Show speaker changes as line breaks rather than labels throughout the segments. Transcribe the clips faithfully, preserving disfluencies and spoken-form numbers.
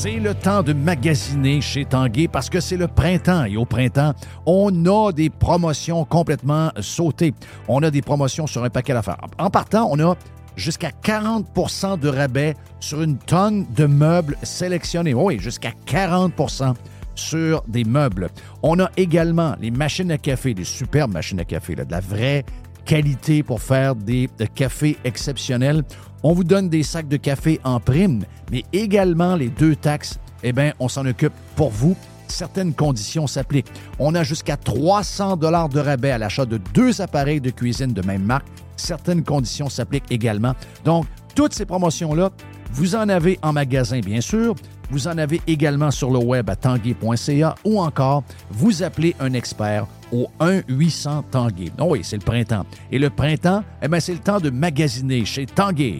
C'est le temps de magasiner chez Tanguay parce que c'est le printemps et au printemps, on a des promotions complètement sautées. On a des promotions sur un paquet d'affaires. En partant, on a jusqu'à quarante pour cent de rabais sur une tonne de meubles sélectionnés. Oui, jusqu'à quarante pour cent sur des meubles. On a également les machines à café, des superbes machines à café, là, de la vraie qualité pour faire des cafés exceptionnels. On vous donne des sacs de café en prime, mais également les deux taxes, eh bien, on s'en occupe pour vous. Certaines conditions s'appliquent. On a jusqu'à trois cents dollars de rabais à l'achat de deux appareils de cuisine de même marque. Certaines conditions s'appliquent également. Donc, toutes ces promotions-là, vous en avez en magasin, bien sûr. Vous en avez également sur le web à tanguay point c a ou encore, vous appelez un expert au un huit cents Tanguay. Oh oui, c'est le printemps. Et le printemps, eh bien, c'est le temps de magasiner chez Tanguay.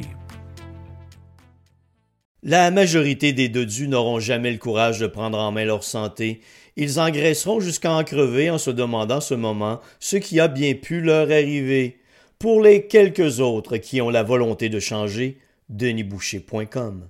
La majorité des dodus n'auront jamais le courage de prendre en main leur santé. Ils engraisseront jusqu'à en crever en se demandant ce moment ce qui a bien pu leur arriver. Pour les quelques autres qui ont la volonté de changer, denis boucher point com.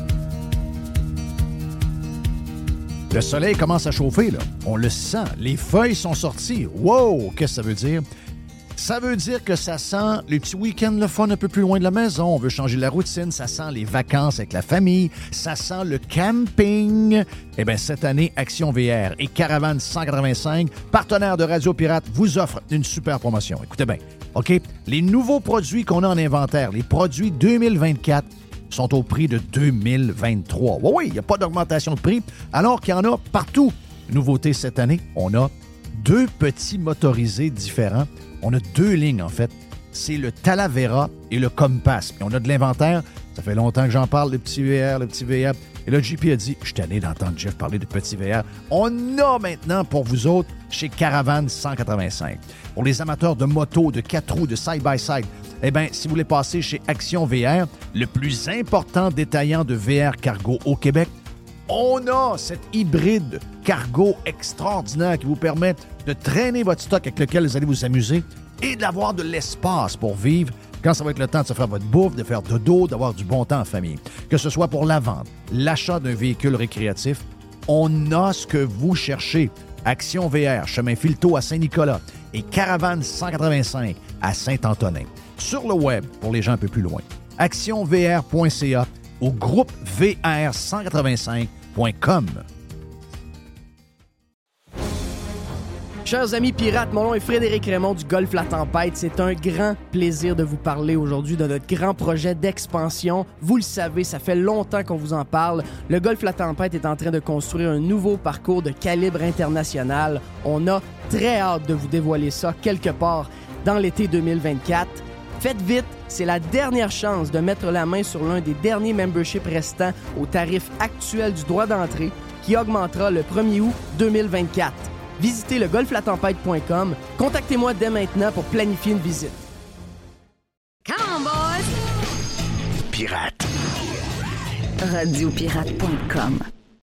Le soleil commence à chauffer, là. On le sent. Les feuilles sont sorties. Wow! Qu'est-ce que ça veut dire? Ça veut dire que ça sent les petits week-ends le fun un peu plus loin de la maison. On veut changer la routine. Ça sent les vacances avec la famille. Ça sent le camping. Eh bien, cette année, Action V R et Caravane cent quatre-vingt-cinq, partenaires de Radio Pirate, vous offrent une super promotion. Écoutez bien, OK? Les nouveaux produits qu'on a en inventaire, les produits deux mille vingt-quatre, sont au prix de deux mille vingt-trois. Oui, oui, il n'y a pas d'augmentation de prix, alors qu'il y en a partout. Nouveauté cette année, on a deux petits motorisés différents. On a deux lignes, en fait. C'est le Talavera et le Compass. Et on a de l'inventaire. Ça fait longtemps que j'en parle, le petit V R, le petit V R. Et là, J P a dit, je suis tanné d'entendre Jeff parler de petit V R. On a maintenant pour vous autres chez Caravane cent quatre-vingt-cinq. Pour les amateurs de moto, de quatre roues, de side-by-side, eh bien, si vous voulez passer chez Action V R, le plus important détaillant de V R cargo au Québec, on a cette hybride cargo extraordinaire qui vous permet de traîner votre stock avec lequel vous allez vous amuser et d'avoir de l'espace pour vivre quand ça va être le temps de se faire votre bouffe, de faire dodo, d'avoir du bon temps en famille. Que ce soit pour la vente, l'achat d'un véhicule récréatif, on a ce que vous cherchez. Action V R, chemin Filteau à Saint-Nicolas et Caravane cent quatre-vingt-cinq à Saint-Antonin. Sur le web, pour les gens un peu plus loin, action v r point c a ou groupe v r cent quatre-vingt-cinq point com.
Chers amis pirates, mon nom est Frédéric Raymond du Golfe La Tempête. C'est un grand plaisir de vous parler aujourd'hui de notre grand projet d'expansion. Vous le savez, ça fait longtemps qu'on vous en parle. Le Golfe La Tempête est en train de construire un nouveau parcours de calibre international. On a très hâte de vous dévoiler ça quelque part dans l'été deux mille vingt-quatre. Faites vite, c'est la dernière chance de mettre la main sur l'un des derniers memberships restants au tarif actuel du droit d'entrée qui augmentera le premier août deux mille vingt-quatre. Visitez le golfe la tempête point com. Contactez-moi dès maintenant pour planifier une visite.
Come on, boys!
Pirate.
radio pirate point com.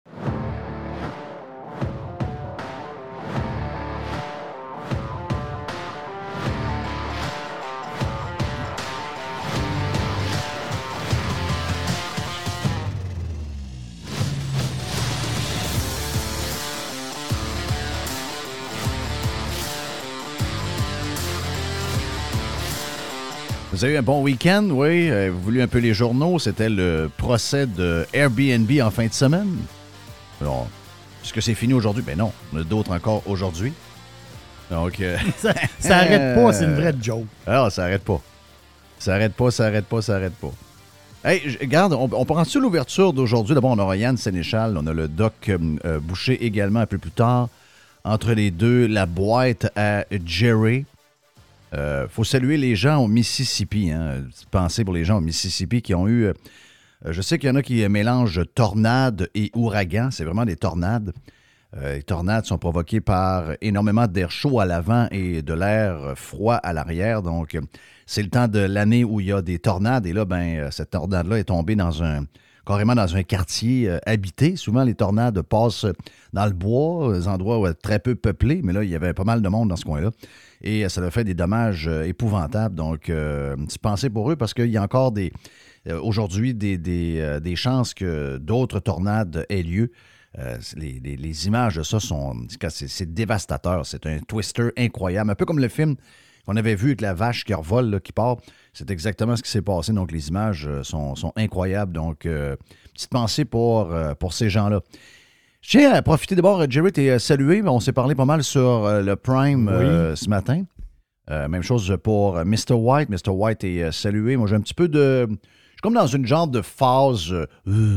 Vous avez eu un bon week-end, oui. Euh, vous avez lu un peu les journaux. C'était le procès de Airbnb en fin de semaine. Alors, est-ce que c'est fini aujourd'hui? Ben non, on a d'autres encore aujourd'hui. Donc, euh,
ça, ça arrête pas, c'est une vraie joke.
Alors, ça arrête pas. Ça arrête pas, ça arrête pas, ça arrête pas. Hey, je, regarde, on, on prend-tu l'ouverture d'aujourd'hui? D'abord, on aura Yann Sénéchal, on a le doc euh, Boucher également un peu plus tard. Entre les deux, la boîte à Jerry. Il euh, faut saluer les gens au Mississippi. Hein. Pensez pour les gens au Mississippi qui ont eu... Euh, je sais qu'il y en a qui mélangent tornades et ouragans. C'est vraiment des tornades. Euh, les tornades sont provoquées par énormément d'air chaud à l'avant et de l'air froid à l'arrière. Donc, c'est le temps de l'année où il y a des tornades. Et là, ben, cette tornade-là est tombée dans un... carrément dans un quartier euh, habité. Souvent, les tornades passent dans le bois, des endroits où, très peu peuplés, mais là, il y avait pas mal de monde dans ce coin-là. Et ça a fait des dommages euh, épouvantables. Donc, euh, une petite pensée pour eux parce qu'il y a encore des, euh, aujourd'hui des, des, euh, des chances que d'autres tornades aient lieu. Euh, les, les, les images de ça sont... C'est, c'est dévastateur. C'est un twister incroyable. Un peu comme le film qu'on avait vu avec la vache qui revole, là, qui part. C'est exactement ce qui s'est passé. Donc, les images sont, sont incroyables. Donc, euh, petite pensée pour, euh, pour ces gens-là. Je tiens à profiter d'abord, Jerry, t'es salué. On s'est parlé pas mal sur euh, le Prime oui. euh, ce matin. Euh, même chose pour mister White. mister White est euh, salué. Moi, j'ai un petit peu de... Je suis comme dans une genre de phase... Euh,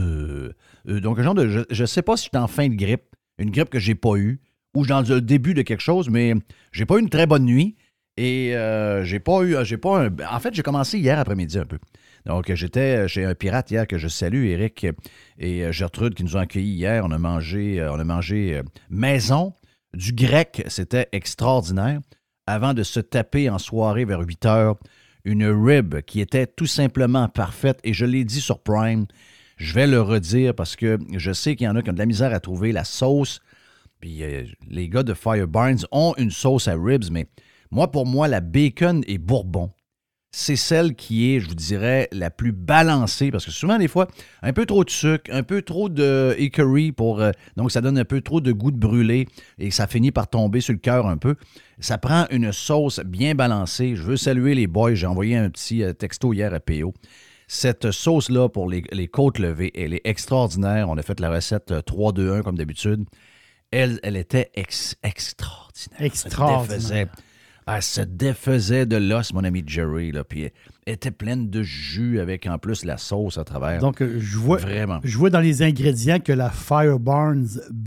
euh, donc, un genre de... Je ne sais pas si je suis en fin de grippe. Une grippe que j'ai pas eue. Ou dans le début de quelque chose, mais j'ai pas eu une très bonne nuit. Et euh, j'ai pas eu... J'ai pas un, en fait, j'ai commencé hier après-midi un peu. Donc, j'étais chez un pirate hier que je salue, Éric et Gertrude, qui nous ont accueillis hier. On a mangé, on a mangé maison, du grec. C'était extraordinaire. Avant de se taper en soirée vers huit heures, une rib qui était tout simplement parfaite. Et je l'ai dit sur Prime, je vais le redire parce que je sais qu'il y en a qui ont de la misère à trouver la sauce. Puis euh, les gars de Fire Barns ont une sauce à ribs, mais moi, pour moi, la bacon et bourbon, c'est celle qui est, je vous dirais, la plus balancée. Parce que souvent, des fois, un peu trop de sucre, un peu trop de hickory, pour, euh, donc ça donne un peu trop de goût de brûlé et ça finit par tomber sur le cœur un peu. Ça prend une sauce bien balancée. Je veux saluer les boys. J'ai envoyé un petit euh, texto hier à P O. Cette sauce-là pour les, les côtes levées, elle est extraordinaire. On a fait la recette trois deux un comme d'habitude. Elle, elle était ex- extraordinaire.
Extraordinaire.
Elle se défaisait de l'os, mon ami Jerry, là, puis elle était pleine de jus avec en plus la sauce à travers.
Donc, je vois,
Vraiment.
je vois dans les ingrédients que la Fire Barns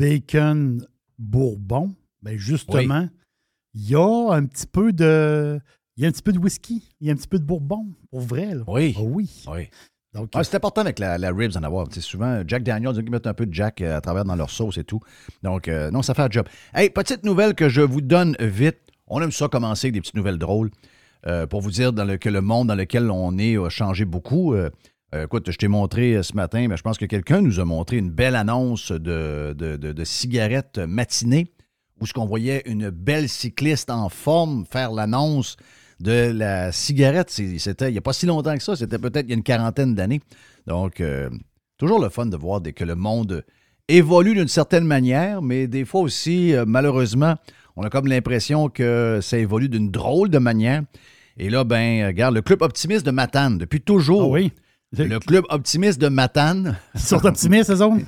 Bacon Bourbon, bien justement, il oui. y a un petit peu de... Il y a un petit peu de whisky, il y a un petit peu de bourbon, pour vrai. Là.
Oui.
Oh, oui.
oui. Donc, ah, c'est important avec la, la ribs en avoir. C'est souvent, Jack Daniels, ils mettent un peu de Jack à travers dans leur sauce et tout. Donc, euh, non, ça fait un job. Hey, petite nouvelle que je vous donne vite. On aime ça commencer avec des petites nouvelles drôles euh, pour vous dire dans le, que le monde dans lequel on est a changé beaucoup. Euh, euh, écoute, je t'ai montré ce matin, mais je pense que quelqu'un nous a montré une belle annonce de, de, de, de cigarettes matinées où ce qu'on voyait une belle cycliste en forme faire l'annonce de la cigarette. C'était il n'y a pas si longtemps que ça, c'était peut-être il y a une quarantaine d'années. Donc, euh, toujours le fun de voir des, que le monde évolue d'une certaine manière, mais des fois aussi, euh, malheureusement, on a comme l'impression que ça évolue d'une drôle de manière. Et là, ben, regarde, le Club Optimiste de Matane, depuis toujours.
Oh oui.
Le Club Optimiste de Matane.
Ils sont optimistes, eux autres?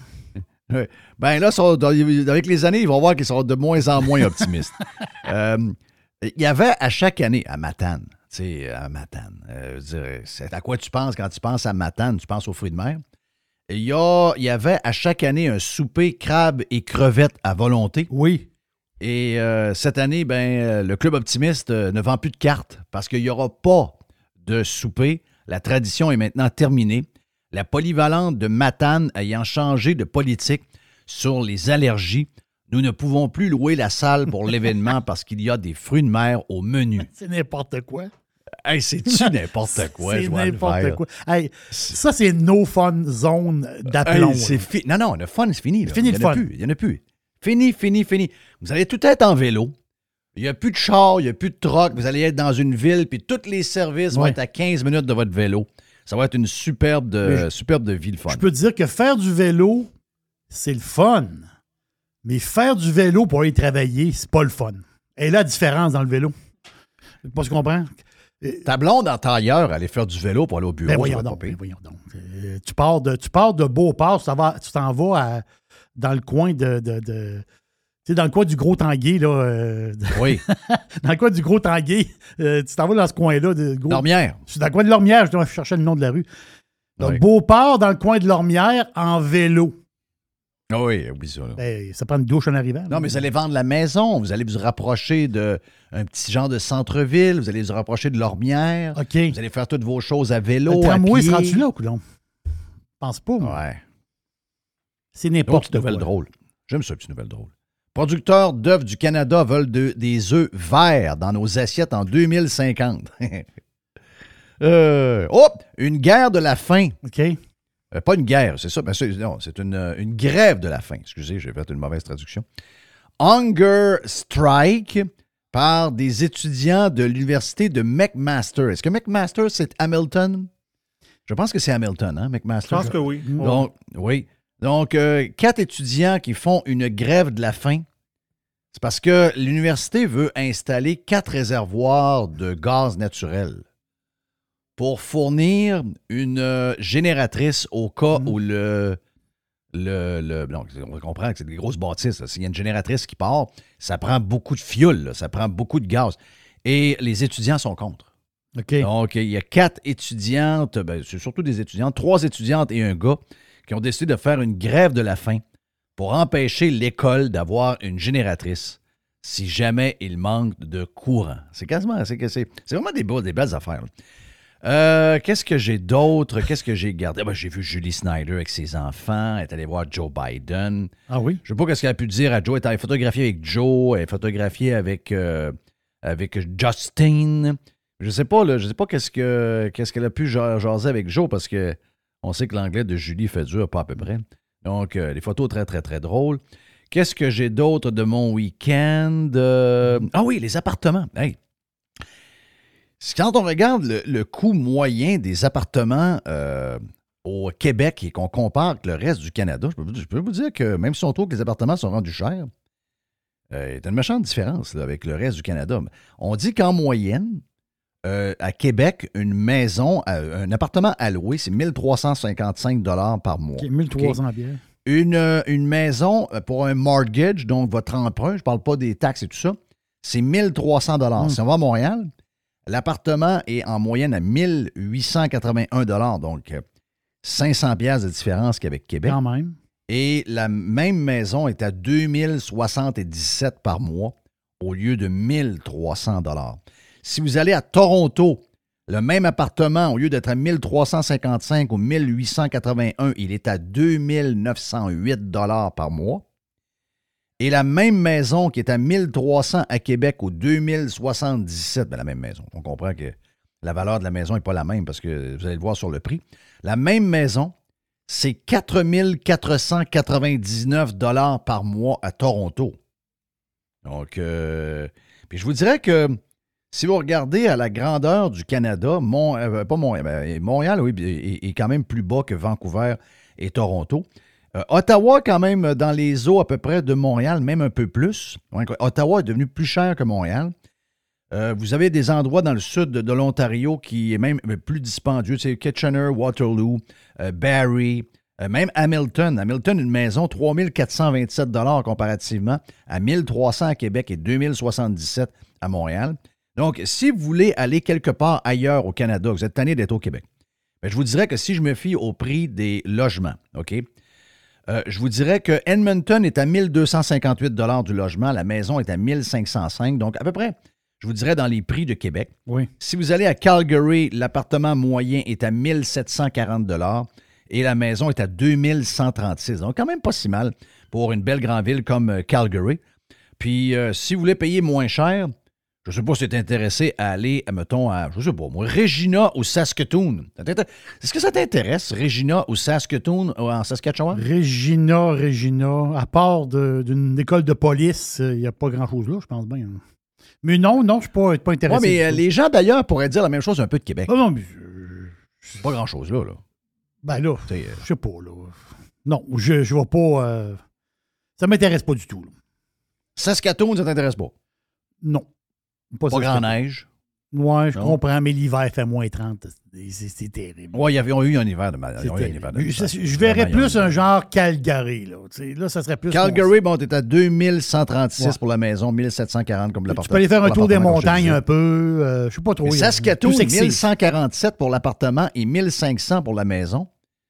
Ben là, sont, avec les années, ils vont voir qu'ils sont de moins en moins optimistes. euh, il y avait à chaque année, à Matane, tu sais, à Matane, euh, je veux dire, c'est à quoi tu penses quand tu penses à Matane? Tu penses aux fruits de mer. Il y, a, il y avait à chaque année un souper crabe et crevettes à volonté.
Oui.
Et euh, cette année, ben, le Club Optimiste euh, ne vend plus de cartes parce qu'il n'y aura pas de souper. La tradition est maintenant terminée. La polyvalente de Matane ayant changé de politique sur les allergies, nous ne pouvons plus louer la salle pour l'événement parce qu'il y a des fruits de mer au menu.
C'est n'importe quoi.
Hey, c'est-tu n'importe quoi?
C'est n'importe quoi. Hey, ça, c'est no fun zone d'aplomb.
Hey, c'est fi- non, non, le fun, c'est fini. Là.
Fini le
il y en a
fun.
Plus, il n'y en a plus. Fini, fini, fini. Vous allez tout être en vélo. Il n'y a plus de char, il n'y a plus de troc. Vous allez être dans une ville, puis tous les services ouais. vont être à quinze minutes de votre vélo. Ça va être une superbe de, je, superbe de vie, le fun.
Je peux te dire que faire du vélo, c'est le fun. Mais faire du vélo pour aller travailler, c'est pas le fun. Et là, la différence dans le vélo. Je sais pas si tu comprends.
Ta blonde en tailleur, aller faire du vélo pour aller au bureau.
Ben voyons donc, ben voyons donc. Euh, tu pars de, tu pars de Beauport, tu t'en vas, tu t'en vas à, dans le coin de... de, de tu sais, dans le coin du Gros-Tanguay, là. Euh,
oui.
Dans le coin du Gros-Tanguay, euh, tu t'en vas dans ce coin-là. De Gros...
Lormière.
Je suis dans le coin de Lormière, je dois chercher le nom de la rue. Donc,
oui.
Beauport, dans le coin de Lormière, en vélo.
Ah oui, oublie ça. Là.
Ben, ça prend une douche en arrivant.
Non,
là.
mais vous allez vendre la maison, vous allez vous rapprocher d'un petit genre de centre-ville, vous allez vous rapprocher de Lormière.
OK.
Vous allez faire toutes vos choses à vélo,
le tramway,
à pied.
seras-tu là, coulon? Je pense pas, moi.
Ouais.
C'est n'importe quoi.
Nouvelle drôle. J'aime ça, petite nouvelle drôle. Producteurs d'œufs du Canada veulent de, des œufs verts dans nos assiettes en deux mille cinquante. euh, oh! Une guerre de la faim.
OK.
Euh, pas une guerre, c'est ça. Ben, c'est, non, c'est une, une grève de la faim. Excusez, j'ai fait une mauvaise traduction. Hunger strike par des étudiants de l'université de McMaster. Est-ce que McMaster, c'est Hamilton? Je pense que c'est Hamilton, hein, McMaster?
Je pense que oui.
Donc, oui. Donc, euh, quatre étudiants qui font une grève de la faim. C'est parce que l'université veut installer quatre réservoirs de gaz naturel pour fournir une euh, génératrice au cas mmh. où le... le, le donc, on comprend que c'est des grosses bâtisses. Là. S'il y a une génératrice qui part, ça prend beaucoup de fioul, là, ça prend beaucoup de gaz. Et les étudiants sont contre.
Okay.
Donc, il y a quatre étudiantes, ben, c'est surtout des étudiantes, trois étudiantes et un gars qui ont décidé de faire une grève de la faim pour empêcher l'école d'avoir une génératrice si jamais il manque de courant. C'est quasiment, c'est, c'est, c'est vraiment des, beaux, des belles affaires. Euh, qu'est-ce que j'ai d'autre? Qu'est-ce que j'ai gardé? Ah ben, j'ai vu Julie Snyder avec ses enfants. Elle est allée voir Joe Biden.
Ah oui?
Je ne sais pas ce qu'elle a pu dire à Joe. Elle est photographiée avec Joe. Elle est photographiée avec, euh, avec Justin. Je sais pas, là, je sais pas qu'est-ce, que, qu'est-ce qu'elle a pu jaser avec Joe parce que on sait que l'anglais de Julie fait dur, pas à peu près. Donc, euh, des photos très, très, très drôles. Qu'est-ce que j'ai d'autre de mon week-end? Euh... Ah oui, les appartements. Hey! Quand on regarde le, le coût moyen des appartements euh, au Québec et qu'on compare avec le reste du Canada, je peux, je peux vous dire que même si on trouve que les appartements sont rendus chers, euh, il y a une méchante différence là, avec le reste du Canada. On dit qu'en moyenne, Euh, à Québec, une maison, euh, un appartement à louer, c'est mille trois cent cinquante-cinq dollars par mois.
Okay, mille trois cents
okay. Une, euh, une maison pour un mortgage, donc votre emprunt, je ne parle pas des taxes et tout ça, c'est mille trois cents dollars. Mm. Si on va à Montréal, l'appartement est en moyenne à mille huit cent quatre-vingt-un dollars, donc cinq cents dollars de différence qu'avec Québec.
Quand même.
Et la même maison est à deux mille soixante-dix-sept par mois au lieu de mille trois cents dollars. Si vous allez à Toronto, le même appartement, au lieu d'être à mille trois cent cinquante-cinq ou mille huit cent quatre-vingt-un, il est à deux mille neuf cent huit dollars par mois. Et la même maison qui est à mille trois cents à Québec ou deux mille soixante-dix-sept, bien la même maison. On comprend que la valeur de la maison n'est pas la même parce que vous allez le voir sur le prix. La même maison, c'est quatre mille quatre cent quatre-vingt-dix-neuf dollars par mois à Toronto. Donc, euh, puis je vous dirais que si vous regardez à la grandeur du Canada, Mont, euh, pas Mont, euh, Montréal, oui, est, est quand même plus bas que Vancouver et Toronto. Euh, Ottawa, quand même, dans les eaux à peu près de Montréal, même un peu plus. Ottawa est devenu plus cher que Montréal. Euh, vous avez des endroits dans le sud de, de l'Ontario qui est même plus dispendieux. C'est Kitchener, Waterloo, euh, Barrie, euh, même Hamilton. Hamilton, une maison, trois mille quatre cent vingt-sept dollars comparativement à mille trois cents à Québec et deux mille soixante-dix-sept à Montréal. Donc, si vous voulez aller quelque part ailleurs au Canada, vous êtes tanné d'être au Québec, bien, je vous dirais que si je me fie au prix des logements, OK, euh, je vous dirais que Edmonton est à mille deux cent cinquante-huit dollars du logement, la maison est à mille cinq cent cinq, donc à peu près, je vous dirais dans les prix de Québec.
Oui.
Si vous allez à Calgary, l'appartement moyen est à mille sept cent quarante dollars et la maison est à deux mille cent trente-six, donc quand même pas si mal pour une belle grande ville comme Calgary. Puis, euh, si vous voulez payer moins cher, je ne sais pas si tu es intéressé à aller, mettons, à, je ne sais pas, moi, Regina ou Saskatoon. Est-ce que ça t'intéresse, Regina ou Saskatoon en Saskatchewan?
Regina, Regina, à part de, d'une école de police, il n'y a pas grand-chose là, je pense bien. Mais non, non, je ne suis pas, pas intéressé.
Oui, mais euh, les gens, d'ailleurs, pourraient dire la même chose un peu de Québec.
Non, non, mais... Euh,
c'est pas grand-chose là, là.
Ben là, je euh... sais pas, là. Non, je ne vais pas... Euh, ça ne m'intéresse pas du tout, là.
Saskatoon, ça ne t'intéresse pas?
Non.
Pas, pas grand neige.
Oui, je non. comprends, mais l'hiver fait moins trente. C'est, c'est terrible.
Oui, ils ont eu un hiver de mal.
Je, je verrais plus un genre Calgary. Là, là, ça serait plus.
Calgary, bon, t'es à deux mille cent trente-six ouais. pour la maison, mille sept cent quarante comme l'appartement.
Tu peux aller faire un tour des montagnes un peu. Euh, je sais pas trop.
Saskatoon, mille cent quarante-sept pour l'appartement et mille cinq cents pour la maison.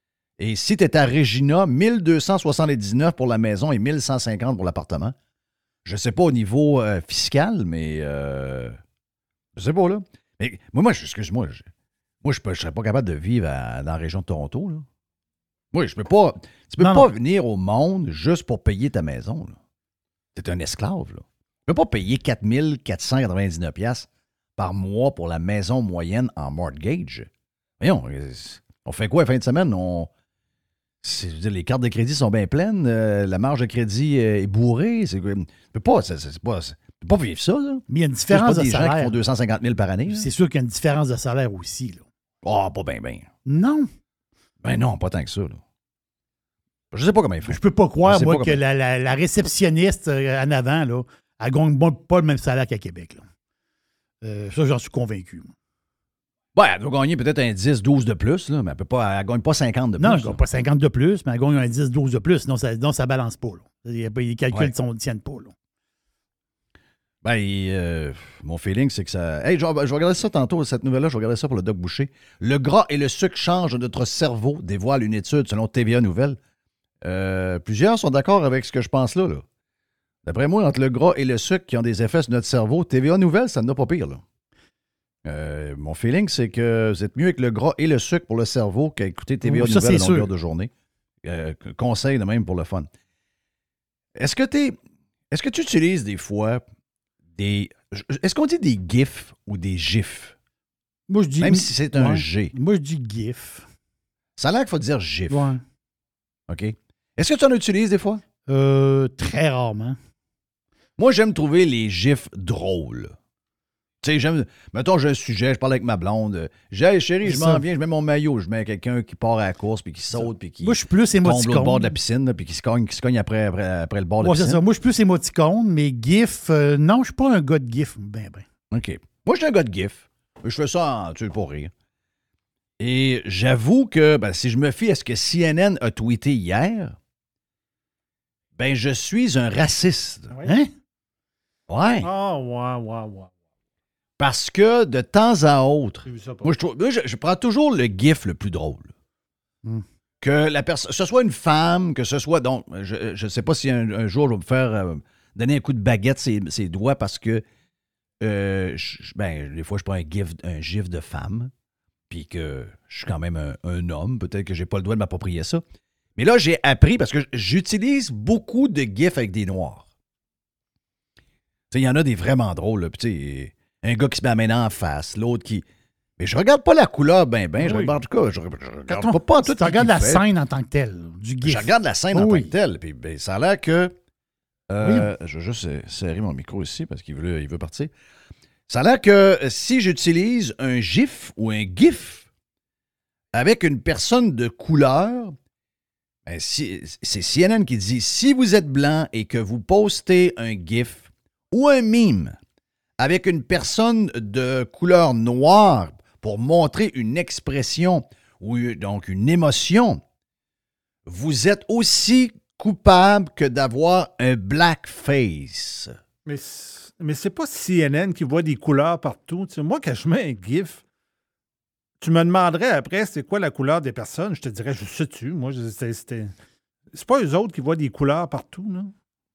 Et si tu es à Regina, mille deux cent soixante-dix-neuf pour la maison et mille cent cinquante pour l'appartement. Je ne sais pas au niveau euh, fiscal, mais euh, je sais pas, là. Mais moi, moi excuse-moi, je, moi, je ne serais pas capable de vivre à, dans la région de Toronto, là. Moi, je peux pas. Tu peux non, pas non. venir au monde juste pour payer ta maison, là. T'es un esclave, là. Tu peux pas payer quatre mille quatre cent quatre-vingt-dix-neuf dollars par mois pour la maison moyenne en mortgage. Voyons, on fait quoi la fin de semaine? On... C'est, je veux dire, les cartes de crédit sont bien pleines, euh, la marge de crédit euh, est bourrée. C'est, tu peux pas, c'est, c'est pas, c'est, tu peux pas vivre ça, là.
Mais il y a une différence
de
salaire.
Des gens qui font deux cent cinquante mille par année. Là.
C'est sûr qu'il y a une différence de salaire aussi, là.
Oh, pas bien, bien.
Non.
Ben non, pas tant que ça. Là. Je sais pas comment ils font.
Je peux pas croire,
Je sais
moi,
pas
que
comment-
la, la, la réceptionniste euh, en avant, là, elle gagne pas le même salaire qu'à Québec. Là. Euh, ça, j'en suis convaincu. Moi.
Ouais, elle doit gagner peut-être un dix douze de plus, là, mais elle peut pas, elle gagne pas cinquante de plus.
Non, elle
là.
gagne pas cinquante de plus, mais elle gagne un dix douze de plus. Sinon, ça, sinon, ça balance pas. Là. Il y a pas- les calculs
Ouais.
ne tiennent pas. Là.
Ben, euh, mon feeling, c'est que ça. Hey, je, vais- je vais regarder ça tantôt, cette nouvelle-là, je vais regarder ça pour le Doc Boucher. Le gras et le sucre changent de notre cerveau, dévoile une étude selon T V A Nouvelles. Euh, plusieurs sont d'accord avec ce que je pense là, là. D'après moi, entre le gras et le sucre qui ont des effets sur notre cerveau, T V A Nouvelles, ça n'a pas pire, là. Euh, mon feeling, c'est que vous êtes mieux avec le gras et le sucre pour le cerveau qu'à écouter T V A
Oui, ça,
Nouvelles à
c'est
longueur
sûr.
de journée. Euh, conseil de même pour le fun. Est-ce que t'es. Est-ce que tu utilises des fois des. Est-ce qu'on dit des GIFs ou des GIFs?
Moi, je dis.
Même si c'est un
Ouais.
G.
Moi, je dis GIF.
Ça a l'air qu'il faut dire GIF.
Ouais.
OK? Est-ce que tu en utilises des fois?
Euh, très rarement.
Moi, j'aime trouver les GIFs drôles. Tu sais, j'aime. Mettons, j'ai un sujet, je parle avec ma blonde. J'ai, hey, chérie, je
C'est
m'en
ça.
viens, je mets mon maillot, je mets quelqu'un qui part à la course, puis qui saute, puis qui
Moi, je suis plus
tombe
émoticône.
au bord de la piscine, là, puis qui se cogne, qui se cogne après, après, après le bord de
Ouais,
la
c'est
piscine.
ça. Moi, je suis plus émoticône, mais GIF, euh, non, je suis pas un gars de GIF. Ben, ben.
OK. Moi, je suis un gars de GIF. Je fais ça en, tu sais, pour rire. Et j'avoue que ben, si je me fie à ce que C N N a tweeté hier, ben je suis un raciste.
Hein?
Ouais.
Ah, ouais, ouais, ouais.
Parce que de temps à autre,
J'ai vu ça pas.
moi, je, trouve, moi, je, je prends toujours le GIF le plus drôle.
Hmm.
Que la personne, ce soit une femme, que ce soit. Donc, je ne sais pas si un, un jour je vais me faire euh, donner un coup de baguette ses, ses doigts parce que euh, je- ben, des fois, je prends un gif, un gif de femme, puis que je suis quand même un, un homme. Peut-être que j'ai pas le droit de m'approprier ça. Mais là, j'ai appris parce que j'utilise beaucoup de gifs avec des noirs. Tu sais, il y en a des vraiment drôles. Là. Puis, tu sais, un gars qui se met la main en face, l'autre qui. Mais je regarde pas la couleur ben ben. Je
Oui.
regarde, en tout cas, je, je regarde
Quand on-
pas, pas en
tu
tout.
tu regardes
qui
la
fait.
scène en tant que telle, du GIF.
Je regarde la scène en
Oui.
tant que telle. Puis, ben, ça a l'air que. euh, Je vais juste euh, serrer mon micro ici parce qu'il veut, il veut partir. Ça a l'air que euh, si j'utilise un GIF ou un GIF avec une personne de couleur, ben, si- c'est C N N qui dit si vous êtes blanc et que vous postez un GIF ou un meme avec une personne de couleur noire pour montrer une expression ou donc une émotion, vous êtes aussi coupable que d'avoir un blackface.
Mais, c- mais c'est pas C N N qui voit des couleurs partout. Tu sais, moi, quand je mets un GIF, tu me demanderais après c'est quoi la couleur des personnes. Je te dirais, je sais-tu. Moi, je- c'était- c'était- c'est pas eux autres qui voient des couleurs partout, là.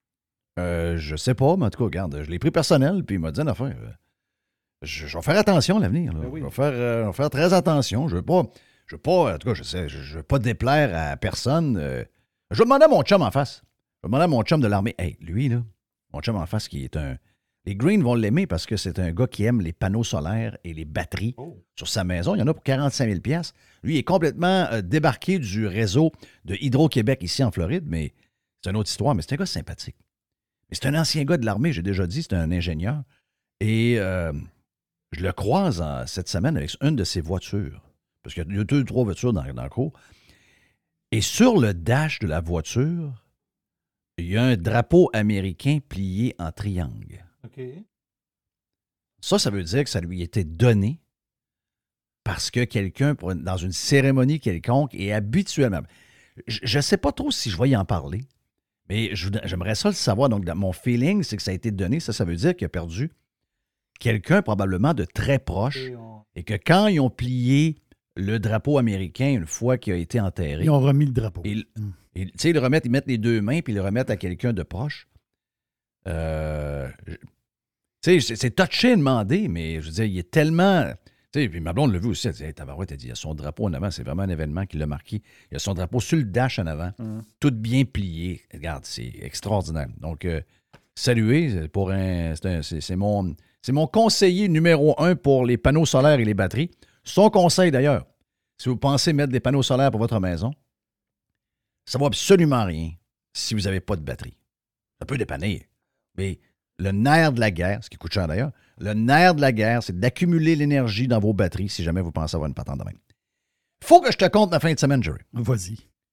Euh, je sais pas, mais en tout cas, regarde, je l'ai pris personnel, puis il m'a dit une affaire. euh, Je, je vais faire attention à l'avenir. là.
Ben oui.
Je vais faire, euh, je vais faire très attention. Je veux pas. Je veux pas. En tout cas, je sais, je, je veux pas déplaire à personne. euh. Je vais demander à mon chum en face. Je vais demander à mon chum de l'armée. Hey, lui, là, mon chum en face qui est un. Les Greens vont l'aimer parce que c'est un gars qui aime les panneaux solaires et les batteries sur sa maison. Il y en a pour quarante-cinq mille dollars. Lui, il est complètement euh, débarqué du réseau de Hydro-Québec ici en Floride, mais c'est une autre histoire. Mais c'est un gars sympathique. Mais c'est un ancien gars de l'armée, j'ai déjà dit, c'est un ingénieur. Et euh, je le croise en- cette semaine avec une de ses voitures. Parce qu'il y a deux ou trois voitures dans, dans le cours. Et sur le dash de la voiture, il y a un drapeau américain plié en triangle.
OK.
Ça, ça veut dire que ça lui était donné parce que quelqu'un, pour une- dans une cérémonie quelconque, est habituellement. Je ne sais pas trop si je vais y en parler, mais je voudrais- j'aimerais ça le savoir. Donc, dans mon feeling, c'est que ça a été donné. Ça, ça veut dire qu'il a perdu quelqu'un probablement de très proche
Et on-
et que quand ils ont plié le drapeau américain une fois qu'il a été enterré,
Ils ont remis le drapeau.
ils,
Mm.
ils- tu sais, ils le remettent, ils mettent les deux mains puis ils le remettent à quelqu'un de proche. Euh, je- tu sais, c'est, c'est touché de demander, mais je veux dire, il est tellement. Tu sais, puis ma blonde l'a vu aussi. Elle dit, hey, tabarouette, elle dit, il y a son drapeau en avant. C'est vraiment un événement qui l'a marqué. Il y a son drapeau sur le dash en avant,
Mm.
tout bien plié. Regarde, c'est extraordinaire. Donc, euh, saluer pour un. C'est, un- c'est- c'est mon, c'est mon conseiller numéro un pour les panneaux solaires et les batteries. Son conseil d'ailleurs, si vous pensez mettre des panneaux solaires pour votre maison, ça ne vaut absolument rien si vous n'avez pas de batterie. Ça peut dépanner. Mais le nerf de la guerre, ce qui coûte cher d'ailleurs, Le nerf de la guerre, c'est d'accumuler l'énergie dans vos batteries si jamais vous pensez avoir une patente de même. Faut que je te compte ma fin de semaine, Jerry.
Vas-y.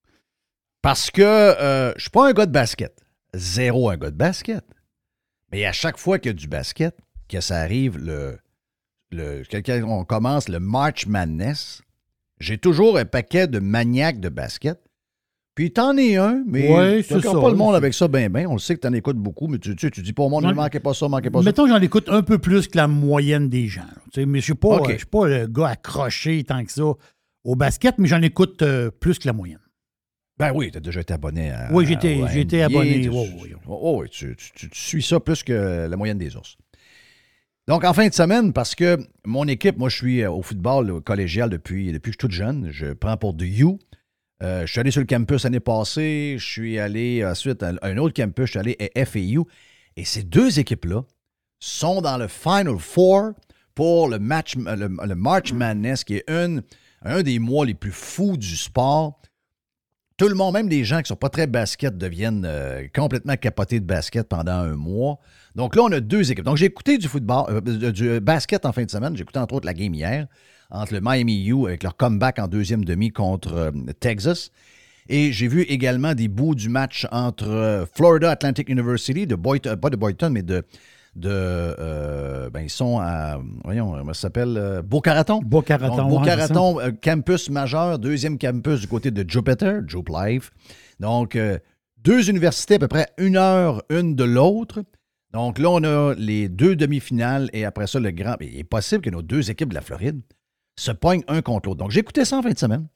Parce que euh, je suis pas un gars de basket. Zéro un gars de basket. Mais à chaque fois qu'il y a du basket, que ça arrive, le, le, quand on commence le March Madness, j'ai toujours un paquet de maniaques de basket. Puis t'en es un, mais
ouais,
tu n'as pas le monde avec ça bien, bien. On le sait que t'en écoutes beaucoup, mais tu, tu, tu dis pas au monde, ne manquez pas ça, manquez pas ça.
Mettons que j'en écoute un peu plus que la moyenne des gens. Mais je ne suis pas,
okay.
je suis pas le gars accroché tant que ça au basket, mais j'en écoute euh, plus que la moyenne.
Ben oui, tu as déjà été abonné à.
Oui, j'étais,
à
j'ai été abonné.
Tu,
oh, oui,
oh, oh, oui, tu, tu, tu, tu suis ça plus que la moyenne des ours. Donc, en fin de semaine, parce que mon équipe, moi, je suis au football au collégial depuis, depuis que je suis toute jeune. Je prends pour du U. Euh, je suis allé sur le campus l'année passée. Je suis allé ensuite à un autre campus. Je suis allé à F A U. Et ces deux équipes-là sont dans le Final Four pour le, match, le, le March Madness, qui est une, un des mois les plus fous du sport. Tout le monde, même des gens qui ne sont pas très basket, deviennent euh, complètement capotés de basket pendant un mois. Donc là, on a deux équipes. Donc j'ai écouté du football, euh, du basket en fin de semaine. J'ai écouté entre autres la game hier entre le Miami U avec leur comeback en deuxième demi contre euh, Texas. Et j'ai vu également des bouts du match entre euh, Florida Atlantic University, de Boyton, pas de Boyton, mais de... de euh, ben ils sont à, voyons, ça s'appelle euh, Boca Raton.
Boca Raton.
Donc, Boca Raton, euh, campus majeur, deuxième campus du côté de Jupiter, Jupe Life. Donc, euh, deux universités à peu près une heure une de l'autre. Donc là, on a les deux demi-finales et après ça, le grand... Il est possible que nos deux équipes de la Floride se pognent un contre l'autre. Donc, j'ai écouté ça en fin de semaine.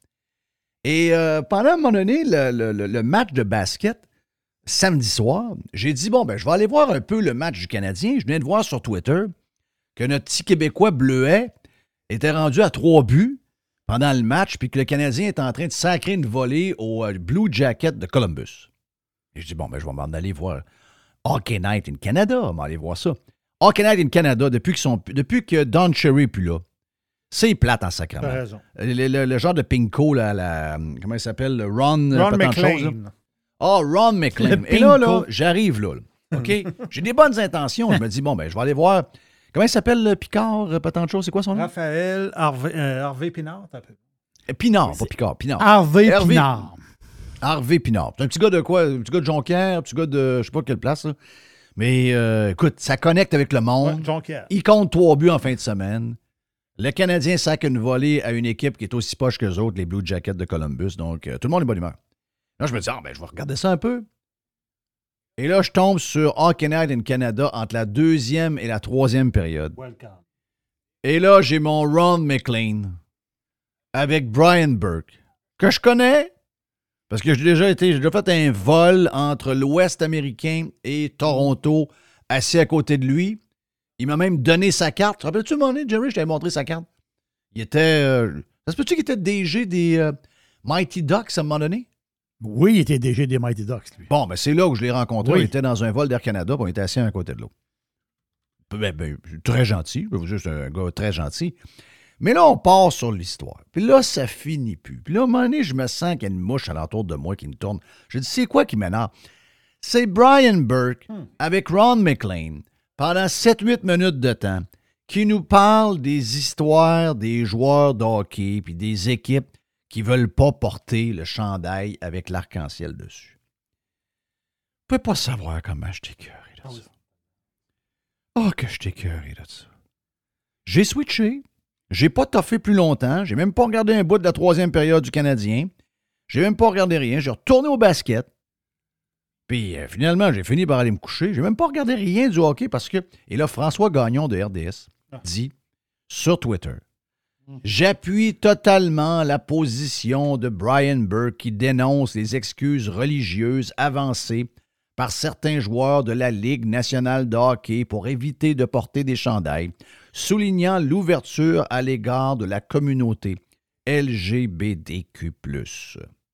Et euh, pendant un moment donné, le, le, le match de basket, samedi soir, j'ai dit, bon, ben, je vais aller voir un peu le match du Canadien. Je venais de voir sur Twitter que notre petit Québécois Bleuet était rendu à trois buts pendant le match, puis que le Canadien est en train de sacrer une volée au uh, Blue Jacket de Columbus. Et je dis, bon, ben, je vais m'en aller voir Hockey Night in Canada. On va aller voir ça. Hockey Night in Canada, depuis, qu'ils sont, depuis que Don Cherry n'est plus là, c'est plate en sacrement.
T'as raison.
Le, le, le genre de Pinko, là, la, comment il s'appelle? Ron,
Ron
McLean. Ah, oh, Ron McLean. Et là, là, j'arrive là. là. OK? J'ai des bonnes intentions. Je me dis, bon, ben, je vais aller voir. Comment il s'appelle, le Picard, pas tant de choses? C'est quoi son nom?
Raphaël Harvey, euh, Harvey Pinard, t'as peu.
Pinard, pas Picard, Pinard.
Harvey Hervé, Pinard.
Harvey Pinard. C'est un petit gars de quoi? Un petit gars de Jonquière, un petit gars de je sais pas quelle place, là. Mais euh, écoute, ça connecte avec le monde.
Ouais, Jonquière.
Il compte trois buts en fin de semaine. Le Canadien sac une volée à une équipe qui est aussi poche qu'eux autres, les Blue Jackets de Columbus. Donc, euh, tout le monde est bonne humeur. Là, je me dis, ah, ben, je vais regarder ça un peu. Et là, je tombe sur Hockey Night in Canada entre la deuxième et la troisième période.
Welcome.
Et là, j'ai mon Ron McLean avec Brian Burke, que je connais, parce que j'ai déjà été, j'ai déjà fait un vol entre l'Ouest américain et Toronto, assis à côté de lui. Il m'a même donné sa carte. Te rappelles-tu, mon nez, Jerry? Je t'avais montré sa carte. Il était... Euh, ça se peut-tu qu'il était D G des euh, Mighty Ducks à un moment donné?
Oui, il était D G des Mighty Ducks, lui.
Bon, ben c'est là où je l'ai rencontré.
Oui.
Il était dans un vol d'Air Canada, puis on était assis un à côté de l'autre. Ben, ben, très gentil. Juste un gars très gentil. Mais là, on part sur l'histoire. Puis là, ça finit plus. Puis là, à un moment donné, je me sens qu'il y a une mouche alentour de moi qui me tourne. Je dis, c'est quoi qui m'énerve? C'est Brian Burke hmm. avec Ron McLean pendant sept huit minutes de temps qui nous parle des histoires des joueurs de hockey puis des équipes qui ne veulent pas porter le chandail avec l'arc-en-ciel dessus. Je ne peux pas savoir comment je t'écœuré de ça. Oh, que je t'écœuré de ça. J'ai switché. J'ai pas toffé plus longtemps. J'ai même pas regardé un bout de la troisième période du Canadien. J'ai même pas regardé rien. J'ai retourné au basket. Puis euh, finalement, j'ai fini par aller me coucher. J'ai même pas regardé rien du hockey parce que... Et là, François Gagnon de R D S dit sur Twitter, j'appuie totalement la position de Brian Burke qui dénonce les excuses religieuses avancées par certains joueurs de la Ligue nationale de hockey pour éviter de porter des chandails, soulignant l'ouverture à l'égard de la communauté L G B T Q plus.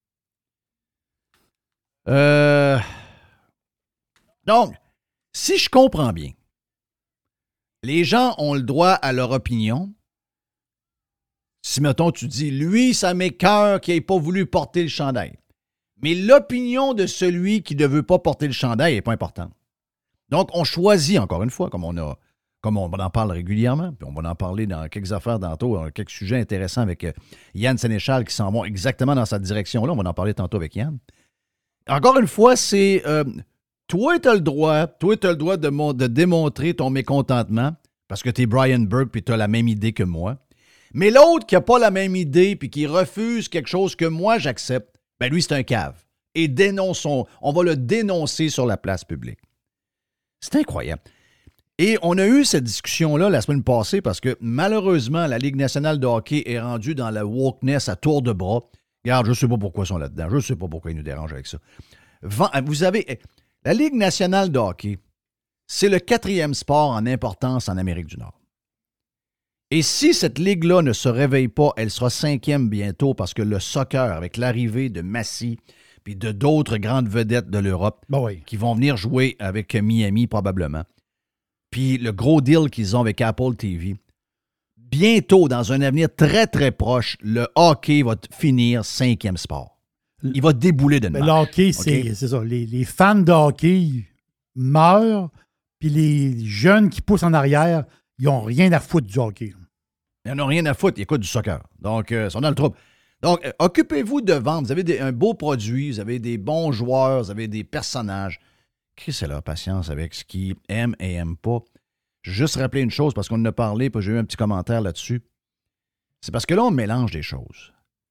Euh... Donc, si je comprends bien, les gens ont le droit à leur opinion. Si, mettons, tu dis, lui, ça m'écoeure qu'il n'ait pas voulu porter le chandail. Mais l'opinion de celui qui ne veut pas porter le chandail n'est pas importante. Donc, on choisit, encore une fois, comme on a comme on en parle régulièrement, puis on va en parler dans quelques affaires tantôt, quelques sujets intéressants avec euh, Yann Sénéchal qui s'en vont exactement dans cette direction-là. On va en parler tantôt avec Yann. Encore une fois, c'est... Euh, toi, tu as le droit, toi, tu as le droit de, mon, de démontrer ton mécontentement parce que tu es Brian Burke puis tu as la même idée que moi. Mais l'autre qui n'a pas la même idée puis qui refuse quelque chose que moi, j'accepte, ben lui, c'est un cave. Et dénonçons, on va le dénoncer sur la place publique. C'est incroyable. Et on a eu cette discussion-là la semaine passée parce que malheureusement, la Ligue nationale de hockey est rendue dans la wokeness à tour de bras. Regarde, je ne sais pas pourquoi ils sont là-dedans. Je ne sais pas pourquoi ils nous dérangent avec ça. Vous avez... La Ligue nationale de hockey, c'est le quatrième sport en importance en Amérique du Nord. Et si cette ligue-là ne se réveille pas, elle sera cinquième bientôt parce que le soccer, avec l'arrivée de Massy puis de d'autres grandes vedettes de l'Europe
ben oui.
qui vont venir jouer avec Miami probablement, puis le gros deal qu'ils ont avec Apple T V, bientôt, dans un avenir très, très proche, le hockey va finir cinquième sport. Il va débouler de
ben,
marche.
Le hockey, c'est,
okay?
c'est ça. Les, les fans de hockey meurent, puis les jeunes qui poussent en arrière, ils n'ont rien à foutre du hockey.
Ils n'en ont rien à foutre, ils écoutent du soccer. Donc, euh, ils sont dans le trouble. Donc, euh, occupez-vous de vendre. Vous avez des, un beau produit, vous avez des bons joueurs, vous avez des personnages. Crissez leur patience avec ce qu'ils aiment et n'aiment pas. Je vais juste rappeler une chose, parce qu'on en a parlé, puis j'ai eu un petit commentaire là-dessus. C'est parce que là, on mélange des choses.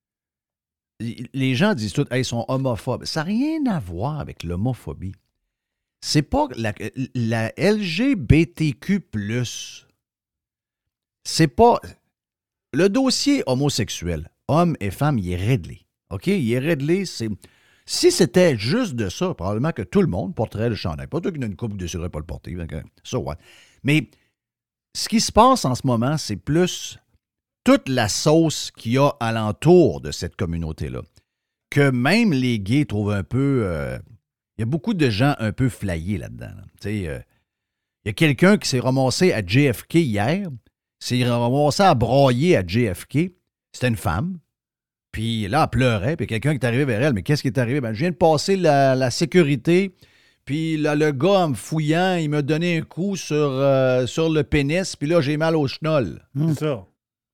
Les gens disent tout, hey, ils sont homophobes. Ça n'a rien à voir avec l'homophobie. C'est pas la, la L G B T Q plus. C'est pas... Le dossier homosexuel, homme et femme, il est réglé. OK? Il est réglé, c'est... Si c'était juste de ça, probablement que tout le monde porterait le chandail. Pas toi qui a une coupe qui ne déciderait pas le porter. Ça, ouais. Mais ce qui se passe en ce moment, c'est plus toute la sauce qu'il y a alentour de cette communauté-là. Que même les gays trouvent un peu... Euh, il y a beaucoup de gens un peu flyés là-dedans. Là. Tu sais, euh, il y a quelqu'un qui s'est ramassé à J F K hier, s'est ramassé à broyer à J F K. C'était une femme. Puis là, elle pleurait, puis quelqu'un qui est arrivé vers elle. Mais qu'est-ce qui est arrivé? Ben, je viens de passer la, la sécurité, puis là, le gars, en me fouillant, il m'a donné un coup sur, euh, sur le pénis, puis là, j'ai mal au chenol.
C'est mmh. ça.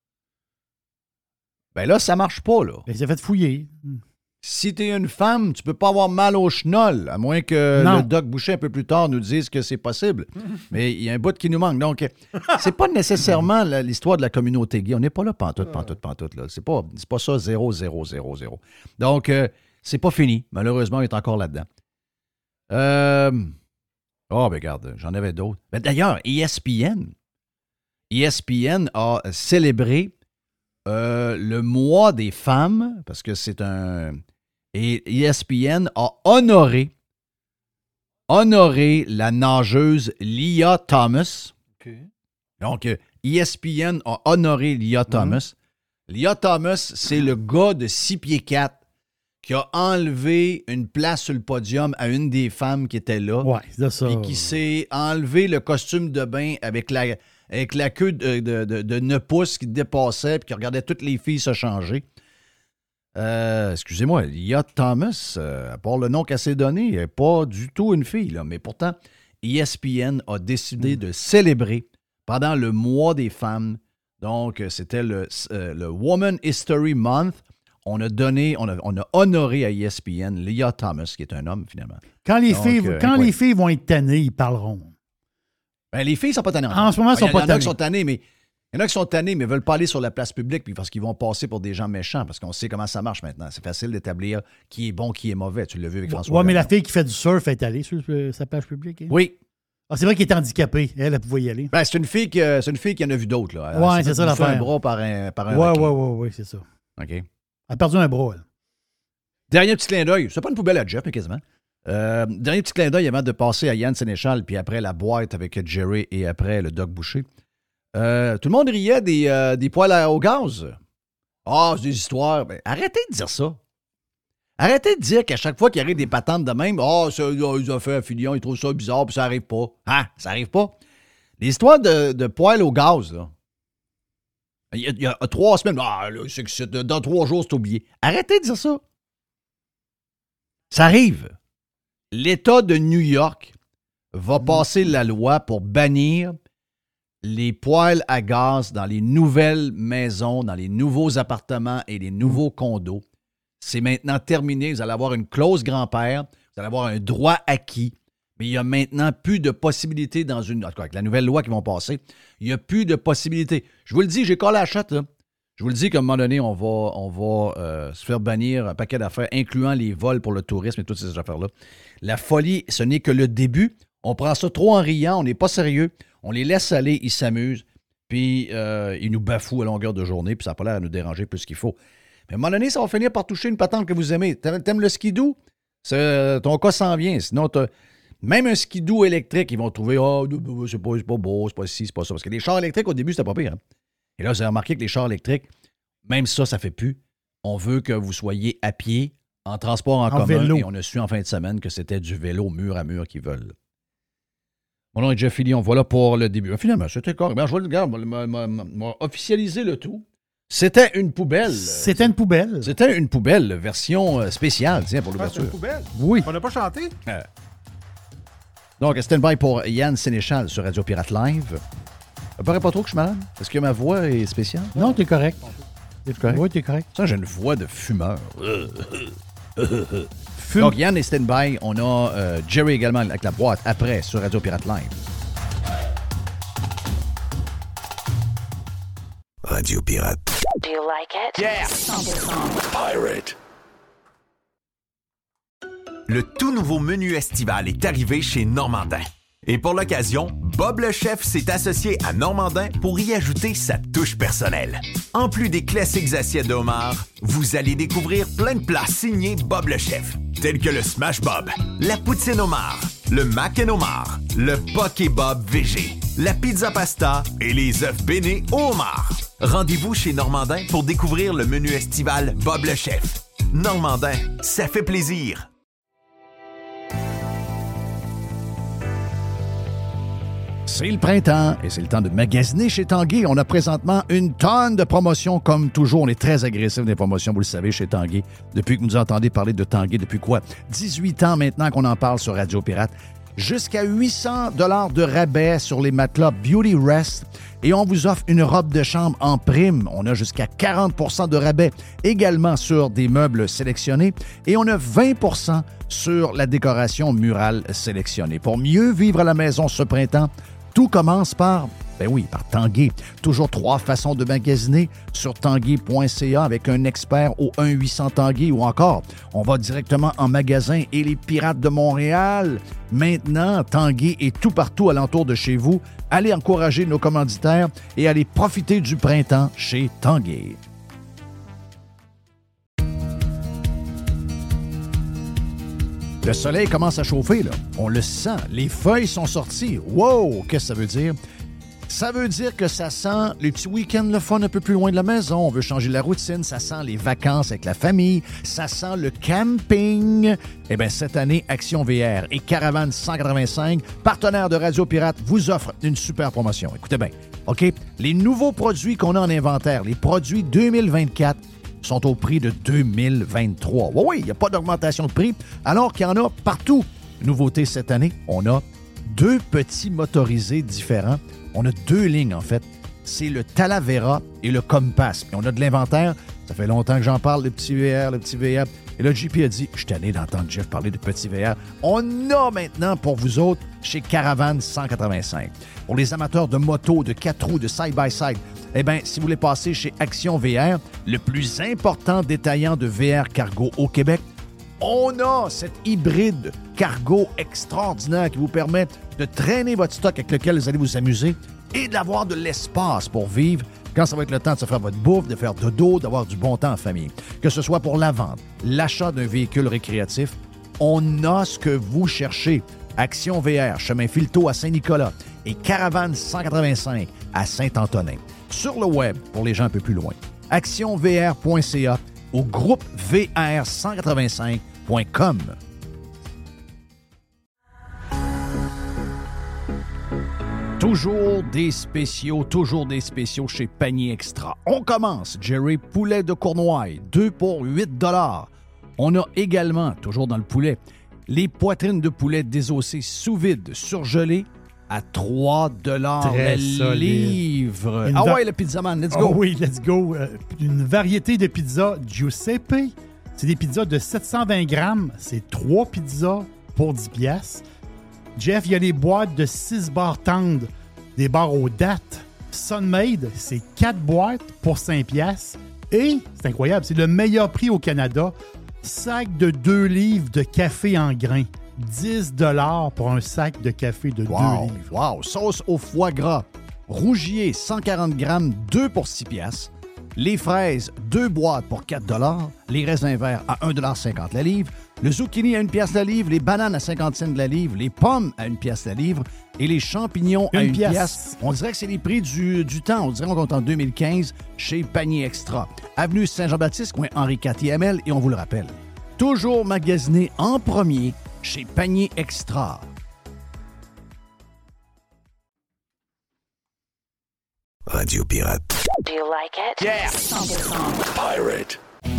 Ben là, ça marche pas, là.
Il s'est fait fouiller.
Si t'es une femme, tu peux pas avoir mal au chenol, à moins que non. le doc Boucher, un peu plus tard, nous dise que c'est possible. Mais il y a un bout qui nous manque. Donc, c'est pas nécessairement la, l'histoire de la communauté gay. On n'est pas là pantoute, pantoute, pantoute. Là. C'est pas, c'est pas ça, zéro, zéro, zéro, zéro. Donc, euh, c'est pas fini. Malheureusement, on est encore là-dedans. Euh... Oh, ben regarde, j'en avais d'autres. Ben, d'ailleurs, E S P N. E S P N a célébré euh, le mois des femmes, parce que c'est un... Et E S P N a honoré, honoré la nageuse Lia Thomas. Okay. Donc, E S P N a honoré Lia Thomas. Mm-hmm. Lia Thomas, c'est le gars de six pieds quatre qui a enlevé une place sur le podium à une des femmes qui était là.
Ouais, c'est ça.
Puis qui s'est enlevé le costume de bain avec la, avec la queue de, de, de, de neuf pouces qui dépassait puis qui regardait toutes les filles se changer. Euh, excusez-moi, Lia Thomas, euh, à part le nom qu'elle s'est donné, elle n'est pas du tout une fille, là, mais pourtant, E S P N a décidé mm. de célébrer pendant le mois des femmes. Donc, c'était le, euh, le Woman History Month. On a donné, on a, on a honoré à E S P N Lia Thomas, qui est un homme, finalement.
Quand les,
Donc,
filles,
euh,
quand les filles vont être tannées, ils parleront.
Ben, les filles ne sont pas tannées. En,
en ce moment, ils ne sont
ben,
pas
tannées. Il y en a qui sont tannées, mais... Il y en a qui sont tannés, mais ne veulent pas aller sur la place publique parce qu'ils vont passer pour des gens méchants, parce qu'on sait comment ça marche maintenant. C'est facile d'établir qui est bon, qui est mauvais. Tu l'as vu avec François.
Oui, mais la fille qui fait du surf est allée sur sa page publique. Hein?
Oui.
Ah, c'est vrai qu'elle est handicapée. Elle, elle pouvait y aller.
Ben, c'est une fille qui, c'est une fille qui en a vu d'autres.
Oui, c'est ça l'affaire.
Elle a un bras par un par un
Oui, oui, oui, oui, c'est ça.
OK.
Elle a perdu un bras, elle.
Dernier petit clin d'œil. C'est pas une poubelle à Jeff, mais quasiment. Euh, dernier petit clin d'œil avant de passer à Yann Sénéchal, puis après la boîte avec Jerry et après le Doc Boucher. Euh, tout le monde riait des, euh, des poêles à, au gaz. Ah, oh, c'est des histoires. Ben, arrêtez de dire ça. Arrêtez de dire qu'à chaque fois qu'il arrive des patentes de même, ah, oh, ça, ils ont fait un filion, ils trouvent ça bizarre, puis ça arrive pas. Ah, ça arrive pas. Les histoires de, de poêles au gaz, là. Il y a, il y a trois semaines, ah, là, c'est que c'est, dans trois jours, c'est oublié. Arrêtez de dire ça. Ça arrive. L'État de New York va passer la loi pour bannir les poêles à gaz dans les nouvelles maisons, dans les nouveaux appartements et les nouveaux condos, c'est maintenant terminé. Vous allez avoir une clause grand-père, vous allez avoir un droit acquis, mais il n'y a maintenant plus de possibilité dans une... En tout cas, avec la nouvelle loi qui vont passer, il n'y a plus de possibilité. Je vous le dis, j'ai collé la chatte, là. Je vous le dis qu'à un moment donné, on va, on va euh, se faire bannir un paquet d'affaires, incluant les vols pour le tourisme et toutes ces affaires-là. La folie, ce n'est que le début. On prend ça trop en riant, on n'est pas sérieux. On les laisse aller, ils s'amusent, puis euh, ils nous bafouent à longueur de journée, puis ça n'a pas l'air à nous déranger plus qu'il faut. Mais à un moment donné, ça va finir par toucher une patente que vous aimez. T'aimes, t'aimes le skidoo? C'est, ton cas s'en vient. Sinon, t'as, même un skidoo électrique, ils vont trouver « Ah, oh, c'est, pas, c'est pas beau, c'est pas ci, c'est pas ça. » Parce que les chars électriques, au début, c'était pas pire. Hein? Et là, vous avez remarqué que les chars électriques, même ça, ça fait plus. On veut que vous soyez à pied, en transport en, en commun, vélo. Et on a su en fin de semaine que c'était du vélo mur à mur qu'ils veulent. Mon nom est Jeff Fillion, voilà pour le début. Finalement, c'était correct. Ben, je vais le regarder, m'a officialiser le tout. C'était une poubelle.
C'était une poubelle.
C'était une poubelle, version spéciale, tiens, pour l'ouverture.
C'était une poubelle?
Oui.
On n'a pas chanté?
Euh. Donc, stand-by pour Yann Sénéchal sur Radio Pirate Live. Ça paraît pas trop que je suis malade? Est-ce que ma voix est spéciale?
Non, t'es correct.
T'es correct?
Oui, t'es correct.
Ça, j'ai une voix de fumeur. Fume. Donc, Yann est stand-by. On a euh, Jerry également avec la boîte après sur Radio Pirate Live.
Radio Pirate.
Do you like it?
Yeah!
cent pour cent
Pirate. Le tout nouveau menu estival est arrivé chez Normandin. Et pour l'occasion, Bob le chef s'est associé à Normandin pour y ajouter sa touche personnelle. En plus des classiques assiettes de homard, vous allez découvrir plein de plats signés Bob le chef, tels que le Smash Bob, la poutine homard, le mac and homard, le poké Bob végé, la pizza pasta et les œufs bénis au homard. Rendez-vous chez Normandin pour découvrir le menu estival Bob le chef. Normandin, ça fait plaisir.
C'est le printemps et c'est le temps de magasiner chez Tanguay. On a présentement une tonne de promotions. Comme toujours, on est très agressif des promotions, vous le savez, chez Tanguay. Depuis que vous nous entendez parler de Tanguay, depuis quoi? dix-huit ans maintenant qu'on en parle sur Radio Pirate. Jusqu'à huit cents dollars de rabais sur les matelas Beauty Rest. Et on vous offre une robe de chambre en prime. On a jusqu'à quarante pour cent de rabais également sur des meubles sélectionnés. Et on a vingt pour cent sur la décoration murale sélectionnée. Pour mieux vivre à la maison ce printemps, tout commence par, ben oui, par Tanguay. Toujours trois façons de magasiner sur tanguay point c a avec un expert au un huit cents Tanguay ou encore, on va directement en magasin et les Pirates de Montréal. Maintenant, Tanguay est tout partout alentour de chez vous. Allez encourager nos commanditaires et allez profiter du printemps chez Tanguay. Le soleil commence à chauffer, là. On le sent. Les feuilles sont sorties. Wow! Qu'est-ce que ça veut dire? Ça veut dire que ça sent les petits week-ends le fun un peu plus loin de la maison. On veut changer la routine. Ça sent les vacances avec la famille. Ça sent le camping. Eh bien, cette année, Action V R et Caravane cent quatre-vingt-cinq, partenaires de Radio Pirate, vous offrent une super promotion. Écoutez bien, OK? Les nouveaux produits qu'on a en inventaire, les produits deux mille vingt-quatre, sont au prix de deux mille vingt-trois. Oui, oui, il n'y a pas d'augmentation de prix, alors qu'il y en a partout. Nouveauté cette année, on a deux petits motorisés différents. On a deux lignes, en fait. C'est le Talavera et le Compass. Et on a de l'inventaire. Ça fait longtemps que j'en parle, le petit V R, le petit V R. Et là, J P a dit, je suis tanné d'entendre Jeff parler de petit V R. On a maintenant pour vous autres chez Caravane cent quatre-vingt-cinq. Pour les amateurs de moto, de quatre roues, de side-by-side, eh bien, si vous voulez passer chez Action V R, le plus important détaillant de V R cargo au Québec, on a cette hybride cargo extraordinaire qui vous permet de traîner votre stock avec lequel vous allez vous amuser et d'avoir de l'espace pour vivre quand ça va être le temps de se faire votre bouffe, de faire dodo, d'avoir du bon temps en famille. Que ce soit pour la vente, l'achat d'un véhicule récréatif, on a ce que vous cherchez. Action V R, chemin Filteau à Saint-Nicolas et Caravane cent quatre-vingt-cinq à Saint-Antonin. Sur le web, pour les gens un peu plus loin, action v r point c a ou groupe v r cent quatre-vingt-cinq point com. Toujours des spéciaux, toujours des spéciaux chez Panier Extra. On commence, Jerry, poulet de Cournoye, deux pour huit dollars. On a également, toujours dans le poulet, les poitrines de poulet désossées sous vide, surgelées, à trois dollars
Très
le
solide.
livre.
Une
Ah
va-
ouais, le pizzaman, let's
Oh
go.
oui, let's go. Euh, une variété de pizzas Giuseppe. C'est des pizzas de sept cent vingt grammes. C'est trois pizzas pour dix piastres. Jeff, il y a les boîtes de six barres tendres, des barres aux dattes. Sunmade, c'est quatre boîtes pour cinq piastres. Et, c'est incroyable, c'est le meilleur prix au Canada. Sac de deux livres de café en grains. dix dollars pour un sac de café de
Wow,
deux livres.
wow. Sauce au foie gras. Rougier, cent quarante grammes, deux pour six piastres. Les fraises, deux boîtes pour quatre dollars. Les raisins verts à un dollar cinquante la livre. Le zucchini à une pièce la livre. Les bananes à cinquante cents la livre. Les pommes à une pièce la livre. Et les champignons à
Une
une
pièce.
pièce. On dirait que c'est les prix du, du temps. On dirait qu'on compte en deux mille quinze chez Panier Extra. Avenue Saint-Jean-Baptiste, coin Henri quatre I M L. Et on vous le rappelle, toujours magasiné en premier chez Panier Extra.
Radio Pirate.
Do you like it? Yeah. cent pour cent.
Pirate.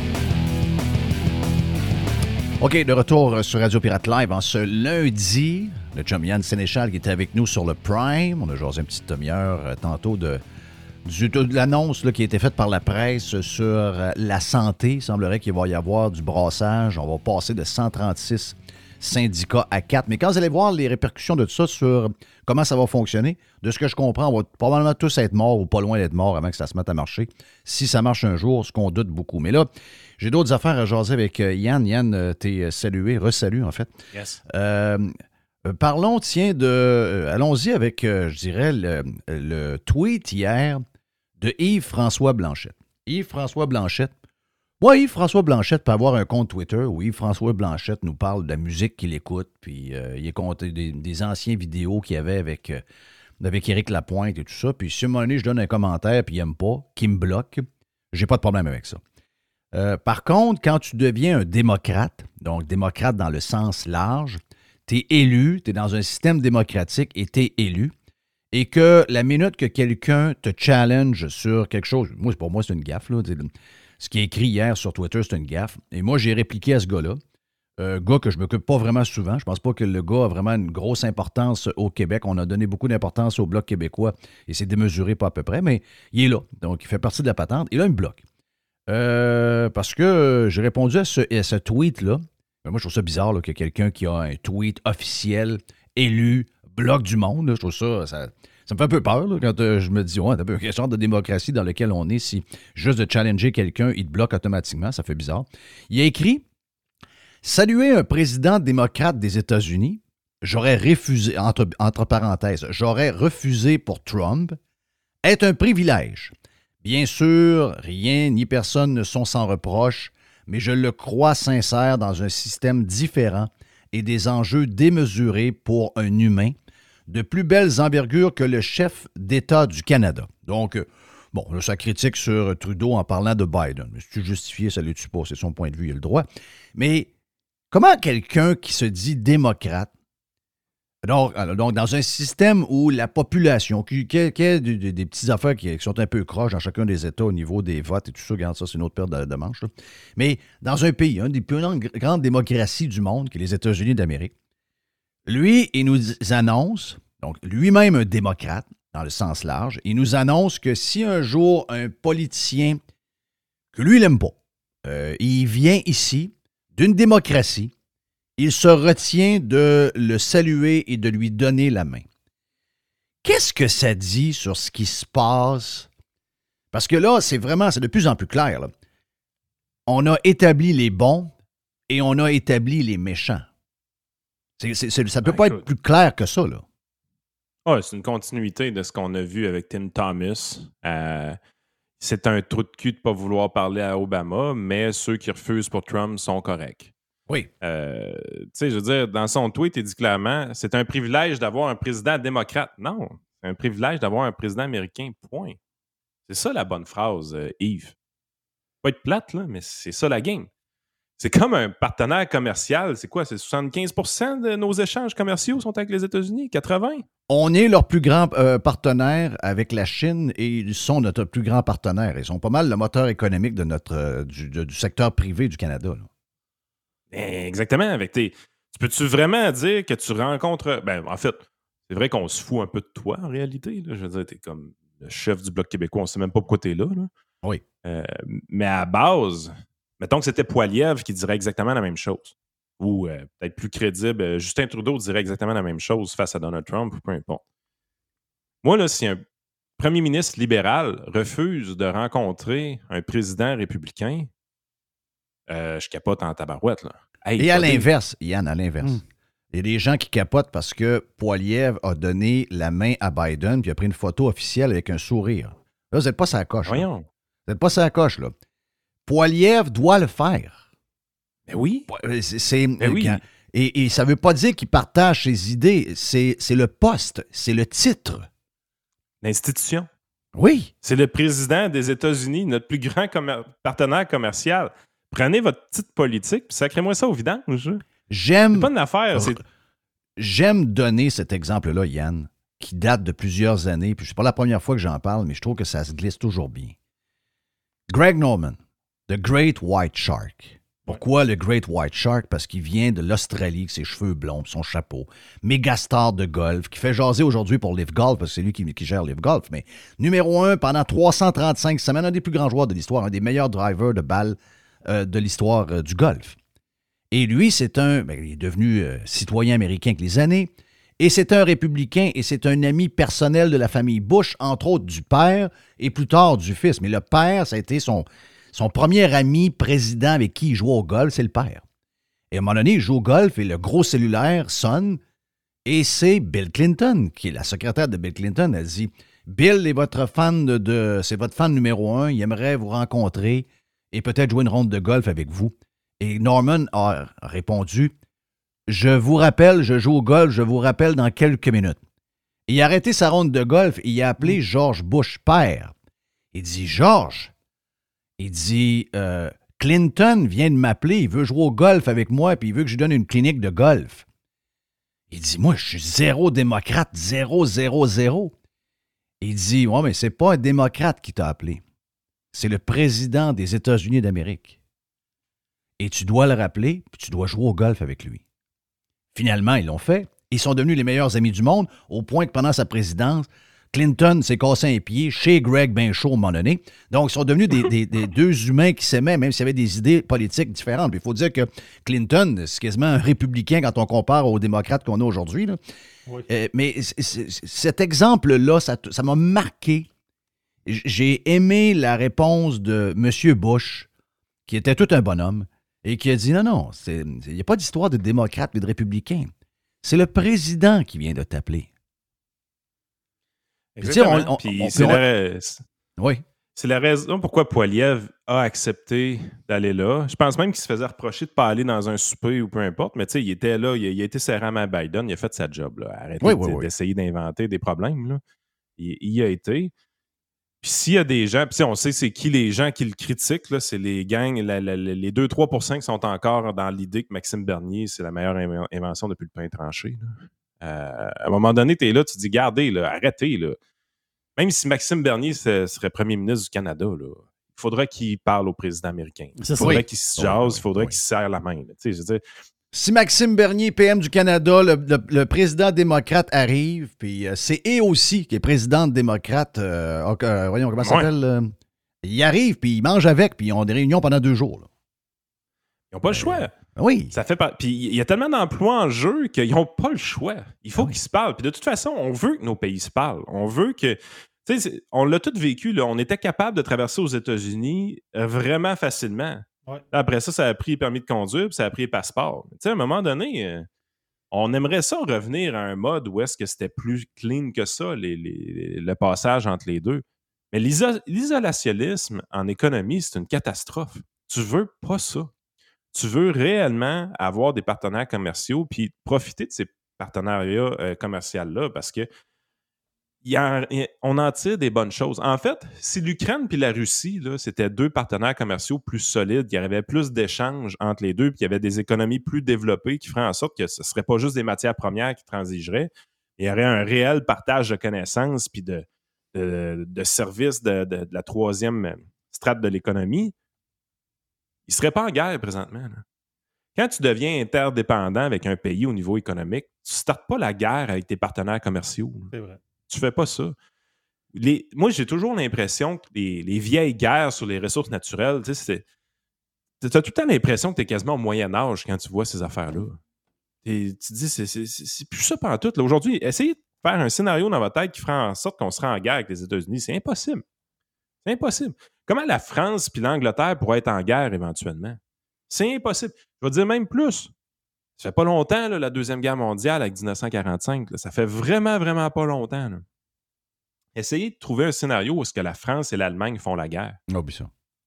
OK, de retour sur Radio Pirate Live en ce lundi. Le chum Yann Sénéchal qui était avec nous sur le Prime. On a jasé une petite demi-heure euh, tantôt de, du, de l'annonce là, qui a été faite par la presse sur euh, la santé. Il semblerait qu'il va y avoir du brassage. On va passer de cent trente-six syndicats à quatre. Mais quand vous allez voir les répercussions de tout ça sur comment ça va fonctionner, de ce que je comprends, on va probablement tous être morts ou pas loin d'être morts avant que ça se mette à marcher. Si ça marche un jour, ce qu'on doute beaucoup. Mais là, j'ai d'autres affaires à jaser avec euh, Yann. Yann, euh, t'es salué, resalut en fait.
Yes.
Euh, euh, parlons, tiens, de... euh, allons-y avec, euh, je dirais, le, le tweet hier de Yves-François Blanchette. Yves-François Blanchette. Moi, Yves-François Blanchette peut avoir un compte Twitter où Yves-François Blanchette nous parle de la musique qu'il écoute, puis euh, il est compté des, des anciennes vidéos qu'il y avait avec, euh, avec Éric Lapointe et tout ça. Puis si à un moment donné, je donne un commentaire puis il n'aime pas, qu'il me bloque, j'ai pas de problème avec ça. Euh, par contre, quand tu deviens un démocrate, donc démocrate dans le sens large, tu es élu, tu es dans un système démocratique et tu es élu, et que la minute que quelqu'un te challenge sur quelque chose, moi, pour moi, c'est une gaffe, là. Ce qui est écrit hier sur Twitter, c'est une gaffe. Et moi, j'ai répliqué à ce gars-là, un gars que je ne m'occupe pas vraiment souvent. Je pense pas que le gars a vraiment une grosse importance au Québec. On a donné beaucoup d'importance au Bloc québécois et c'est démesuré pas à peu près, mais il est là. Donc, il fait partie de la patente. Et là, il me bloque. Euh, parce que j'ai répondu à ce, à ce tweet-là. Moi, je trouve ça bizarre là, que quelqu'un qui a un tweet officiel, élu, bloque du monde. Là, je trouve ça, ça... Ça me fait un peu peur là, quand euh, je me dis, ouais, t'as un peu une sorte de démocratie dans laquelle on est. Si juste de challenger quelqu'un, il te bloque automatiquement, ça fait bizarre. Il a écrit « Saluer un président démocrate des États-Unis, j'aurais refusé, entre, entre parenthèses, j'aurais refusé pour Trump, est un privilège. Bien sûr, rien ni personne ne sont sans reproche, mais je le crois sincère dans un système différent et des enjeux démesurés pour un humain, de plus belles envergures que le chef d'État du Canada. » Donc, euh, bon, là, ça critique sur Trudeau en parlant de Biden. Mais si tu justifies, ça ne le tue pas, c'est son point de vue, il a le droit. Mais comment quelqu'un qui se dit démocrate, donc, alors, donc dans un système où la population, qui, qui, qui a des, des, des petites affaires qui, qui sont un peu croches dans chacun des États au niveau des votes et tout ça, regarde ça, c'est une autre paire de, de manches, là. Mais dans un pays, une des plus grandes démocraties du monde, qui est les États-Unis d'Amérique, lui, il nous annonce, donc lui-même un démocrate, dans le sens large, il nous annonce que si un jour un politicien, que lui, il n'aime pas, euh, il vient ici d'une démocratie, il se retient de le saluer et de lui donner la main. Qu'est-ce que ça dit sur ce qui se passe? Parce que là, c'est vraiment, c'est de plus en plus clair, là. On a établi les bons et on a établi les méchants. C'est, c'est, c'est, ça ne peut
Ben,
pas
écoute.
être plus clair que ça, là.
Ah, c'est une continuité de ce qu'on a vu avec Tim Thomas. Euh, c'est un trou de cul de ne pas vouloir parler à Obama, mais ceux qui refusent pour Trump sont corrects.
Oui.
Euh, tu sais, je veux dire, dans son tweet, il dit clairement, c'est un privilège d'avoir un président démocrate. Non, c'est un privilège d'avoir un président américain, point. C'est ça la bonne phrase, euh, Yves. Pas être plate, là, mais c'est ça la game. C'est comme un partenaire commercial. C'est quoi? C'est soixante-quinze pour cent de nos échanges commerciaux sont avec les États-Unis? quatre-vingts?
On est leur plus grand euh, partenaire avec la Chine et ils sont notre plus grand partenaire. Ils sont pas mal le moteur économique de notre, euh, du, de, du secteur privé du Canada, là.
Exactement. Avec tes... Tu peux-tu vraiment dire que tu rencontres... Ben, en fait, c'est vrai qu'on se fout un peu de toi, en réalité. Là. Je veux dire, t'es comme le chef du Bloc québécois. On sait même pas pourquoi t'es là. là.
Oui.
Euh, mais à la base, mettons que c'était Poilievre qui dirait exactement la même chose. Ou euh, peut-être plus crédible, euh, Justin Trudeau dirait exactement la même chose face à Donald Trump, ou peu importe. Moi, là, si un premier ministre libéral refuse de rencontrer un président républicain, euh, je capote en tabarouette. Là. Hey,
Et à
attendez.
l'inverse, Yann, à l'inverse.
Mm.
Il y a des gens qui capotent parce que Poilievre a donné la main à Biden puis a pris une photo officielle avec un sourire. Là, vous n'êtes pas sa coche. Là.
Voyons.
Vous n'êtes pas sa coche, là. Poilievre doit le faire.
Ben oui.
C'est, c'est-
Ben oui.
Et, et ça ne veut pas dire qu'il partage ses idées. C'est, c'est le poste, c'est le titre.
L'institution.
Oui.
C'est le président des États-Unis, notre plus grand commer- partenaire commercial. Prenez votre petite politique puis sacrez-moi ça au vidange.
J'aime,
C'est pas une affaire. C'est...
j'aime donner cet exemple-là, Yann, qui date de plusieurs années. Puis c'est pas la première fois que j'en parle, mais je trouve que ça se glisse toujours bien. Greg Norman, The Great White Shark. Pourquoi le Great White Shark? Parce qu'il vient de l'Australie, avec ses cheveux blonds, son chapeau. Méga star de golf, qui fait jaser aujourd'hui pour Live Golf, parce que c'est lui qui, qui gère Live Golf. Mais numéro un, pendant trois cent trente-cinq semaines, un des plus grands joueurs de l'histoire, un des meilleurs drivers de balles euh, de l'histoire euh, du golf. Et lui, c'est un... Ben, il est devenu euh, citoyen américain avec les années. Et c'est un républicain et c'est un ami personnel de la famille Bush, entre autres du père et plus tard du fils. Mais le père, ça a été son... Son premier ami président avec qui il jouait au golf, c'est le père. Et à un moment donné, il joue au golf et le gros cellulaire sonne et c'est Bill Clinton, qui est la secrétaire de Bill Clinton. Elle dit « Bill est votre fan de, de... c'est votre fan numéro un, il aimerait vous rencontrer et peut-être jouer une ronde de golf avec vous. » Et Norman a répondu « Je vous rappelle, je joue au golf, je vous rappelle dans quelques minutes. » Il a arrêté sa ronde de golf et il a appelé George Bush père. Il dit « George, il dit euh, Clinton vient de m'appeler, il veut jouer au golf avec moi, puis il veut que je lui donne une clinique de golf. » Il dit « Moi, je suis zéro démocrate, zéro, zéro, zéro. » Il dit « Ouais, mais c'est pas un démocrate qui t'a appelé. C'est le président des États-Unis d'Amérique. Et tu dois le rappeler, puis tu dois jouer au golf avec lui. » Finalement, ils l'ont fait. Ils sont devenus les meilleurs amis du monde, au point que pendant sa présidence, Clinton s'est cassé un pied chez Greg ben chaud à un moment donné. Donc, ils sont devenus des, des, des deux humains qui s'aimaient, même s'il y avait des idées politiques différentes. Puis il faut dire que Clinton, c'est quasiment un républicain quand on compare aux démocrates qu'on a aujourd'hui. Là.
Oui.
Euh, mais c- c- cet exemple-là, ça, t- ça m'a marqué. J- J'ai aimé la réponse de M. Bush, qui était tout un bonhomme, et qui a dit non, non, il n'y a pas d'histoire de démocrate mais de républicain. C'est le président qui vient de t'appeler.
Exactement.
on- on-
Puis
on-
c'est,
on-
la,
Oui.
c'est la raison pourquoi Poilievre a accepté d'aller là. Je pense même qu'il se faisait reprocher de ne pas aller dans un souper ou peu importe, mais tu sais, il était là, il a, il a été serrant à Biden, il a fait sa job. Là. Arrêtez
Oui,
de-
oui, oui.
d'essayer d'inventer des problèmes. Là. Il, il y a été. Puis s'il y a des gens, puis on sait c'est qui les gens qui le critiquent, là, c'est les gangs, la, la, la, les deux à trois pour cent qui sont encore dans l'idée que Maxime Bernier, c'est la meilleure inv- invention depuis le pain tranché. Là. Euh, à un moment donné, tu es là, tu te dis, gardez, là, arrêtez. Là. Même si Maxime Bernier se- serait premier ministre du Canada, là, il faudrait qu'il parle au président américain. Il
C'est ça.
faudrait
Oui.
qu'il se
Oui,
jase,
oui,
il faudrait
oui.
qu'il se serre la main. Là. Tu sais, je veux dire,
Si Maxime Bernier, P M du Canada, le, le- le président démocrate arrive, puis euh, c'est et aussi qui est président démocrate, euh, ok, euh, voyons comment ça
Ouais.
s'appelle, euh, il arrive, puis il mange avec, puis ils ont des réunions pendant deux jours. Là.
ils n'ont pas le choix.
Oui.
Ça fait pas. Puis il y a tellement d'emplois en jeu qu'ils n'ont pas le choix. Il faut
Ah oui.
qu'ils se parlent. Puis de toute façon, on veut que nos pays se parlent. On veut que. Tu sais, c'est- on l'a tout vécu. Là. On était capable de traverser aux États-Unis euh, vraiment facilement.
Ouais.
Après ça, ça a pris les permis de conduire, puis ça a pris les passeports. Tu sais, à un moment donné, euh, on aimerait ça revenir à un mode où est-ce que c'était plus clean que ça, les- les- le passage entre les deux. Mais l'iso- l'isolationnisme en économie, c'est une catastrophe. Tu veux pas ça. Tu veux réellement avoir des partenaires commerciaux puis profiter de ces partenariats euh, commerciaux-là parce que il y a un- il y a- on en tire des bonnes choses. En fait, si l'Ukraine puis la Russie, là, c'était deux partenaires commerciaux plus solides, il y avait plus d'échanges entre les deux, puis il y avait des économies plus développées qui feraient en sorte que ce ne serait pas juste des matières premières qui transigeraient. Il y aurait un réel partage de connaissances puis de, de, de services de, de- de la troisième strate de l'économie. Ils ne seraient pas en guerre présentement. Là. Quand tu deviens interdépendant avec un pays au niveau économique, tu ne startes pas la guerre avec tes partenaires commerciaux.
C'est vrai.
Tu ne fais pas ça. Les, moi, j'ai toujours l'impression que les, les vieilles guerres sur les ressources naturelles, tu sais, tu as tout le temps l'impression que tu es quasiment au Moyen-Âge quand tu vois ces affaires-là. Et tu te dis, c'est, c'est, c'est, c'est plus ça pantoute. Là. Aujourd'hui, essayez de faire un scénario dans votre tête qui fera en sorte qu'on sera en guerre avec les États-Unis. C'est impossible. C'est impossible. Comment la France puis l'Angleterre pourraient être en guerre éventuellement? C'est impossible. Je vais te dire même plus. Ça fait pas longtemps, là, la Deuxième Guerre mondiale avec dix-neuf cent quarante-cinq. Là. Ça fait vraiment, vraiment pas longtemps. Là. Essayez de trouver un scénario où est-ce que la France et l'Allemagne font la guerre.
Oh, bien ça.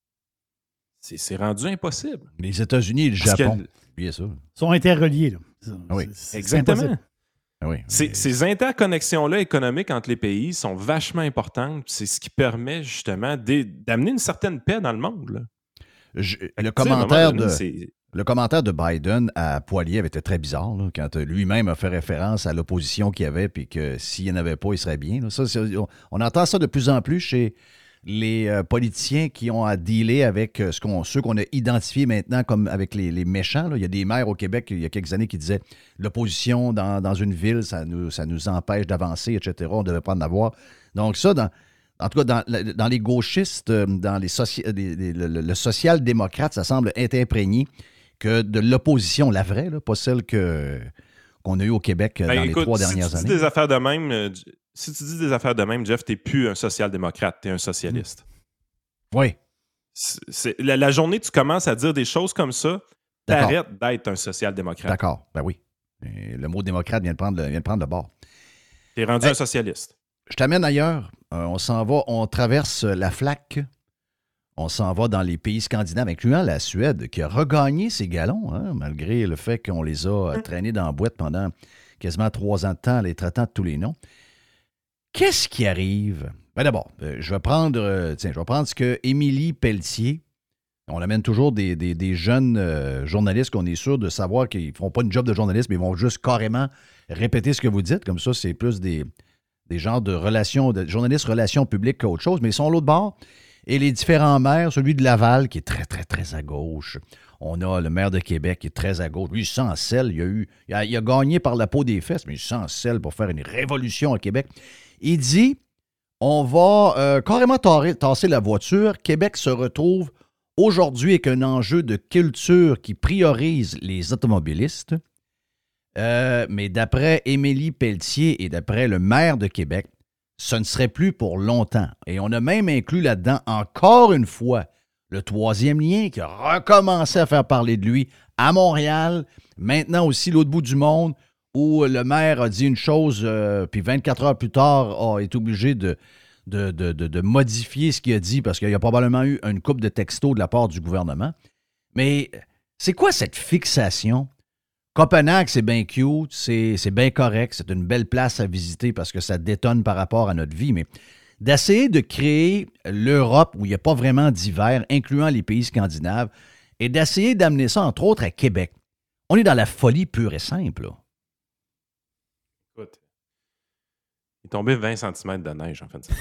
C'est, c'est rendu impossible.
Les États-unis et le
Parce
Japon,
que...
bien sûr.
sont interreliés. Là.
Ah oui.
C'est,
Exactement.
c'est
Ah oui.
C'est, ces interconnexions-là économiques entre les pays sont vachement importantes. C'est ce qui permet justement d'amener une certaine paix dans le monde. Là.
Je, le, commentaire
donné,
de,
c'est...
le commentaire de Biden à Poilievre avait été très bizarre, là, quand lui-même a fait référence à l'opposition qu'il y avait, puis que s'il n'y en avait pas, il serait bien. Là. Ça, c'est, on, on entend ça de plus en plus chez les euh, politiciens qui ont à dealer avec euh, ce qu'on, ceux qu'on a identifiés maintenant comme avec les, les méchants. Là. Il y a des maires au Québec, il y a quelques années, qui disaient l'opposition dans, dans une ville, ça nous, ça nous empêche d'avancer, et cetera. On ne devait pas en avoir. Donc ça, dans... En tout cas, dans, dans les gauchistes, dans les, soci- les, les le, le social-démocrate, ça semble être imprégné que de l'opposition, la vraie, là, pas celle que, qu'on a eue au Québec ben, dans écoute, les trois dernières
si tu
années.
Dis des affaires de même, euh, si tu dis des affaires de même, Jeff, t'es plus un social-démocrate, t'es un socialiste.
Mmh. Oui.
C'est, c'est, la, la journée tu commences à dire des choses comme ça, t'arrêtes d'être un social-démocrate.
D'accord, ben oui. Et le mot démocrate vient de prendre le, vient de prendre le bord.
T'es rendu hey. un socialiste. Je
t'amène ailleurs. Euh, on s'en va, on traverse la flaque. On s'en va dans les pays scandinaves, incluant la Suède, qui a regagné ses galons, hein, malgré le fait qu'on les a traînés dans la boîte pendant quasiment trois ans de temps, les traitant de tous les noms. Qu'est-ce qui arrive? Ben d'abord, euh, je vais prendre euh, tiens, je vais prendre ce que Émilie Pelletier, on amène toujours des, des, des jeunes euh, journalistes qu'on est sûr de savoir qu'ils ne font pas une job de journaliste, mais ils vont juste carrément répéter ce que vous dites. Comme ça, c'est plus des... des genres de relations, de journalistes relations publiques qu'autre chose, mais ils sont à l'autre bord. Et les différents maires, celui de Laval, qui est très, très, très à gauche. On a le maire de Québec, qui est très à gauche. Lui, il sent sel. Il a, eu, il a, il a gagné par la peau des fesses, mais il sent sel pour faire une révolution à Québec. Il dit, on va euh, carrément tarrer, tasser la voiture. Québec se retrouve aujourd'hui avec un enjeu de culture qui priorise les automobilistes. Euh, mais d'après Émilie Pelletier et d'après le maire de Québec, ce ne serait plus pour longtemps. Et on a même inclus là-dedans, encore une fois, le troisième lien qui a recommencé à faire parler de lui à Montréal, maintenant aussi l'autre bout du monde, où le maire a dit une chose, euh, puis vingt-quatre heures plus tard, oh, est obligé de, de, de, de, de modifier ce qu'il a dit, parce qu'il y a probablement eu une couple de textos de la part du gouvernement. Mais c'est quoi cette fixation? Copenhague, c'est bien cute, c'est, c'est bien correct, c'est une belle place à visiter parce que ça détonne par rapport à notre vie, mais d'essayer de créer l'Europe où il n'y a pas vraiment d'hiver, incluant les pays scandinaves, et d'essayer d'amener ça, entre autres, à Québec. On est dans la folie pure et simple. Là.
Écoute, il est tombé vingt centimètres de neige en fait.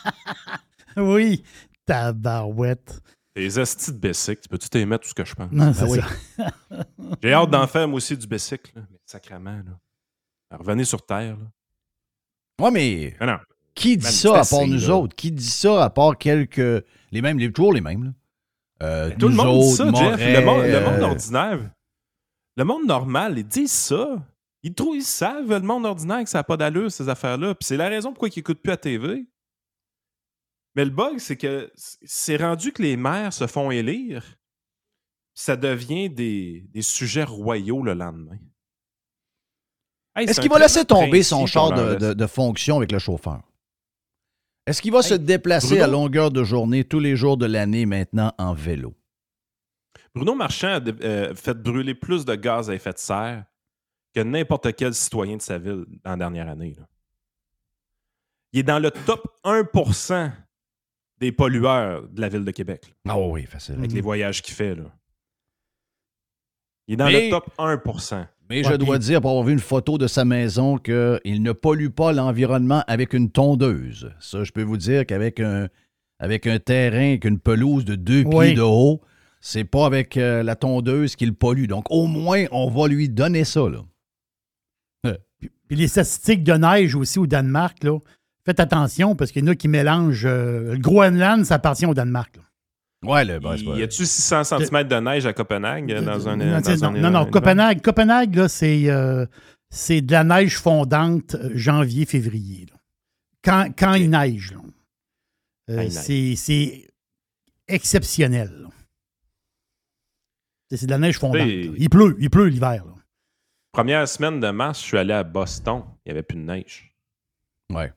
Oui, tabarouette.
Les astis de bicycle, tu peux-tu t'aimer tout ce que je pense?
Non, c'est
ben oui.
ça.
J'ai hâte d'en faire, moi aussi, du bicycle. Là. Mais sacrément, là. Alors, revenez sur Terre. Là.
Oui, mais
non, non.
Qui dit
Man,
ça à
assez,
part nous
là.
autres? Qui dit ça à part quelques... Les mêmes, les, toujours les mêmes. Là. Euh,
Tout le monde
autres,
dit ça,
Moret,
Jeff. Le monde, le monde
euh,
ordinaire, le monde normal, ils disent ça. Ils, trouvent, ils savent, le monde ordinaire, que ça n'a pas d'allure, ces affaires-là. Puis c'est la raison pourquoi ils n'écoutent plus à T V. Mais le bug, c'est que c'est rendu que les maires se font élire, ça devient des, des sujets royaux le lendemain. Hey,
Est-ce qu'il va laisser tomber son char de, de, de fonction avec le chauffeur? Est-ce qu'il va hey, se déplacer Bruno, à longueur de journée tous les jours de l'année maintenant en vélo?
Bruno Marchand a euh, fait brûler plus de gaz à effet de serre que n'importe quel citoyen de sa ville dans la dernière année. Là. Il est dans le top un pour cent des pollueurs de la ville de Québec.
Ah oh oui, facile.
Avec mm-hmm. les voyages qu'il fait. Là. Il est dans
mais,
le top un pour cent.
Mais ouais, je dois puis... dire, pour avoir vu une photo de sa maison, qu'il ne pollue pas l'environnement avec une tondeuse. Ça, je peux vous dire qu'avec un, avec un terrain, avec une pelouse de deux oui. pieds de haut, C'est pas avec euh, la tondeuse qu'il pollue. Donc, au moins, on va lui donner ça, là.
Euh. Puis, puis les statistiques de neige aussi au Danemark, là, faites attention parce qu'il y en a qui mélangent. Euh, le Groenland, ça appartient au Danemark. Là.
Ouais, le ben,
Y a-tu six cents centimètres de neige à Copenhague?
De,
dans un,
non,
dans
non,
un,
non, non, Copenhague, Copenhague là, c'est, euh, c'est de la neige fondante janvier-février. Quand, quand okay. il neige. Là. Euh, il c'est, neige. c'est exceptionnel. Là. C'est, c'est de la neige fondante. Il pleut, il pleut l'hiver. Là.
Première semaine de mars, je suis allé à Boston. Il n'y avait plus de neige.
Ouais.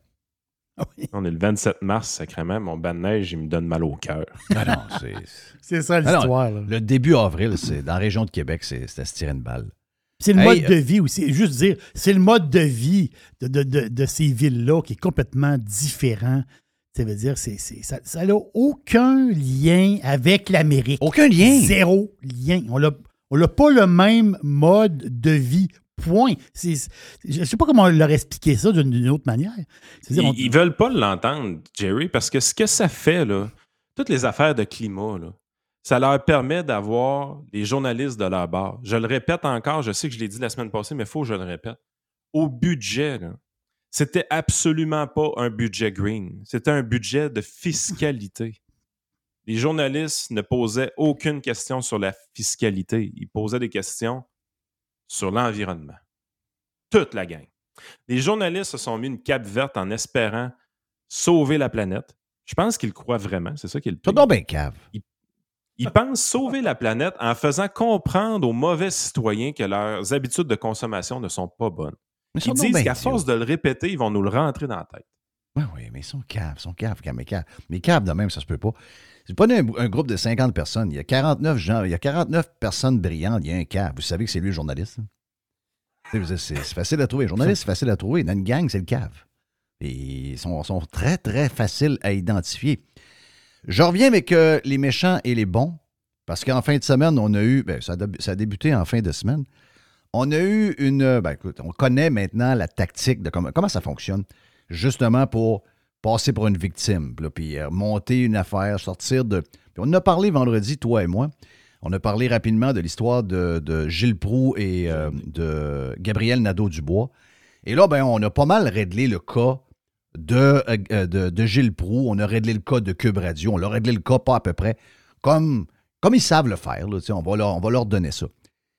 Oui.
On est le vingt-sept mars, sacrément. Mon banc de neige, il me donne mal au cœur.
Ah non, c'est...
c'est ça l'histoire.
Ah non, le début avril, c'est, dans la région de Québec, c'est, c'est à se tirer une balle.
C'est le
hey,
mode de vie aussi. Juste dire, c'est le mode de vie de, de, de, de ces villes-là qui est complètement différent. Ça veut dire, c'est, c'est, ça n'a aucun lien avec l'Amérique.
Aucun lien.
Zéro lien. On n'a pas le même mode de vie. Point. C'est, je ne sais pas comment leur expliquer ça d'une, d'une autre manière.
C'est-à-dire, on... Ils ne veulent pas l'entendre, Jerry, parce que ce que ça fait, là, toutes les affaires de climat, là, ça leur permet d'avoir les journalistes de leur bord. Je le répète encore, je sais que je l'ai dit la semaine passée, mais il faut que je le répète. Au budget, là, c'était absolument pas un budget green. C'était un budget de fiscalité. Les journalistes ne posaient aucune question sur la fiscalité. Ils posaient des questions sur l'environnement. Toute la gang. Les journalistes se sont mis une cape verte en espérant sauver la planète. Je pense qu'ils le croient vraiment. C'est ça qui est le pire.
C'est donc bien cave.
Ils, ils pensent sauver la planète en faisant comprendre aux mauvais citoyens que leurs habitudes de consommation ne sont pas bonnes.
Mais
ils disent qu'à force de le répéter, ils vont nous le rentrer dans la tête.
Oui, oui, mais ils sont caves, ils sont caves, caves, mais caves. Mais caves de même, ça se peut pas. C'est pas un, un groupe de cinquante personnes. Il y a quarante-neuf gens, il y a quarante-neuf personnes brillantes, il y a un cave. Vous savez que c'est lui le journaliste. C'est, c'est, c'est facile à trouver. Le journaliste, c'est facile à trouver. Dans une gang, c'est le cave. Et ils sont, sont très, très faciles à identifier. Je reviens avec euh, les méchants et les bons, parce qu'en fin de semaine, on a eu, ben, ça, a, ça a débuté en fin de semaine, on a eu une, ben écoute, on connaît maintenant la tactique de comment, comment ça fonctionne, justement pour passer pour une victime, là, puis euh, monter une affaire, sortir de... Puis on en a parlé vendredi, toi et moi. On a parlé rapidement de l'histoire de, de Gilles Proulx et euh, de Gabriel Nadeau-Dubois. Et là, ben, on a pas mal réglé le cas de, euh, de, de Gilles Proulx. On a réglé le cas de Cube Radio. On a réglé le cas pas à peu près comme, comme ils savent le faire. Là, on, va leur, on va leur donner ça.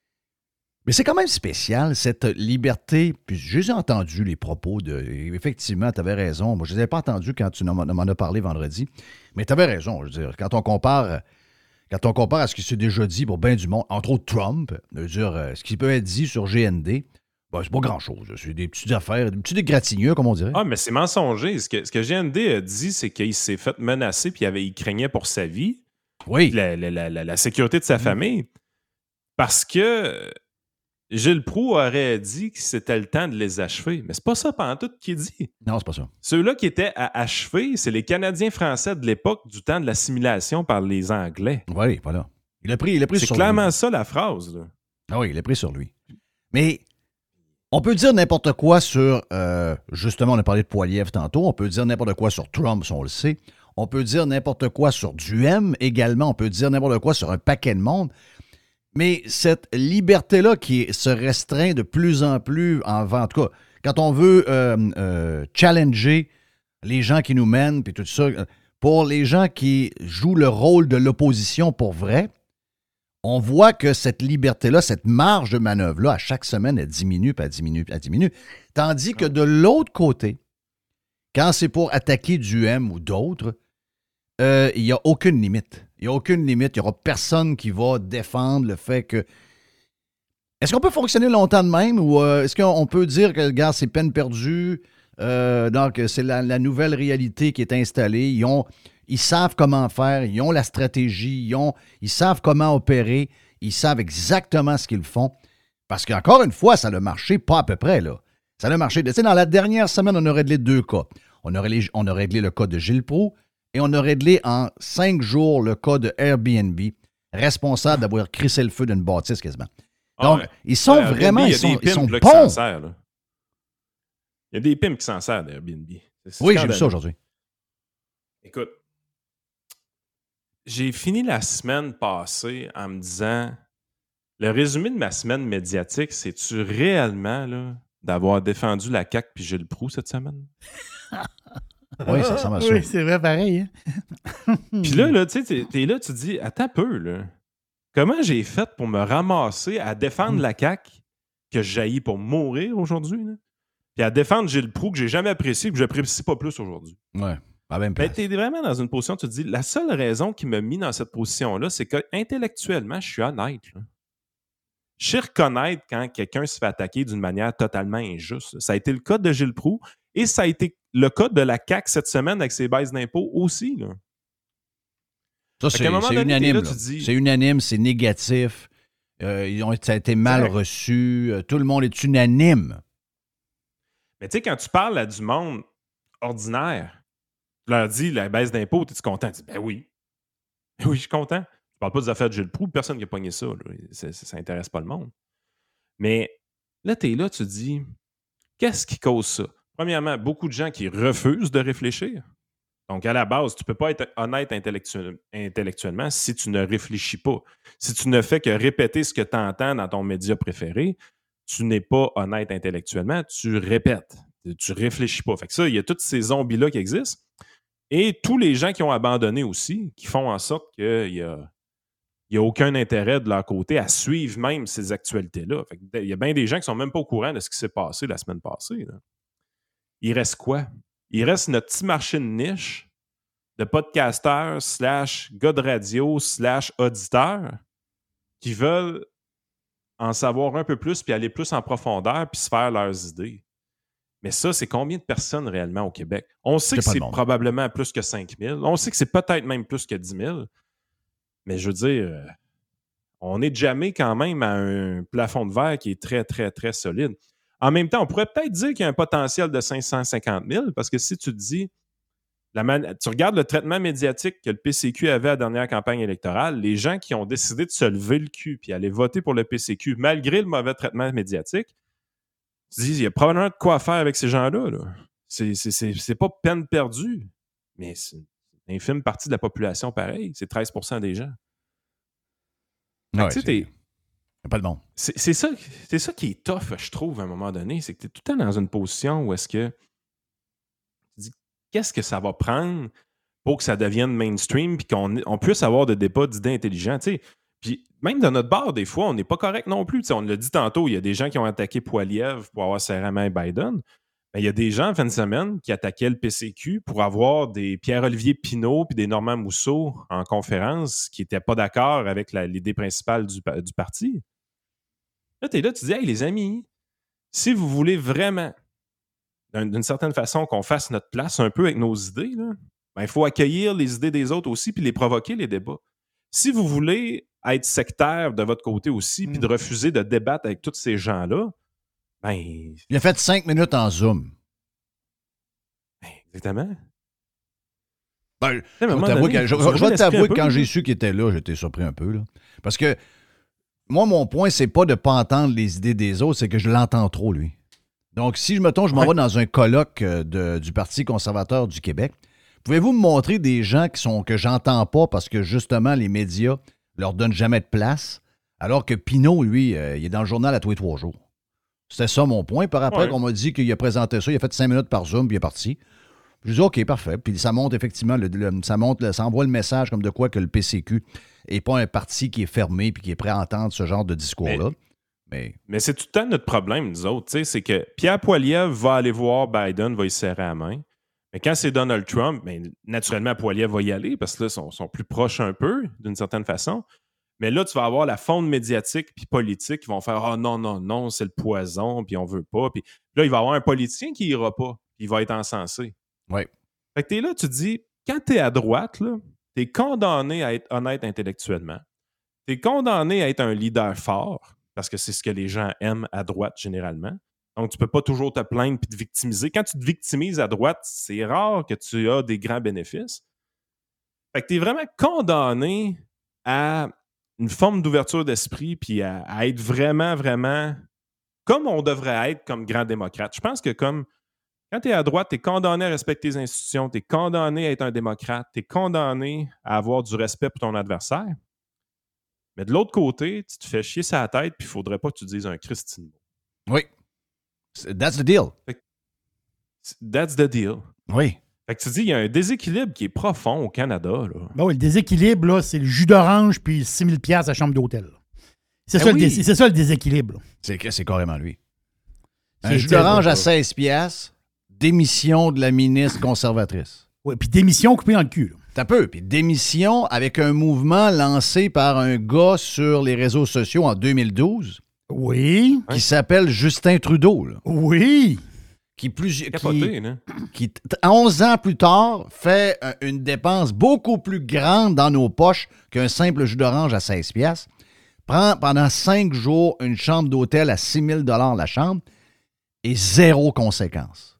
Mais c'est quand même spécial, cette liberté. Puis j'ai entendu les propos de... Effectivement, tu avais raison. Moi, je ne les avais pas entendus quand tu m'en as parlé vendredi. Mais tu avais raison. Je veux dire, quand on compare... Quand on compare à ce qui s'est déjà dit pour bien du monde, entre autres Trump, je veux dire, ce qui peut être dit sur G N D, ben, c'est pas grand-chose. C'est des petites affaires, des petits égratignures, comme on dirait.
Ah, mais c'est mensonger. Ce que, ce que G N D a dit, c'est qu'il s'est fait menacer puis il, avait, il craignait pour sa vie.
Oui.
La, la, la, la, la sécurité de sa mmh. famille. Parce que Gilles Proulx aurait dit que c'était le temps de les achever. Mais c'est pas ça pantoute qu'il dit.
Non, c'est pas ça.
Ceux-là qui étaient à achever, c'est les Canadiens français de l'époque du temps de l'assimilation par les Anglais.
Oui, voilà. Il a pris, il a pris
c'est
sur
clairement
lui.
ça la phrase. Là.
Ah oui, il a pris sur lui. Mais on peut dire n'importe quoi sur... Euh, justement, on a parlé de Poilievre tantôt. On peut dire n'importe quoi sur Trump, si on le sait. On peut dire n'importe quoi sur Duhem également. On peut dire n'importe quoi sur un paquet de monde. Mais cette liberté-là qui se restreint de plus en plus, en, en tout cas, quand on veut euh, euh, challenger les gens qui nous mènent, puis tout ça, pour les gens qui jouent le rôle de l'opposition pour vrai, on voit que cette liberté-là, cette marge de manœuvre-là, à chaque semaine, elle diminue, puis elle diminue, puis elle diminue. Tandis que de l'autre côté, quand c'est pour attaquer Duhem ou d'autres, euh, il n'y a aucune limite. Il n'y a aucune limite. Il n'y aura personne qui va défendre le fait que... Est-ce qu'on peut fonctionner longtemps de même ou euh, est-ce qu'on peut dire que, regarde, c'est peine perdue, euh, donc c'est la, la nouvelle réalité qui est installée. Ils, ont, ils savent comment faire, ils ont la stratégie, ils, ont, ils savent comment opérer, ils savent exactement ce qu'ils font. Parce qu'encore une fois, ça a marché pas à peu près, là. Ça a marché. Tu sais, dans la dernière semaine, on a réglé deux cas. On a réglé, on a réglé le cas de Gilles Proulx. Et on a réglé en cinq jours le cas de Airbnb, responsable d'avoir crissé le feu d'une bâtisse quasiment. Donc, ah ouais. ils sont ouais, vraiment, ils sont, ils sont bons.
Il y a des pimps qui s'en servent d'Airbnb.
Oui, j'ai vu ça aujourd'hui.
Écoute, j'ai fini la semaine passée en me disant, le résumé de ma semaine médiatique, c'est-tu réellement là, d'avoir défendu la C A Q puis Gilles Proulx cette semaine?
Oui, ça ressemble à ça.
Oui, c'est vrai, pareil. Hein?
Puis là, là tu sais, t'es, t'es là, tu te dis, attends un peu, là. Comment j'ai fait pour me ramasser à défendre mm. la C A Q que j'ai jailli pour mourir aujourd'hui, là? Puis à défendre Gilles Proulx que j'ai jamais apprécié et que je n'apprécie pas plus aujourd'hui.
Ouais. Ben,
tu es vraiment dans une position, tu te dis, la seule raison qui m'a mis dans cette position-là, c'est que intellectuellement, je suis honnête. Là. Je sais reconnaître quand quelqu'un se fait attaquer d'une manière totalement injuste. Ça a été le cas de Gilles Proulx et ça a été le cas de la C A Q cette semaine avec ses baisses d'impôts aussi. Là.
Ça, c'est, c'est donné, unanime. Là, là. Dis... C'est unanime, c'est négatif. Euh, ils ont, ça a été mal exact. reçu. Tout le monde est unanime.
Mais tu sais, quand tu parles à du monde ordinaire, tu leur dis la baisse d'impôts, es-tu content? Tu dis, ben oui. Ben oui, je suis content. Tu parles pas des affaires de Gilles Proulx, personne qui a pogné ça. Là. Ça, ça, ça intéresse pas le monde. Mais là, tu es là, tu dis, qu'est-ce qui cause ça? Premièrement, beaucoup de gens qui refusent de réfléchir. Donc, à la base, tu ne peux pas être honnête intellectuel, intellectuellement si tu ne réfléchis pas. Si tu ne fais que répéter ce que tu entends dans ton média préféré, tu n'es pas honnête intellectuellement, tu répètes. Tu réfléchis pas. Fait que ça, il y a tous ces zombies-là qui existent. Et tous les gens qui ont abandonné aussi, qui font en sorte qu'il n'y a, il y a aucun intérêt de leur côté à suivre même ces actualités-là. Fait que il y a bien des gens qui ne sont même pas au courant de ce qui s'est passé la semaine passée. Là. Il reste quoi? Il reste notre petit marché de niche de podcasteurs slash gars de radio slash auditeurs qui veulent en savoir un peu plus puis aller plus en profondeur puis se faire leurs idées. Mais ça, c'est combien de personnes réellement au Québec? On sait que c'est probablement plus que cinq mille. On sait que c'est peut-être même plus que dix mille. Mais je veux dire, on est jamais quand même à un plafond de verre qui est très, très, très solide. En même temps, on pourrait peut-être dire qu'il y a un potentiel de cinq cent cinquante mille parce que si tu te dis, la man- tu regardes le traitement médiatique que le P C Q avait à la dernière campagne électorale, les gens qui ont décidé de se lever le cul et aller voter pour le P C Q malgré le mauvais traitement médiatique, tu te dis, il y a probablement de quoi faire avec ces gens-là. Là. C'est, c'est, c'est, c'est pas peine perdue, mais c'est une infime partie de la population pareil. C'est treize pour cent des gens.
Ouais, tu sais, t'es... pas de bon.
C'est, c'est, ça, c'est ça qui est tough, je trouve, à un moment donné. C'est que tu es tout le temps dans une position où est-ce que tu dis, qu'est-ce que ça va prendre pour que ça devienne mainstream puis qu'on on puisse avoir des débats d'idées intelligents. Tu sais, puis même dans notre bar, des fois, on n'est pas correct non plus. T'sais, on l'a dit tantôt, il y a des gens qui ont attaqué Poilievre pour avoir serré la main à Biden. Mais il y a des gens en fin de semaine qui attaquaient le P C Q pour avoir des Pierre-Olivier Pinault puis des Normand Mousseau en conférence qui n'étaient pas d'accord avec la, l'idée principale du, du parti. Là, tu es là, tu dis, hey, les amis, si vous voulez vraiment, d'une certaine façon, qu'on fasse notre place un peu avec nos idées, là, ben, il faut accueillir les idées des autres aussi puis les provoquer, les débats. Si vous voulez être sectaire de votre côté aussi puis de refuser de débattre avec tous ces gens-là, ben...
Il a fait cinq minutes en Zoom.
Ben, exactement.
Ben, je vais t'avouer que, je, je, je vais t'avouer que quand j'ai su qu'il était là, j'étais surpris un peu. Là. Parce que moi, mon point, c'est pas de ne pas entendre les idées des autres, c'est que je l'entends trop, lui. Donc, si je me tombe, je m'en ouais. vais dans un colloque de, du Parti conservateur du Québec, pouvez-vous me montrer des gens qui sont que j'entends pas parce que, justement, les médias leur donnent jamais de place, alors que Pinault, lui, euh, il est dans le journal à tous les trois jours. C'était ça mon point. Par après, ouais. on m'a dit qu'il a présenté ça, il a fait cinq minutes par Zoom, puis il est parti. Je dis OK, parfait. Puis ça montre effectivement, le, le, ça montre, le, ça envoie le message comme de quoi que le P C Q n'est pas un parti qui est fermé puis qui est prêt à entendre ce genre de discours-là. Mais,
mais... mais c'est tout le temps notre problème, nous autres. C'est que Pierre Poilievre va aller voir Biden, va y serrer la main. Mais quand c'est Donald Trump, ben, naturellement, Poilievre va y aller parce que là, ils sont, sont plus proches un peu, d'une certaine façon. Mais là, tu vas avoir la fonte médiatique puis politique qui vont faire « Ah oh, non, non, non, c'est le poison, puis on veut pas. » Puis là, il va y avoir un politicien qui ira pas, puis il va être encensé.
Oui.
Fait que t'es là, tu te dis, quand t'es à droite, là, t'es condamné à être honnête intellectuellement. T'es condamné à être un leader fort, parce que c'est ce que les gens aiment à droite généralement. Donc, tu peux pas toujours te plaindre puis te victimiser. Quand tu te victimises à droite, c'est rare que tu as des grands bénéfices. Fait que t'es vraiment condamné à une forme d'ouverture d'esprit puis à, à être vraiment, vraiment comme on devrait être comme grand démocrate. Je pense que comme Quand tu es à droite, tu es condamné à respecter les institutions, tu es condamné à être un démocrate, tu es condamné à avoir du respect pour ton adversaire. Mais de l'autre côté, tu te fais chier sa tête, puis il ne faudrait pas que tu dises un Christine mot.
Oui. That's the deal.
That's the deal.
Oui.
Fait que tu dis, il y a un déséquilibre qui est profond au Canada. Là.
Ben oui, le déséquilibre, là, c'est le jus d'orange puis six mille dollars à la chambre d'hôtel. C'est,
ben
ça,
oui.
le dé- c'est ça le déséquilibre. Là.
C'est, c'est carrément lui. Un
C'est
jus d'orange à
terrible, ça.
seize piastres, démission de la ministre conservatrice.
Oui, puis démission coupée dans le cul. Là.
T'as peu. Puis démission avec un mouvement lancé par un gars sur les réseaux sociaux en deux mille douze.
Oui.
Qui s'appelle Justin Trudeau. Là.
Oui.
Qui, plus,
Capoté,
qui,
là.
qui, onze ans plus tard, fait une dépense beaucoup plus grande dans nos poches qu'un simple jus d'orange à seize piastres. Prend pendant cinq jours une chambre d'hôtel à six mille dollars la chambre et zéro conséquence.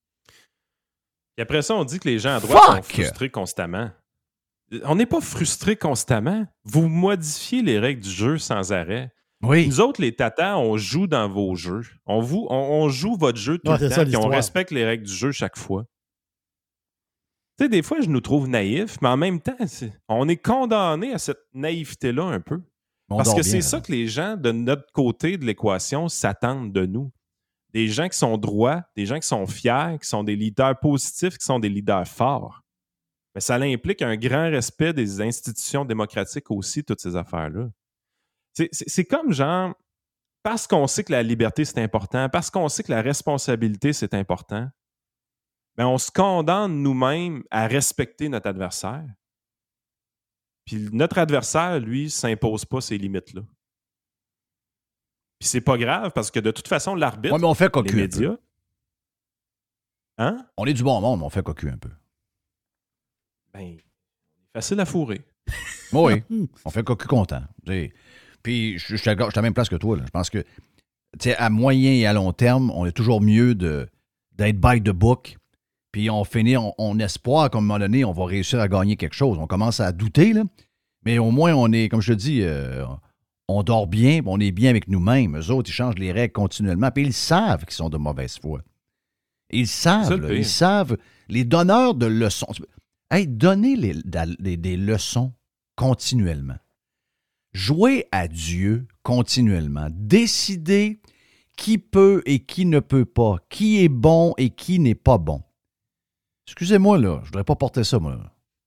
Et après ça, on dit que les gens à droite
Fuck!
sont frustrés constamment. On n'est pas frustrés constamment. Vous modifiez les règles du jeu sans arrêt.
Oui.
Nous autres, les tatas, on joue dans vos jeux. On, vous, on, on joue votre jeu tout
Ouais,
le
c'est
temps,
ça,
puis on
l'histoire.
respecte les règles du jeu chaque fois. Tu sais, des fois, je nous trouve naïfs, mais en même temps, c'est- on est condamné à cette naïveté-là un peu.
On
Parce
dort
que
bien,
c'est
là.
ça que les gens de notre côté de l'équation s'attendent de nous. Des gens qui sont droits, des gens qui sont fiers, qui sont des leaders positifs, qui sont des leaders forts. Mais ça implique un grand respect des institutions démocratiques aussi, toutes ces affaires-là. C'est, c'est, c'est comme genre, parce qu'on sait que la liberté, c'est important, parce qu'on sait que la responsabilité, c'est important, ben on se condamne nous-mêmes à respecter notre adversaire. Puis notre adversaire, lui, ne s'impose pas ces limites-là. Puis c'est pas grave, parce que de toute façon, l'arbitre,
Ouais, mais on fait
les
cocu un
médias...
peu.
Hein?
On est du bon monde, mais on fait cocu un peu.
Ben, facile à fourrer.
Oui, on fait cocu content. T'sais. Puis je je suis à je suis à la même place que toi. Là. Je pense que t'sais, à moyen et à long terme, on est toujours mieux de, d'être by the book. Puis on finit, on, on espère qu'à un moment donné, on va réussir à gagner quelque chose. On commence à douter, là. Mais au moins, on est, comme je te dis, euh, on dort bien, on est bien avec nous-mêmes. Eux autres, ils changent les règles continuellement. Puis ils savent qu'ils sont de mauvaise foi. Ils savent,
C'est le
là,
pire.
ils savent. Les donneurs de leçons. Hey, donnez les, des, des leçons continuellement. Jouez à Dieu continuellement. Décidez qui peut et qui ne peut pas, qui est bon et qui n'est pas bon. Excusez-moi, là, je ne voudrais pas porter ça, moi.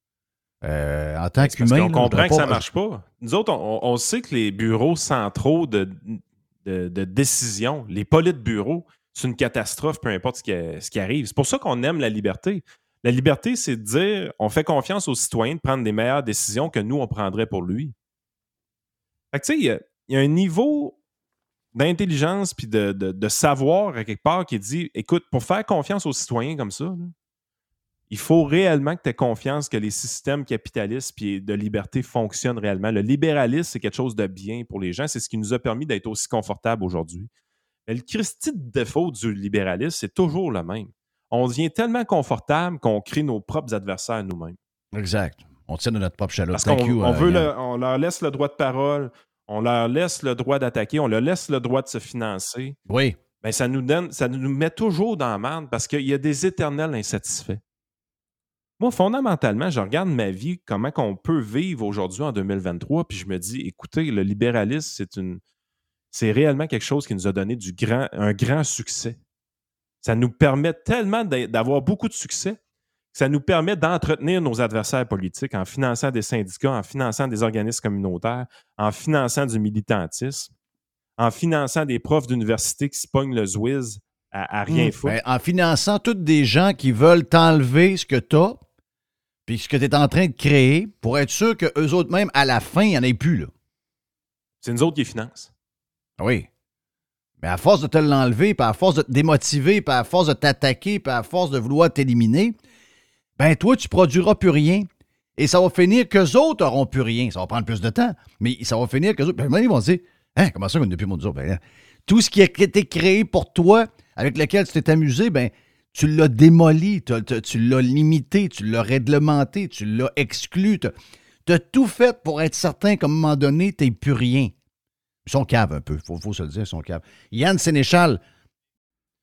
Euh, en tant
C'est parce
qu'humain,
qu'on
là,
comprend
je
que ça
voudrais
ne marche pas. Nous autres, on, on sait que les bureaux centraux de, de, de décision, les politbureaux, c'est une catastrophe, peu importe ce qui, ce qui arrive. C'est pour ça qu'on aime la liberté. La liberté, c'est de dire, on fait confiance aux citoyens de prendre des meilleures décisions que nous, on prendrait pour lui. Fait que tu sais, il y a, il y a un niveau d'intelligence puis de, de, de savoir à quelque part qui dit, écoute, pour faire confiance aux citoyens comme ça, là, il faut réellement que tu aies confiance que les systèmes capitalistes et de liberté fonctionnent réellement. Le libéralisme, c'est quelque chose de bien pour les gens. C'est ce qui nous a permis d'être aussi confortables aujourd'hui. Mais le Christi de défaut du libéralisme, c'est toujours le même. On devient tellement confortable qu'on crée nos propres adversaires nous-mêmes.
Exact. On tient de notre propre chaloupe.
Parce
Thank
qu'on
you,
on
euh,
veut
Yann.
le- on leur laisse le droit de parole, on leur laisse le droit d'attaquer, on leur laisse le droit de se financer.
Oui.
Ben, ça nous donne, ça nous met toujours dans la merde parce qu'il y a des éternels insatisfaits. Moi, fondamentalement, je regarde ma vie, comment on peut vivre aujourd'hui en deux mille vingt-trois, puis je me dis, écoutez, le libéralisme, c'est une, c'est réellement quelque chose qui nous a donné du grand, un grand succès. Ça nous permet tellement d'a- d'avoir beaucoup de succès que ça nous permet d'entretenir nos adversaires politiques en finançant des syndicats, en finançant des organismes communautaires, en finançant du militantisme, en finançant des profs d'université qui se pognent le zouiz à, à rien
Mmh.
foutre.
Ben, en finançant toutes des gens qui veulent t'enlever ce que tu as, puis ce que tu es en train de créer, pour être sûr qu'eux autres même, à la fin, il n'y en ait plus. Là.
C'est nous autres qui financent.
Oui. Mais à force de te l'enlever, puis à force de te démotiver, puis à force de t'attaquer, puis à force de vouloir t'éliminer, ben toi, tu produiras plus rien. Et ça va finir qu'eux autres n'auront plus rien. Ça va prendre plus de temps, mais ça va finir qu'eux autres... Ben, ils vont se dire, hein, comment ça qu'on n'a plus mon ben, hein, tout ce qui a été créé pour toi, avec lequel tu t'es amusé, ben tu l'as démoli, tu, tu, tu l'as limité, tu l'as réglementé, tu l'as exclu. Tu as tout fait pour être certain qu'à un moment donné, tu n'es plus rien. Ils sont caves un peu, il faut, faut se le dire, ils sont caves. Yann Sénéchal,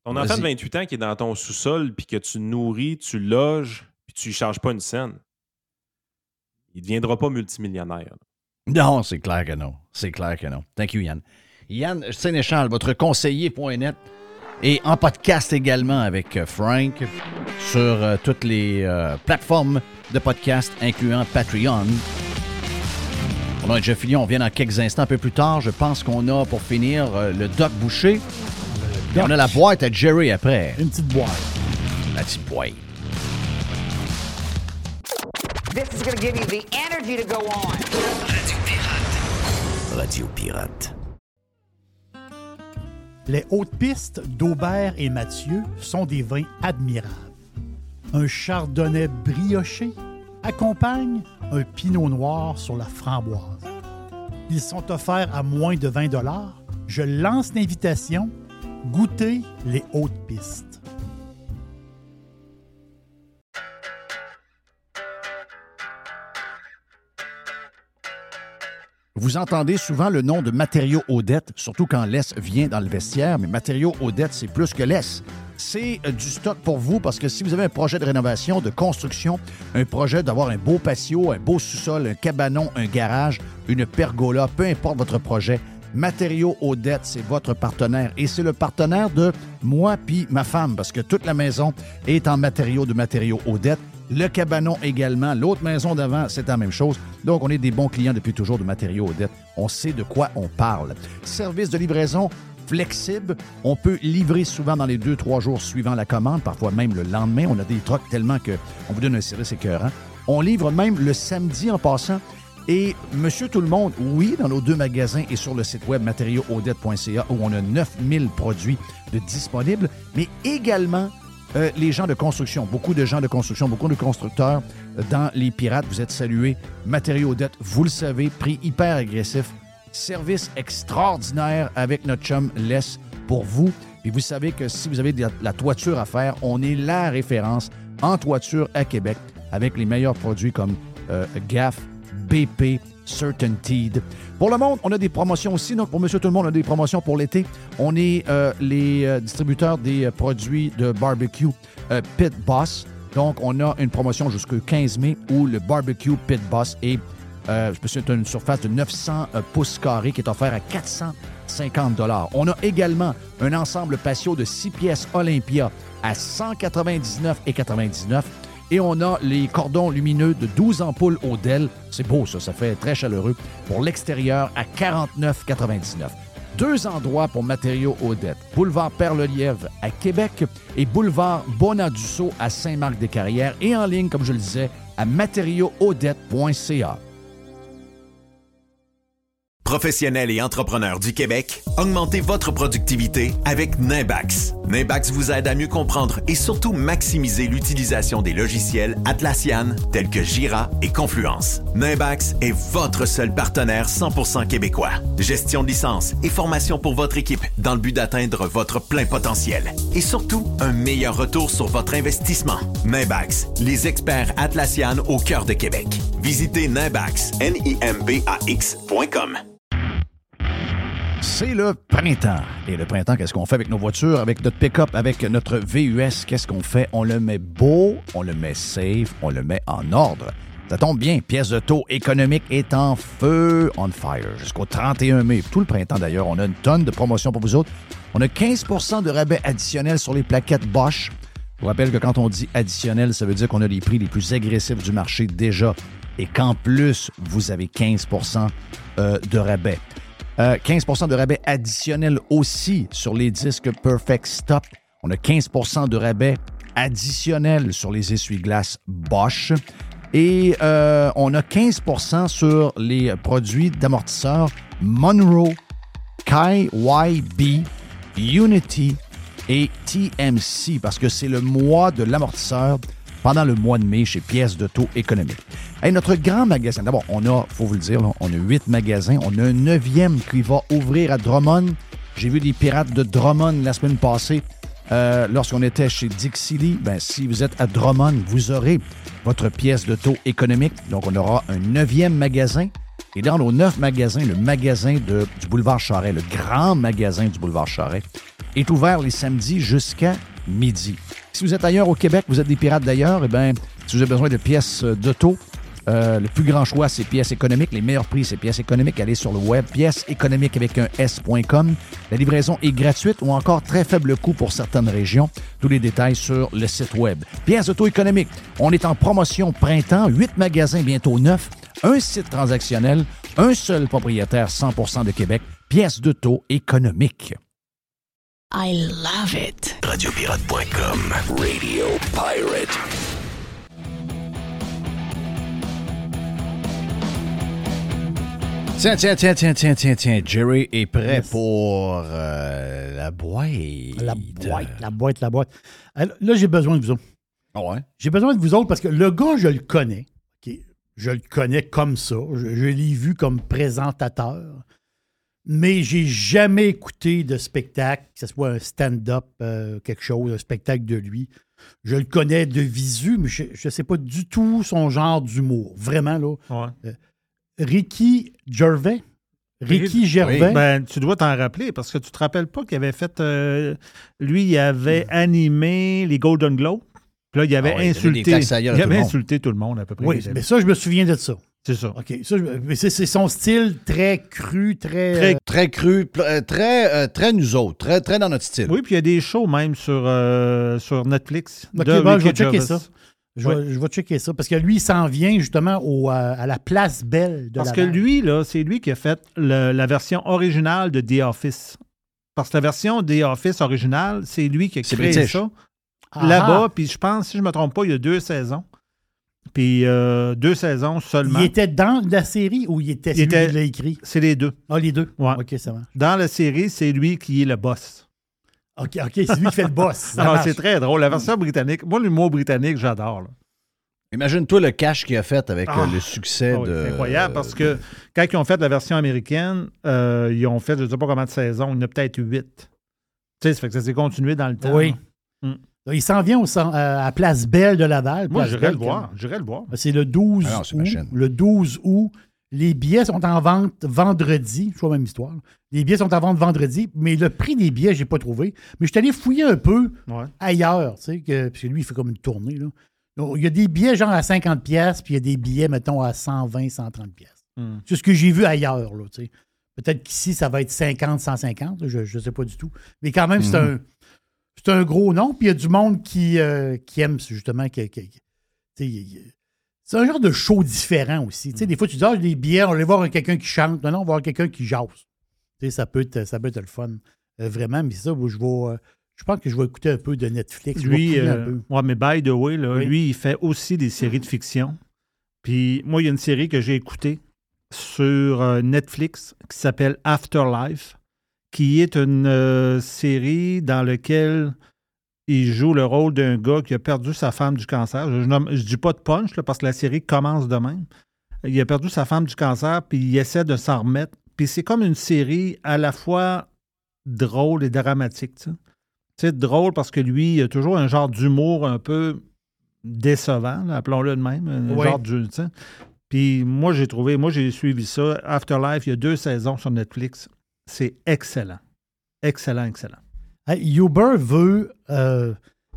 Ton enfant
Vas-y.
de vingt-huit ans qui est dans ton sous-sol, puis que tu nourris, tu loges, puis tu ne charges pas une scène, il ne deviendra pas multimillionnaire.
Non, c'est clair que non. C'est clair que non. Thank you, Yann. Yann Sénéchal, votre conseiller point net, et en podcast également avec Frank sur euh, toutes les euh, plateformes de podcast, incluant Patreon. On a Jeff Fillion, on vient dans quelques instants, un peu plus tard. Je pense qu'on a, pour finir, euh, le Doc Boucher. Et on a la boîte à Jerry après.
Une petite boîte.
La petite boîte.
This is going to give you the energy to go on.
Radio Pirate. Radio Pirate.
Les hautes pistes d'Aubert et Mathieu sont des vins admirables. Un chardonnay brioché accompagne un pinot noir sur la framboise. Ils sont offerts à moins de vingt dollars. Je lance l'invitation. Goûtez les hautes pistes.
Vous entendez souvent le nom de Matériaux Odette, surtout quand l'E S vient dans le vestiaire, mais Matériaux Odette, c'est plus que l'E S. C'est euh, du stock pour vous parce que si vous avez un projet de rénovation, de construction, un projet d'avoir un beau patio, un beau sous-sol, un cabanon, un garage, une pergola, peu importe votre projet, Matériaux Odette, c'est votre partenaire et c'est le partenaire de moi puis ma femme parce que toute la maison est en matériaux de Matériaux Odette. Le cabanon également. L'autre maison d'avant, c'est la même chose. Donc, on est des bons clients depuis toujours de Matériaux Odette. On sait de quoi on parle. Service de livraison flexible. On peut livrer souvent dans les deux, trois jours suivant la commande, parfois même le lendemain. On a des trucks tellement qu'on vous donne un service écœurant. On livre même le samedi en passant. Et Monsieur Tout-le-Monde, oui, dans nos deux magasins et sur le site web matériaux odette point c a où on a neuf mille produits de disponibles, mais également Euh, les gens de construction, beaucoup de gens de construction, beaucoup de constructeurs euh, dans les Pirates, vous êtes salués. Matériaux Odette, vous le savez, prix hyper agressif, service extraordinaire avec notre chum Les pour vous. Puis vous savez que si vous avez de la toiture à faire, on est la référence en toiture à Québec avec les meilleurs produits comme euh, G A F, B P, CertainTeed. Pour le monde, on a des promotions aussi. Donc, pour Monsieur Tout-le-Monde, on a des promotions pour l'été. On est euh, les euh, distributeurs des euh, produits de barbecue euh, Pit Boss. Donc, on a une promotion jusqu'au quinze mai où le barbecue Pit Boss est, euh, c'est une surface de neuf cents euh, pouces carrés qui est offert à quatre cent cinquante dollars. On a également un ensemble patio de six pièces Olympia à cent quatre-vingt-dix-neuf dollars quatre-vingt-dix-neuf. Et on a les cordons lumineux de douze ampoules au D E L. C'est beau, ça. Ça fait très chaleureux. Pour l'extérieur, à quarante-neuf quatre-vingt-dix-neuf. Deux endroits pour Matériaux Odette. Boulevard Perle-Lièvre à Québec et Boulevard Bonadusseau à Saint-Marc-des-Carrières. Et en ligne, comme je le disais, à matériaux odette point c a.
Professionnels et entrepreneurs du Québec, augmentez votre productivité avec Nimbax. Nimbax vous aide à mieux comprendre et surtout maximiser l'utilisation des logiciels Atlassian tels que Jira et Confluence. Nimbax est votre seul partenaire cent pour cent québécois. Gestion de licence et formation pour votre équipe dans le but d'atteindre votre plein potentiel. Et surtout, un meilleur retour sur votre investissement. Nimbax, les experts Atlassian au cœur de Québec. Visitez Nimbax, N I M B A X point com.
C'est le printemps. Et le printemps, qu'est-ce qu'on fait avec nos voitures, avec notre pick-up, avec notre V U S? Qu'est-ce qu'on fait? On le met beau, on le met safe, on le met en ordre. Ça tombe bien, pièce de taux économique est en feu, on fire, jusqu'au trente et un mai. Tout le printemps, d'ailleurs, on a une tonne de promotions pour vous autres. On a quinze pour cent de rabais additionnel sur les plaquettes Bosch. Je vous rappelle que quand on dit additionnel, ça veut dire qu'on a les prix les plus agressifs du marché déjà et qu'en plus, vous avez quinze pour cent euh, de rabais. Euh, quinze pour cent de rabais additionnel aussi sur les disques Perfect Stop. On a quinze pour cent de rabais additionnel sur les essuie-glaces Bosch. Et euh, on a quinze pour cent sur les produits d'amortisseurs Monroe, K Y B, Unity et T M C parce que c'est le mois de l'amortisseur pendant le mois de mai chez Pièces de taux économique. Hey, notre grand magasin, d'abord, on a, il faut vous le dire, là, on a huit magasins. On a un neuvième qui va ouvrir à Drummond. J'ai vu des pirates de Drummond la semaine passée euh, lorsqu'on était chez Dixie Lee. Ben, si vous êtes à Drummond, vous aurez votre pièce de taux économique. Donc, on aura un neuvième magasin. Et dans nos neuf magasins, le magasin de, du boulevard Charest, le grand magasin du boulevard Charest, est ouvert les samedis jusqu'à midi. Si vous êtes ailleurs au Québec, vous êtes des pirates d'ailleurs, eh bien, si vous avez besoin de pièces d'auto, euh, le plus grand choix, c'est pièces économiques. Les meilleurs prix, c'est pièces économiques. Allez sur le web, pièces économiques avec un S point com. La livraison est gratuite ou encore très faible coût pour certaines régions. Tous les détails sur le site web. Pièces auto économiques. On est en promotion printemps, huit magasins, bientôt neuf, un site transactionnel, un seul propriétaire cent pour cent de Québec. Pièces d'auto économiques.
I love it. radio pirate point com. Radio Pirate.
Tiens, tiens, tiens, tiens, tiens, tiens, tiens. Jerry est prêt yes. pour euh, la boîte.
La boîte, la boîte, la boîte. Alors, là, j'ai besoin de vous autres.
Oh ouais?
J'ai besoin de vous autres parce que le gars, je le connais. Okay? Je le connais comme ça. Je, je l'ai vu comme présentateur. Mais j'ai jamais écouté de spectacle, que ce soit un stand-up, euh, quelque chose, un spectacle de lui. Je le connais de visu, mais je ne sais pas du tout son genre d'humour. Vraiment, là.
Ouais.
Euh, Ricky Gervais. Ricky Gervais.
Oui, ben, tu dois t'en rappeler parce que tu te rappelles pas qu'il avait fait. Euh, lui, il avait mmh. animé les Golden Globes. Puis là, il avait ah oui, insulté. Il avait, il avait tout insulté tout le monde à peu près.
Oui, mais ça, je me souviens de ça.
C'est ça.
OK. Ça, je, mais c'est, c'est son style très cru, très.
Très,
euh...
très cru, très, euh, très nous autres, très, très dans notre style.
Oui, puis il y a des shows même sur, euh, sur Netflix.
OK, de bon, je vais checker ça. Je, oui. vais, je vais checker ça. Parce que lui, il s'en vient justement au, à la Place Belle de
Parce
Laval.
que lui, là, c'est lui qui a fait le, la version originale de The Office. Parce que la version The Office originale, c'est lui qui a créé c'est ça. Ah, là-bas, puis je pense, si je ne me trompe pas, il y a deux saisons. Puis euh, deux saisons seulement.
Il était dans la série ou il était
il celui était,
qui l'a écrit?
C'est les deux.
Ah, les deux?
Ouais.
OK, ça va.
Dans la série, c'est lui qui est le boss.
OK, OK, c'est lui qui fait le boss.
Alors, c'est très drôle. La version britannique, moi, l'humour britannique, j'adore. Là.
Imagine-toi le cash qu'il a fait avec ah, le succès oh, de...
C'est incroyable parce que quand ils ont fait la version américaine, euh, ils ont fait, je ne sais pas combien de saisons, il y en a peut-être huit. Tu sais, ça fait que ça s'est continué dans le temps.
Oui. Hum. Il s'en vient au, euh, à Place Belle de Laval.
Moi, j'irais le voir. J'irais le voir.
C'est le douze ah non, août. Le douze août. Les billets sont en vente vendredi. Je vois même histoire. Les billets sont en vente vendredi, mais le prix des billets, je n'ai pas trouvé. Mais je suis allé fouiller un peu ouais. ailleurs, tu sais, que, parce que lui, il fait comme une tournée. Là. Donc, il y a des billets genre à cinquante pièces, puis il y a des billets, mettons, à cent vingt, cent trente pièces. Mm. C'est ce que j'ai vu ailleurs, là, tu sais. Peut-être qu'ici, ça va être cinquante, cent cinquante, je ne sais pas du tout. Mais quand même, mm. c'est un... C'est un gros nom, puis il y a du monde qui, euh, qui aime justement. Qui, qui, qui, c'est un genre de show différent aussi. Mm. Des fois, tu dis, ah, les billets, on va aller voir quelqu'un qui chante. Non, non, on va voir quelqu'un qui jase. Ça peut, être, ça peut être le fun. Euh, vraiment, mais ça, je vais. Euh, je pense que je vais écouter un peu de Netflix.
Lui, euh, ouais, mais by the way, là, oui. lui, il fait aussi des séries de fiction. Puis moi, il y a une série que j'ai écoutée sur euh, Netflix qui s'appelle Afterlife, qui est une euh, série dans laquelle il joue le rôle d'un gars qui a perdu sa femme du cancer. Je ne dis pas de punch, là, parce que la série commence de même. Il a perdu sa femme du cancer, puis il essaie de s'en remettre. Puis c'est comme une série à la fois drôle et dramatique. Tu sais. C'est drôle parce que lui, il a toujours un genre d'humour un peu décevant, là, appelons-le de même. Un oui. genre de, tu sais. Puis moi, j'ai trouvé, moi, j'ai suivi ça. Afterlife, il y a deux saisons sur Netflix. C'est excellent. Excellent, excellent.
Hey, Uber veut... Euh,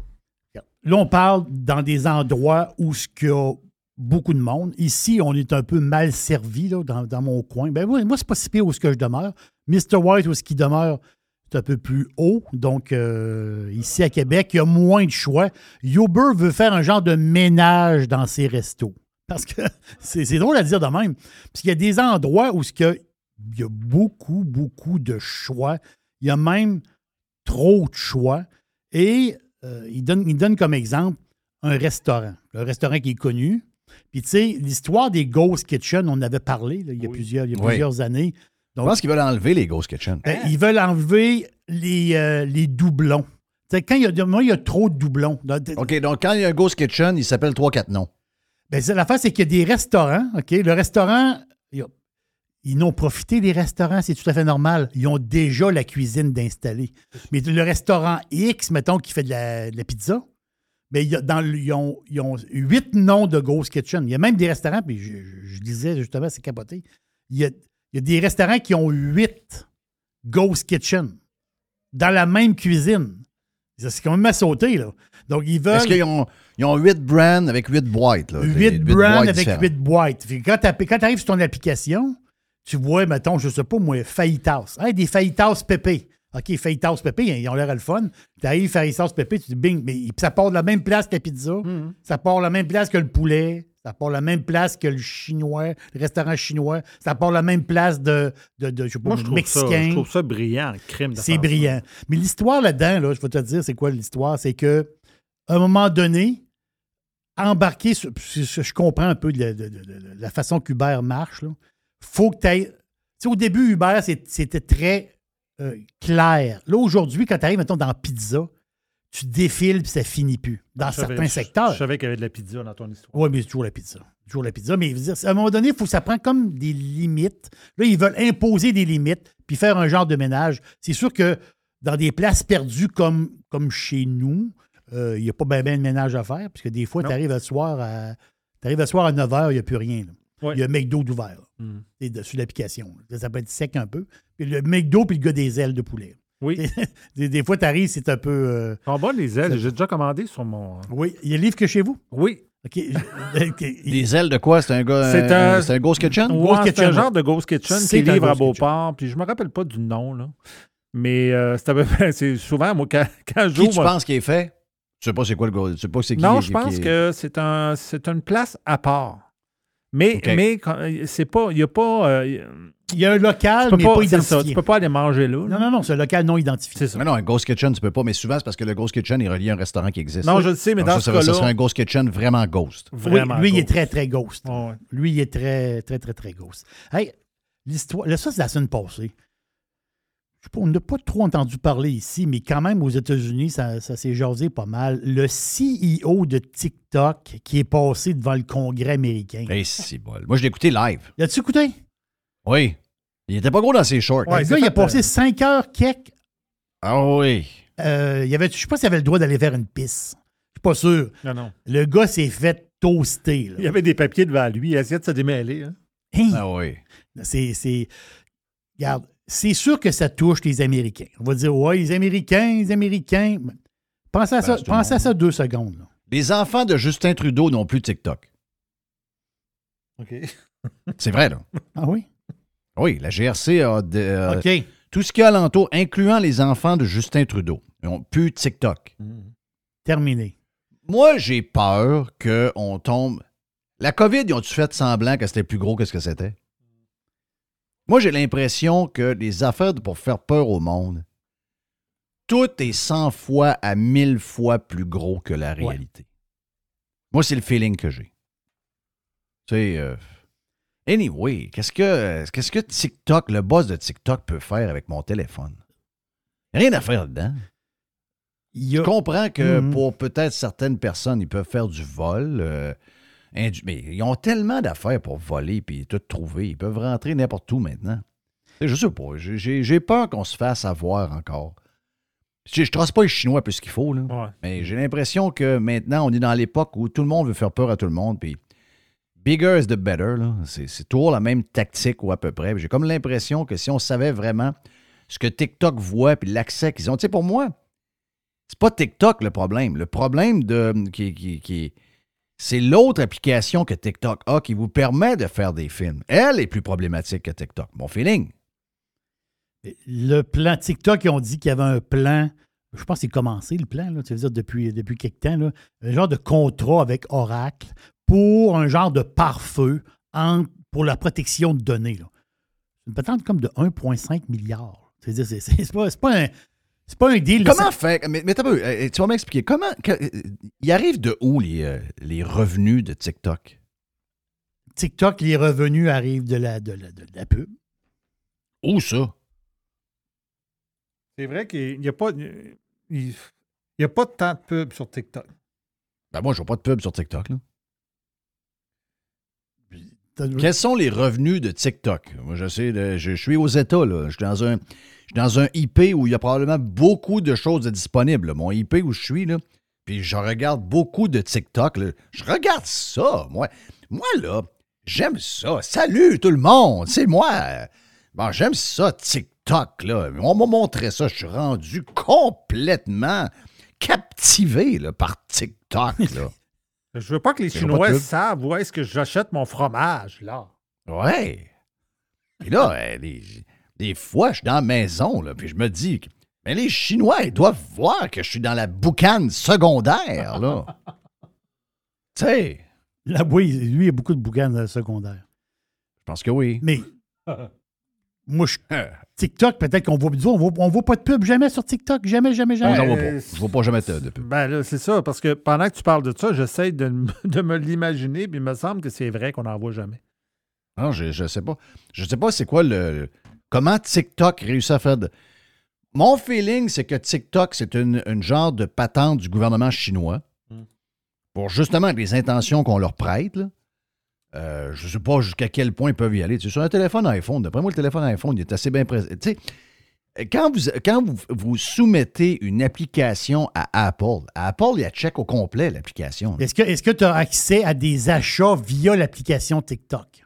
là, on parle dans des endroits où il y a beaucoup de monde. Ici, on est un peu mal servi là, dans, dans mon coin. Ben, moi, moi c'est pas si pire où ce que je demeure. mister White, où ce qui demeure, c'est un peu plus haut. Donc, euh, ici à Québec, il y a moins de choix. Uber veut faire un genre de ménage dans ses restos. Parce que c'est, c'est drôle à dire de même. Parce qu'il y a des endroits où ce que il y a beaucoup, beaucoup de choix. Il y a même trop de choix. Et euh, il, donne, il donne comme exemple un restaurant. Un restaurant qui est connu. Puis, tu sais, l'histoire des Ghost Kitchen, on en avait parlé là, il y a, oui. plusieurs, il y a oui. plusieurs années. Donc,
je pense qu'ils veulent enlever les Ghost Kitchen.
Ben, ils veulent enlever les, euh, les doublons. T'sais, quand il y a, moi, il y a trop de doublons.
OK, donc quand il y a un Ghost Kitchen, il s'appelle trois quatre noms.
Ben, l'affaire, c'est qu'il y a des restaurants. OK, le restaurant... Il y a, Ils n'ont profité des restaurants, c'est tout à fait normal. Ils ont déjà la cuisine d'installer. Mais le restaurant X, mettons, qui fait de la, de la pizza, bien, il y a dans, ils, ont, ils ont huit noms de Ghost Kitchen. Il y a même des restaurants, puis je, je, je disais justement, c'est capoté. Il y, a, il y a des restaurants qui ont huit Ghost Kitchen. dans la même cuisine. C'est quand même à sauter, là. Donc, ils veulent...
Est-ce qu'ils ont, ils ont huit brands avec huit boîtes? Là,
huit brands avec huit boîtes. Fait que quand tu arrives sur ton application, tu vois, mettons, je sais pas moi, Fajitas. Hey, des Fajitas pépé. OK, Fajitas pépé, ils ont l'air le fun. Tu arrives, Fajitas pépé, tu dis bing, mais ça part de la même place que la pizza. Mm-hmm. Ça part de la même place que le poulet. Ça part de la même place que le chinois, le restaurant chinois. Ça part de la même place de, de, de je sais pas,
Moi, je trouve
mexicain.
Ça, je trouve ça brillant, le crime.
C'est brillant. Ça. Mais l'histoire là-dedans, là, je vais te dire, c'est quoi l'histoire? C'est que à un moment donné, embarquer, sur, je comprends un peu de la, de, de, de la façon qu'Uber marche. Il faut que tu ailles. Tu sais, au début, Uber, c'était très euh, clair. Là, aujourd'hui, quand tu arrives, mettons, dans Pizza, tu défiles puis ça finit plus. Dans
je
certains
savais,
secteurs.
Je savais qu'il y avait de la pizza dans ton histoire.
Oui, mais c'est toujours la pizza. Toujours la pizza. Mais dire, à un moment donné, il faut que ça prenne comme des limites. Là, ils veulent imposer des limites puis faire un genre de ménage. C'est sûr que dans des places perdues comme, comme chez nous, il euh, n'y a pas bien ben de ménage à faire, puisque des fois, tu arrives le soir à t'arrives le soir à neuf heures, il n'y a plus rien. Il ouais. y a un McDo d'ouvert mm. C'est sur l'application. Là. Ça peut être sec un peu. Puis le McDo puis le gars des ailes de poulet.
Oui.
Des, des fois, tu arrives, c'est un peu... Euh,
en bas, les ailes, j'ai déjà commandé sur mon...
Oui. Il y a le livre que chez vous?
Oui.
OK.
okay. Les ailes de quoi? C'est un gars...
C'est un,
c'est un Ghost Kitchen?
Ouais,
Ghost
c'est
Kitchen,
un genre de Ghost Kitchen
c'est
qui livre à Beauport. Puis je me rappelle pas du nom, là. Mais euh, c'est, à peu près, c'est souvent, moi, quand, quand j'ouvre...
Qui tu penses qu'il est fait? Tu sais pas c'est quoi le Ghost? Tu sais pas c'est qui?
Non,
qui,
je pense
qui...
que c'est, un, c'est une place à part. Mais, okay. mais c'est pas... Il n'y a pas... Euh,
il y a un local, mais
pas,
pas identifié.
Ça, tu peux pas aller manger là, là.
Non, non, non, c'est un local non identifié.
C'est ça. Mais non, un Ghost Kitchen, tu peux pas. Mais souvent, c'est parce que le Ghost Kitchen est relié à un restaurant qui existe.
Non, je le sais, mais
donc
dans
ça,
ce
ça,
cas-là...
Ça serait un Ghost Kitchen vraiment ghost.
Vraiment oui, lui,
ghost.
il est très, très ghost.
Oh, ouais.
Lui, il est très, très, très, très ghost. Hey, l'histoire... Là, ça, c'est la semaine passée. Je sais pas, on n'a pas trop entendu parler ici, mais quand même, aux États-Unis, ça, ça s'est jasé pas mal. Le C E O de TikTok qui est passé devant le Congrès américain.
Hey, c'est bon. Moi, je l'ai écouté live.
L'as-tu écouté?
Oui. Il était pas gros dans ses shorts.
Ouais, le gars, il a passé cinq heures kek.
Ah oui.
Euh, il avait, je ne sais pas s'il avait le droit d'aller faire une pisse. Je suis pas sûr.
Non, non.
Le gars s'est fait toaster. Là.
Il y avait des papiers devant lui. Il essayait de se démêler. Hein?
Hey,
ah oui.
C'est, c'est... Regarde, c'est sûr que ça touche les Américains. On va dire, ouais, les Américains, les Américains. Pensez à, ben, ça, pensez à ça deux secondes. Là.
Les enfants de Justin Trudeau n'ont plus de TikTok.
OK.
C'est vrai, là.
Ah oui?
Oui, la G R C a de, euh,
OK.
tout ce qu'il y a alentour, incluant les enfants de Justin Trudeau. Ils n'ont plus de TikTok.
Mmh. Terminé.
Moi, j'ai peur qu'on tombe... La COVID, ils ont-tu fait semblant que c'était plus gros que ce que c'était? Moi, j'ai l'impression que les affaires pour faire peur au monde, tout est cent fois à mille fois plus gros que la réalité. Ouais. Moi, c'est le feeling que j'ai. Tu sais... Euh, Anyway, qu'est-ce que, qu'est-ce que TikTok, le boss de TikTok peut faire avec mon téléphone? Rien à faire dedans. A... Je comprends que mm-hmm. pour peut-être certaines personnes, ils peuvent faire du vol. Euh, indu... Mais ils ont tellement d'affaires pour voler et tout trouver. Ils peuvent rentrer n'importe où maintenant. Je sais pas. J'ai, j'ai peur qu'on se fasse avoir encore. Je ne trace pas les Chinois plus qu'il faut, là.
Ouais.
Mais j'ai l'impression que maintenant, on est dans l'époque où tout le monde veut faire peur à tout le monde. Puis bigger is the better. Là. C'est, c'est toujours la même tactique ou à peu près. J'ai comme l'impression que si on savait vraiment ce que TikTok voit puis l'accès qu'ils ont. Tu sais, pour moi, c'est pas TikTok le problème. Le problème de qui, qui, qui, c'est l'autre application que TikTok a qui vous permet de faire des films. Elle est plus problématique que TikTok. Mon feeling.
Le plan TikTok, ils ont dit qu'il y avait un plan. Je pense que c'est commencé le plan, là, tu veux dire, depuis, depuis quelque temps. Là, un genre de contrat avec Oracle pour un genre de pare-feu en, pour la protection de données. Là. C'est une patente comme de un virgule cinq milliard. C'est-à-dire, c'est, c'est, c'est, pas, c'est, pas un, c'est pas un deal.
Comment
ça...
fait? Mais, mais t'as peu, tu vas m'expliquer. Comment. Que, il arrive de où les, euh, les revenus de TikTok?
TikTok, les revenus arrivent de la, de la, de la pub.
Où ça?
C'est vrai qu'il n'y a pas. Il n'y a pas tant de pubs sur TikTok.
Ben moi, je vois pas de pub sur TikTok, là. Quels sont les revenus de TikTok? Moi, je sais, je, je suis aux États, là. Je suis dans un, je suis dans un I P où il y a probablement beaucoup de choses disponibles. Là. Mon I P où je suis, là, puis je regarde beaucoup de TikTok. Là. Je regarde ça, moi. Moi, là, j'aime ça. Salut tout le monde, c'est moi. Bon, j'aime ça, TikTok. TikTok, là, on m'a montré ça, je suis rendu complètement captivé là, par TikTok, là.
Je veux pas que les
C'est
Chinois
pas de
savent où est-ce que j'achète mon fromage, là.
Ouais. Et là, euh, des, des fois, je suis dans la maison, là, puis je me dis, mais les Chinois, ils doivent voir que je suis dans la boucane secondaire, là. Tu sais.
Là, oui, lui, il y a beaucoup de boucanes secondaires.
Je pense que oui.
Mais, moi, je, TikTok, peut-être qu'on voit, on voit, on voit pas de pub jamais sur TikTok. Jamais, jamais, jamais.
Non, j'en vois pas. Je vois pas jamais de, de pub.
Ben là, c'est ça, parce que pendant que tu parles de ça, j'essaie de, de me l'imaginer, puis il me semble que c'est vrai qu'on n'en voit jamais.
Non, je, je sais pas. Je sais pas c'est quoi le... Comment TikTok réussit à faire de... Mon feeling, c'est que TikTok, c'est une, une genre de patente du gouvernement chinois mm. pour justement les intentions qu'on leur prête, là. Euh, je ne sais pas jusqu'à quel point ils peuvent y aller. Tu sais, sur un téléphone iPhone, d'après moi, le téléphone iPhone, il est assez bien présent. Tu sais, quand vous, quand vous, vous soumettez une application à Apple, Apple, il a check au complet l'application.
Est-ce que est-ce que tu as accès à des achats via l'application TikTok?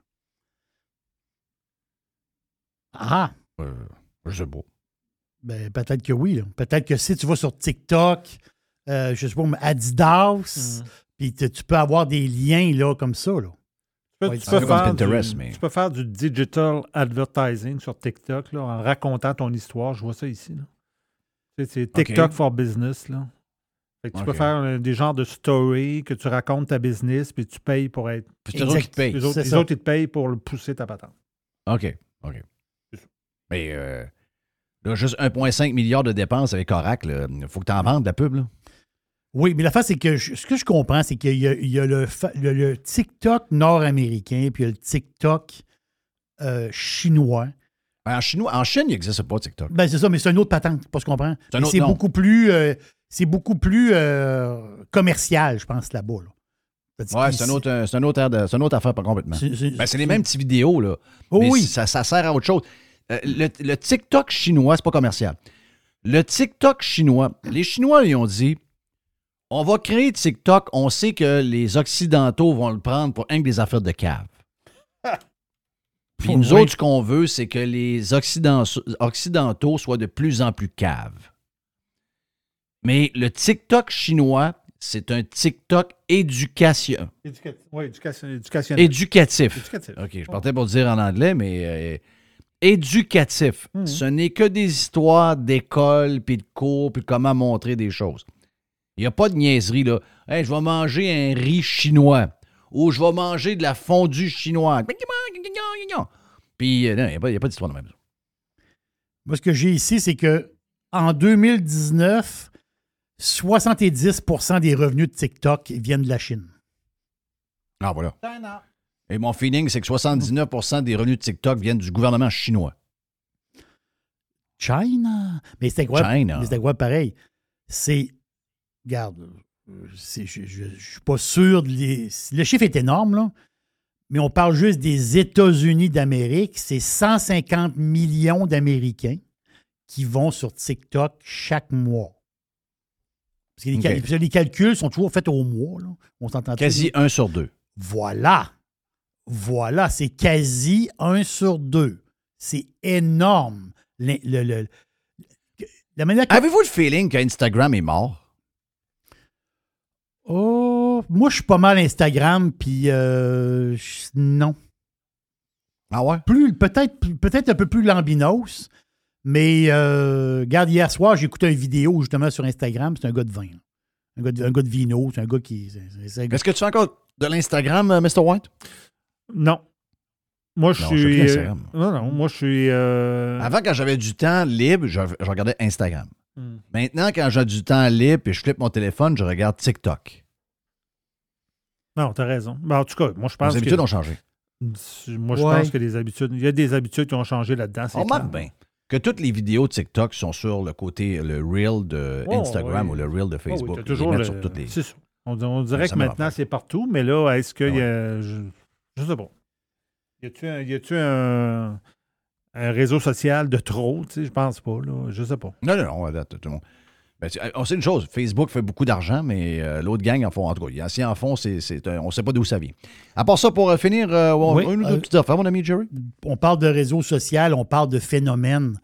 Ah!
Euh, je sais pas.
Ben, peut-être que oui. Là. Peut-être que si tu vas sur TikTok, euh, je sais pas, Adidas, mm. puis tu peux avoir des liens là, comme ça, là.
Tu peux, tu, peux faire du, mais... tu peux faire du digital advertising sur TikTok là, en racontant ton histoire. Je vois ça ici. Là. C'est, c'est TikTok okay. for business. Là. Fait que tu okay. peux faire euh, des genres de stories que tu racontes ta business puis tu payes pour être.
Puis c'est eux qui te payent.
Les autres, les autres, ils te payent pour le pousser ta patente.
OK. OK. Mais euh, là, juste un virgule cinq milliard de dépenses avec Oracle, il faut que tu en vendes de la pub. Là.
Oui, mais la face, c'est que je, ce que je comprends, c'est qu'il y a, il y a le, le, le TikTok nord-américain, puis il y a le TikTok euh, chinois.
En, chinois, en Chine, il n'existe pas TikTok.
Ben c'est ça, mais c'est une autre patente, pas ce qu'on comprend. C'est, c'est beaucoup plus, euh, c'est beaucoup plus euh, commercial, je pense, là-bas. Là.
Oui, c'est, un autre, c'est, un autre, c'est une autre affaire, pas complètement. C'est, c'est, ben, c'est les mêmes petites vidéos, là.
Oh,
mais
oui.
Ça, ça sert à autre chose. Euh, le, le TikTok chinois, c'est pas commercial. Le TikTok chinois, les Chinois, ils ont dit... On va créer TikTok, on sait que les Occidentaux vont le prendre pour un des affaires de cave. Puis oh, nous oui. autres, ce qu'on veut, c'est que les Occidentaux, Occidentaux soient de plus en plus caves. Mais le TikTok chinois, c'est un TikTok éducation.
Éducatif. Oui, éducation, éducationnel.
Éducatif.
Éducatif.
OK, je partais pour le dire en anglais, mais euh, éducatif. Mmh. Ce n'est que des histoires d'école, puis de cours, puis comment montrer des choses. Il n'y a pas de niaiserie, là. Hey, je vais manger un riz chinois. Ou je vais manger de la fondue chinoise. Puis, euh, non, il n'y a, a pas d'histoire de même.
Moi, ce que j'ai ici, c'est que en deux mille dix-neuf, soixante-dix pour cent des revenus de TikTok viennent de la Chine.
Ah, voilà. Et mon feeling, c'est que soixante-dix-neuf pour cent des revenus de TikTok viennent du gouvernement chinois.
China. Mais c'était quoi?
China.
Mais c'était quoi pareil? C'est... Regarde, c'est, je ne suis pas sûr. De les, le chiffre est énorme, là, mais on parle juste des États-Unis d'Amérique. C'est cent cinquante millions d'Américains qui vont sur TikTok chaque mois. Parce que les, okay. cal- les calculs sont toujours faits au mois. Là. On s'entend
quasi un sur deux.
Voilà. Voilà, c'est quasi un sur deux. C'est énorme. Le, le, le, la manière que...
Avez-vous le feeling qu'Instagram est mort?
Oh, moi, je suis pas mal Instagram, puis euh, non.
Ah ouais?
Plus, peut-être, peut-être un peu plus lambinos, mais euh, regarde, hier soir, j'ai écouté une vidéo justement sur Instagram, c'est un gars de vin. Un gars de, un gars de vino, c'est un gars qui... C'est, c'est un gars...
Est-ce que tu fais encore de l'Instagram, euh, mister White?
Non. Moi, je
non,
suis...
Je
euh, non, non, moi, je suis... Euh...
Avant, quand j'avais du temps libre, je, je regardais Instagram. Hmm. Maintenant, quand j'ai du temps libre et je flippe mon téléphone, je regarde TikTok.
Non, t'as raison. Ben, en tout cas, moi, je pense
Les habitudes
que...
ont changé.
Moi, je ouais. pense que les habitudes... Il y a des habitudes qui ont changé là-dedans.
On remarque bien que toutes les vidéos de TikTok sont sur le côté, le Reel de oh, Instagram oui. ou le Reel de Facebook. Oh, oui,
toujours
les
le...
sur toutes les...
C'est ça. On, on dirait ça que maintenant, c'est partout, mais là, est-ce qu'il ah, y a... Ouais. Je... je sais pas. Y a-tu un... Y a-tu un... un réseau social de trop, tu sais, je pense pas, là. Je sais pas.
Non, non, non, tout le monde. Ben, on sait une chose, Facebook fait beaucoup d'argent, mais euh, l'autre gang en font, en tout cas, si en font, c'est, c'est, on ne sait pas d'où ça vient. À part ça, pour euh, finir, euh, on,
oui,
une ou deux
euh,
petites affaires, mon ami Jerry?
On parle de réseau social, on parle de phénomènes.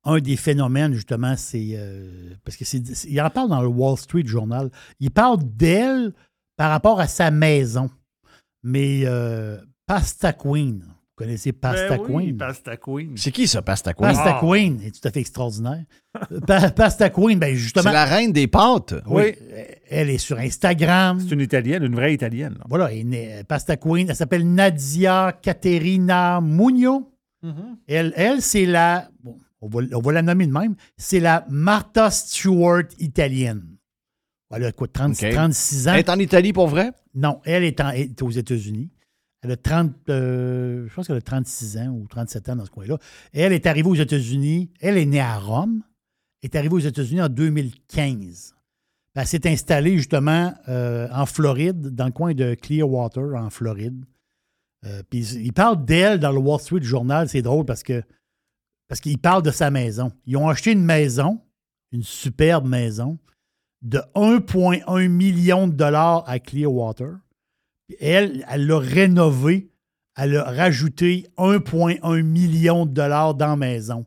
un des phénomènes, justement, c'est... Euh, parce que c'est, c'est, il en parle dans le Wall Street Journal. Il parle d'elle par rapport à sa maison. Mais euh, Pasta Queen, vous connaissez Pasta
ben
Queen?
Oui, Pasta Queen.
C'est qui ça, Pasta Queen?
Pasta
Oh.
Queen est tout à fait extraordinaire. Pa- Pasta Queen, ben justement...
C'est la reine des pâtes.
Oui.
Oui.
Elle est sur Instagram.
C'est une Italienne, une vraie Italienne. Là.
Voilà, elle est née- Pasta Queen. Elle s'appelle Nadia Caterina Mugno.
Mm-hmm.
Elle, elle c'est la... Bon, on va, on va la nommer de même. C'est la Martha Stewart italienne. Elle a quoi, trente,
OK.
trente-six ans?
Elle est en Italie pour vrai?
Non, elle est, en- est aux États-Unis. Elle a trente, euh, je pense qu'elle a trente-six ans ou trente-sept ans dans ce coin-là. Elle est arrivée aux États-Unis. Elle est née à Rome. Elle est arrivée aux États-Unis en deux mille quinze. Elle s'est installée justement euh, en Floride, dans le coin de Clearwater, en Floride. Euh, puis il parle d'elle dans le Wall Street Journal. C'est drôle parce que parce qu'il parle de sa maison. Ils ont acheté une maison, une superbe maison, de un virgule un million de dollars à Clearwater. Puis elle, elle l'a rénovée. Elle a rajouté un virgule un million de dollars dans la maison.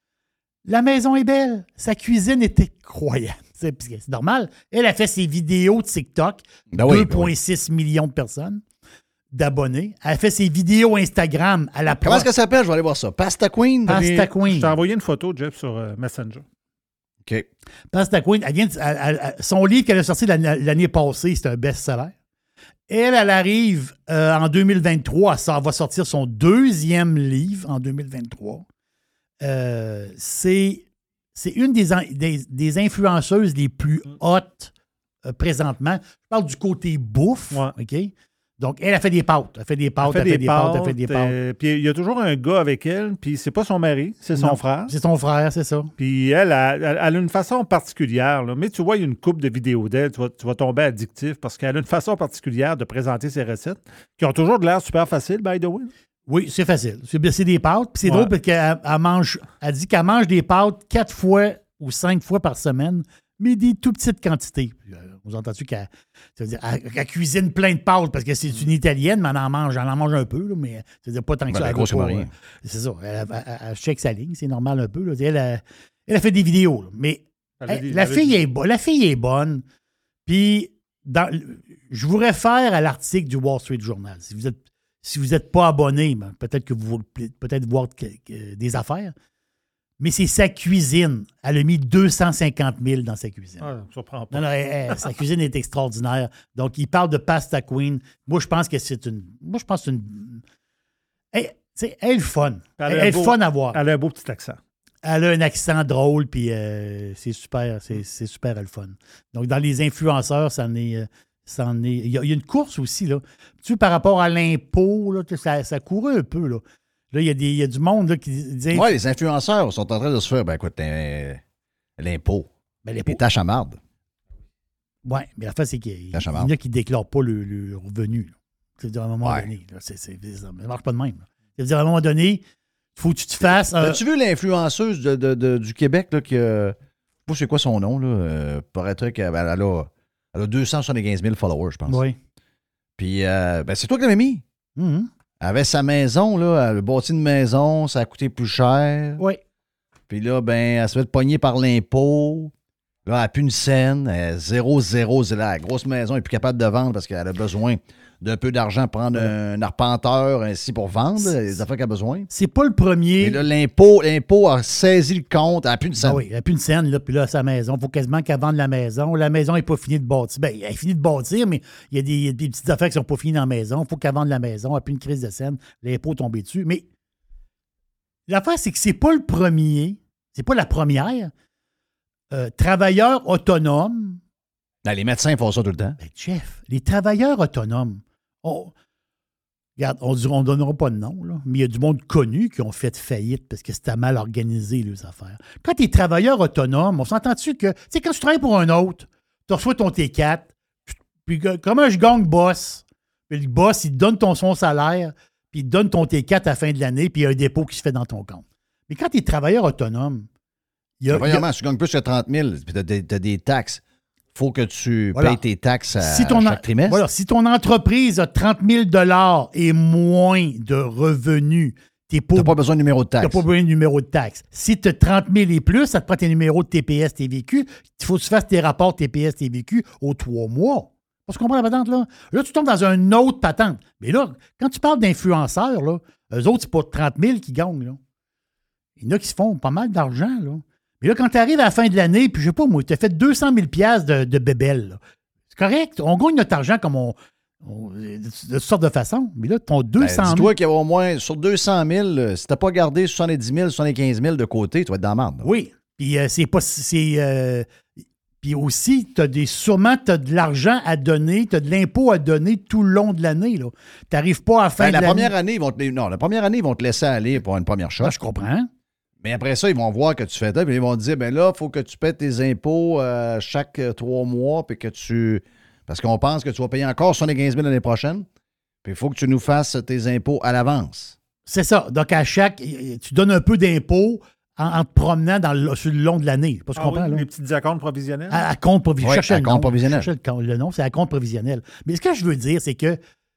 La maison est belle. Sa cuisine est incroyable. C'est, c'est normal. Elle a fait ses vidéos de TikTok.
Ben oui,
deux
ben oui.
virgule six millions de personnes d'abonnés. Elle a fait ses vidéos Instagram à la
Comment est-ce que ça s'appelle? Je vais aller voir ça. Pasta Queen?
Pasta
Mais
Queen.
Je t'ai envoyé une photo, Jeff, sur euh, Messenger.
OK.
Pasta Queen, elle vient de- elle- elle- elle- son livre qu'elle a sorti l'année, l'année passée, c'est un best-seller. Elle, elle arrive euh, en deux mille vingt-trois. Ça va sortir son deuxième livre en deux mille vingt-trois. Euh, c'est, c'est une des, en- des, des influenceuses les plus hautes euh, présentement. Je parle du côté bouffe.
Ouais.
OK? Donc, elle a fait des pâtes. Elle fait des pâtes, elle fait des pâtes, elle fait des pâtes.
euh, puis il y a toujours un gars avec elle, puis c'est pas son mari, c'est son
Non,
frère.
C'est son frère, c'est ça.
Puis elle, elle, elle a une façon particulière. Là. Mais tu vois, il y a une couple de vidéos d'elle, tu vas, tu vas tomber addictif parce qu'elle a une façon particulière de présenter ses recettes qui ont toujours de l'air super facile, by the way.
Oui, c'est facile. C'est, c'est des pâtes. Puis c'est
Ouais.
drôle parce qu'elle elle mange, elle dit qu'elle mange des pâtes quatre fois ou cinq fois par semaine, mais des tout petites quantités. Euh, Vous entendez qu'elle, ça veut dire, elle, elle cuisine plein de pâtes parce que c'est une Italienne, mais elle en mange, elle en mange un peu, là, mais c'est pas tant que
Ben,
ça.
ben,
Elle
gros,
veut
c'est
pas,
pas rien.
euh, c'est ça. Elle, elle- elle- elle check sa ligne, c'est normal un peu. Là. Elle, elle, elle a fait des vidéos, là, mais
Elle a
elle-
des-
la,
elle a
fille
des-
est bo- la fille est bonne. Puis, dans- je vous réfère à l'article du Wall Street Journal. Si vous êtes Si vous n'êtes pas abonné, ben, peut-être que vous voulez peut-être voir que- que- des affaires. Mais c'est sa cuisine. Elle a mis deux cent cinquante mille dans sa cuisine.
Ah, ça prend pas.
Non, non, elle- elle- sa cuisine est extraordinaire. Donc, il parle de Pasta Queen. Moi, je pense que c'est une. Moi, je pense que c'est une. Elle, tu sais, elle est le fun.
Elle a
Elle,
un
elle est
beau-
le fun à voir.
Elle a un beau petit accent.
Elle a un accent drôle, puis euh, c'est super, c'est, c'est super le fun. Donc, dans les influenceurs, ça en est. euh, ça en est- Il y, a, il y a une course aussi, là. Tu sais, par rapport à l'impôt, là, tu sais, ça, ça courait un peu, là. Là, il y a, des, il y a du monde là, qui dit.
Oui, les influenceurs sont en train de se faire, ben écoute, euh, l'impôt.
Ben,
Les tâches à marde.
Oui, mais la fin, c'est qu'il y,
Tâche à
il y en
marde.
a qui ne déclarent pas le, le revenu. là. C'est-à-dire, à un moment
Ouais.
donné, là, c'est, c'est, ça ne marche pas de même. là. C'est-à-dire, à un moment donné, il faut que tu te fasses. un-
As-tu vu l'influenceuse de, de- de- du Québec, là, qui a. Je sais pas c'est quoi son nom, là. Euh, paraîtrait qu'elle elle a, elle a deux cent soixante-quinze mille followers, je pense.
Oui.
Puis, euh, ben, c'est toi qui l'avais mis.
Mhm.
Elle avait sa maison, là. Elle a bâti une maison, ça a coûté plus cher.
Oui.
Puis là, ben, elle se fait pogner par l'impôt. Là, elle n'a plus une scène. Elle, zéro, zéro, zéro. La grosse maison, elle n'est plus capable de vendre parce qu'elle a besoin d'un peu d'argent pour prendre un, un arpenteur ainsi pour vendre là, les affaires qu'elle a besoin.
C'est pas le premier.
Et là, l'impôt, l'impôt a saisi le compte. Elle n'a plus une scène.
Ah oui, il n'y a plus une scène, là, puis là, sa maison. Il faut quasiment qu'elle vende la maison. La maison n'est pas finie de bâtir. Bien, elle est finie de bâtir, mais il y a des, il y a des petites affaires qui ne sont pas finies dans la maison. Il faut qu'elle vende la maison. Elle n'a plus une crise de scène. L'impôt est tombé dessus. Mais l'affaire, c'est que c'est pas le premier, c'est pas la première. Euh, travailleur autonome.
Ben, les médecins font ça tout le temps.
Ben, Jeff, les travailleurs autonomes, on, regarde, on ne donnera pas de nom, là, mais il y a du monde connu qui ont fait faillite parce que c'était mal organisé, les affaires. Quand tu es travailleur autonome, on s'entend-tu que, tu sais, quand tu travailles pour un autre, tu reçois ton T quatre, puis que- comment je gagne boss? Puis le boss, il te donne ton, son salaire, puis il te donne ton T quatre à la fin de l'année, puis il y a un dépôt qui se fait dans ton compte. Mais quand tu es travailleur autonome, il y a. il y a-
Premièrement, si tu gagnes plus que trente mille, puis tu as des, t'as des taxes, il faut que tu
Voilà.
payes tes taxes à
Si ton,
chaque trimestre.
voilà, si ton entreprise a trente mille dollars et moins de revenus,
Tu n'as pas besoin de numéro de taxe.
Tu n'as pas besoin de numéro de taxe. Si tu as trente mille et plus, ça te prend tes numéros de T P S, T V Q. Il faut que tu fasses tes rapports T P S, T V Q aux trois mois. Tu comprends la patente, là? Là, tu tombes dans une autre patente. Mais là, quand tu parles d'influenceurs, là, eux autres, c'est pas trente mille qui gagnent, là. Il y en a qui se font pas mal d'argent, là. Mais là, quand tu arrives à la fin de l'année, puis je sais pas, moi, tu as fait deux cent mille dollars de, de bébelle, là. C'est correct. On gagne notre argent comme on... on de toutes sortes de façons. Mais là, ton deux cent mille...
Ben, dis-toi qu'il y a au moins, sur deux cent mille, si tu n'as pas gardé soixante-dix mille, soixante-quinze mille de côté, tu vas être dans la merde.
Oui. Puis euh, c'est pas... C'est... Euh, Puis aussi, tu as des, sûrement, tu as de l'argent à donner, tu as de l'impôt à donner tout le long de l'année. Tu n'arrives pas à la fin
ben,
de
la
l'année.
Première année, ils vont te, non, la première année, ils vont te laisser aller pour une première shot.
Ah, je comprends.
Mais après ça, ils vont voir que tu fais ça, puis ils vont te dire, ben là, il faut que tu paies tes impôts euh, chaque euh, trois mois, puis que tu... Parce qu'on pense que tu vas payer encore soixante-quinze mille l'année prochaine, puis il faut que tu nous fasses tes impôts à l'avance.
C'est ça. Donc, à chaque... Tu donnes un peu d'impôts en, en te promenant dans le, sur le long de l'année. Pas
ah
comprends,
oui,
là?
les petites acomptes provisionnels?
À, à compte provisionnel.
Oui, à compte provisionnel.
Le, le nom, c'est à compte provisionnel. Mais ce que je veux dire, c'est que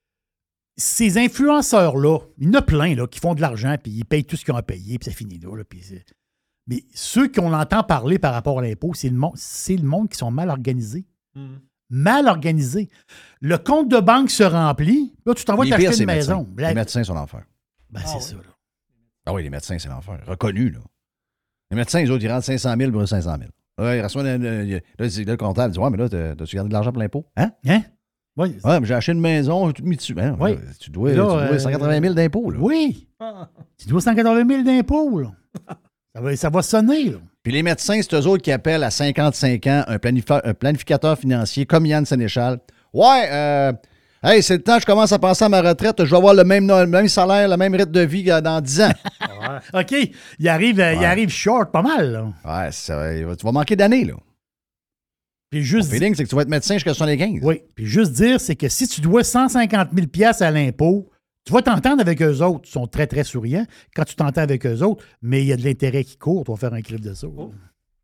ces influenceurs-là, il y en a plein là, qui font de l'argent, puis ils payent tout ce qu'ils ont à payer, puis ça finit là. là puis mais ceux qu'on entend parler par rapport à l'impôt, c'est le, monde, c'est le monde qui sont mal organisés. Mm. Mal organisés. Le compte de banque se remplit, là, tu t'en vas t'acheter une maison.
Médecins. La... Les médecins sont l'enfer.
Ben, ah, c'est oui. ça. Là.
Ah oui, les médecins, c'est l'enfer. Reconnu, là. Les médecins, les autres, ils rentrent cinq cent mille pour cinq cent mille. Ouais, il reçoit le, le, le, le, le comptable dit ouais, mais là, t'as-tu gardé de l'argent pour l'impôt? Hein?
Hein? Oui.
Ouais, mais j'ai acheté une maison, j'ai tout mis dessus. Ben,
oui.
là, tu dois, là, tu dois euh, cent quatre-vingt mille d'impôts. Là.
Oui. Ah. Tu dois cent quatre-vingt mille d'impôts. Là. Ça, va, ça va sonner. Là.
Puis les médecins, c'est eux autres qui appellent à cinquante-cinq ans un, planif- un planificateur financier comme Yann Sénéchal. Ouais, euh, hey, c'est le temps, je commence à penser à ma retraite, je vais avoir le même, le même salaire, le même rythme de vie dans dix ans.
Ouais. OK. Il arrive, ouais. il arrive short pas mal. Là.
Ouais, ça, tu vas manquer d'années, là.
Puis juste
Le feeling, c'est que tu vas être médecin jusqu'à soixante-quinze.
Oui. Puis juste dire, c'est que si tu dois cent cinquante mille dollars à l'impôt, tu vas t'entendre avec eux autres. Ils sont très, très souriants quand tu t'entends avec eux autres, mais il y a de l'intérêt qui court. Tu vas faire un clip de ça. Oh.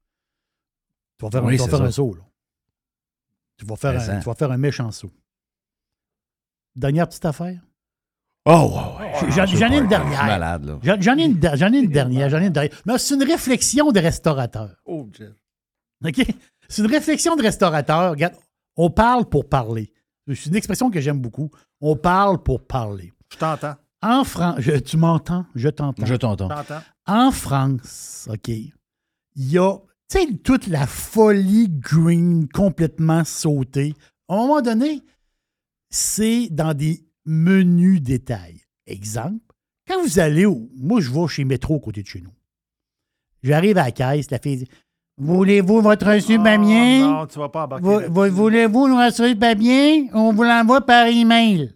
Tu vas faire, oui, un, tu vas faire un saut. Là. Tu, vas faire un, tu vas faire un méchant saut. Dernière petite affaire.
Oh, ouais, ouais.
J'en, j'en ai une dernière.
Je suis malade, là.
J'en, j'en, ai une, j'en ai une dernière. J'en ai une dernière. Mais c'est une réflexion de restaurateur.
Oh, Jeff.
OK? C'est une réflexion de restaurateur. Regarde, on parle pour parler. C'est une expression que j'aime beaucoup. On parle pour parler.
Je t'entends.
En France, tu m'entends? Je t'entends.
Je t'entends.
t'entends.
En France, OK, il y a, tu sais, toute la folie green complètement sautée. À un moment donné, c'est dans des menus détails. Exemple, quand vous allez, au, moi, je vais chez Métro à côté de chez nous. J'arrive à la caisse, la fille dit, voulez-vous votre reçu
oh,
papier?
Non, tu vas pas embarquer.
Vous, vous, voulez-vous le reçu papier? On vous l'envoie par email.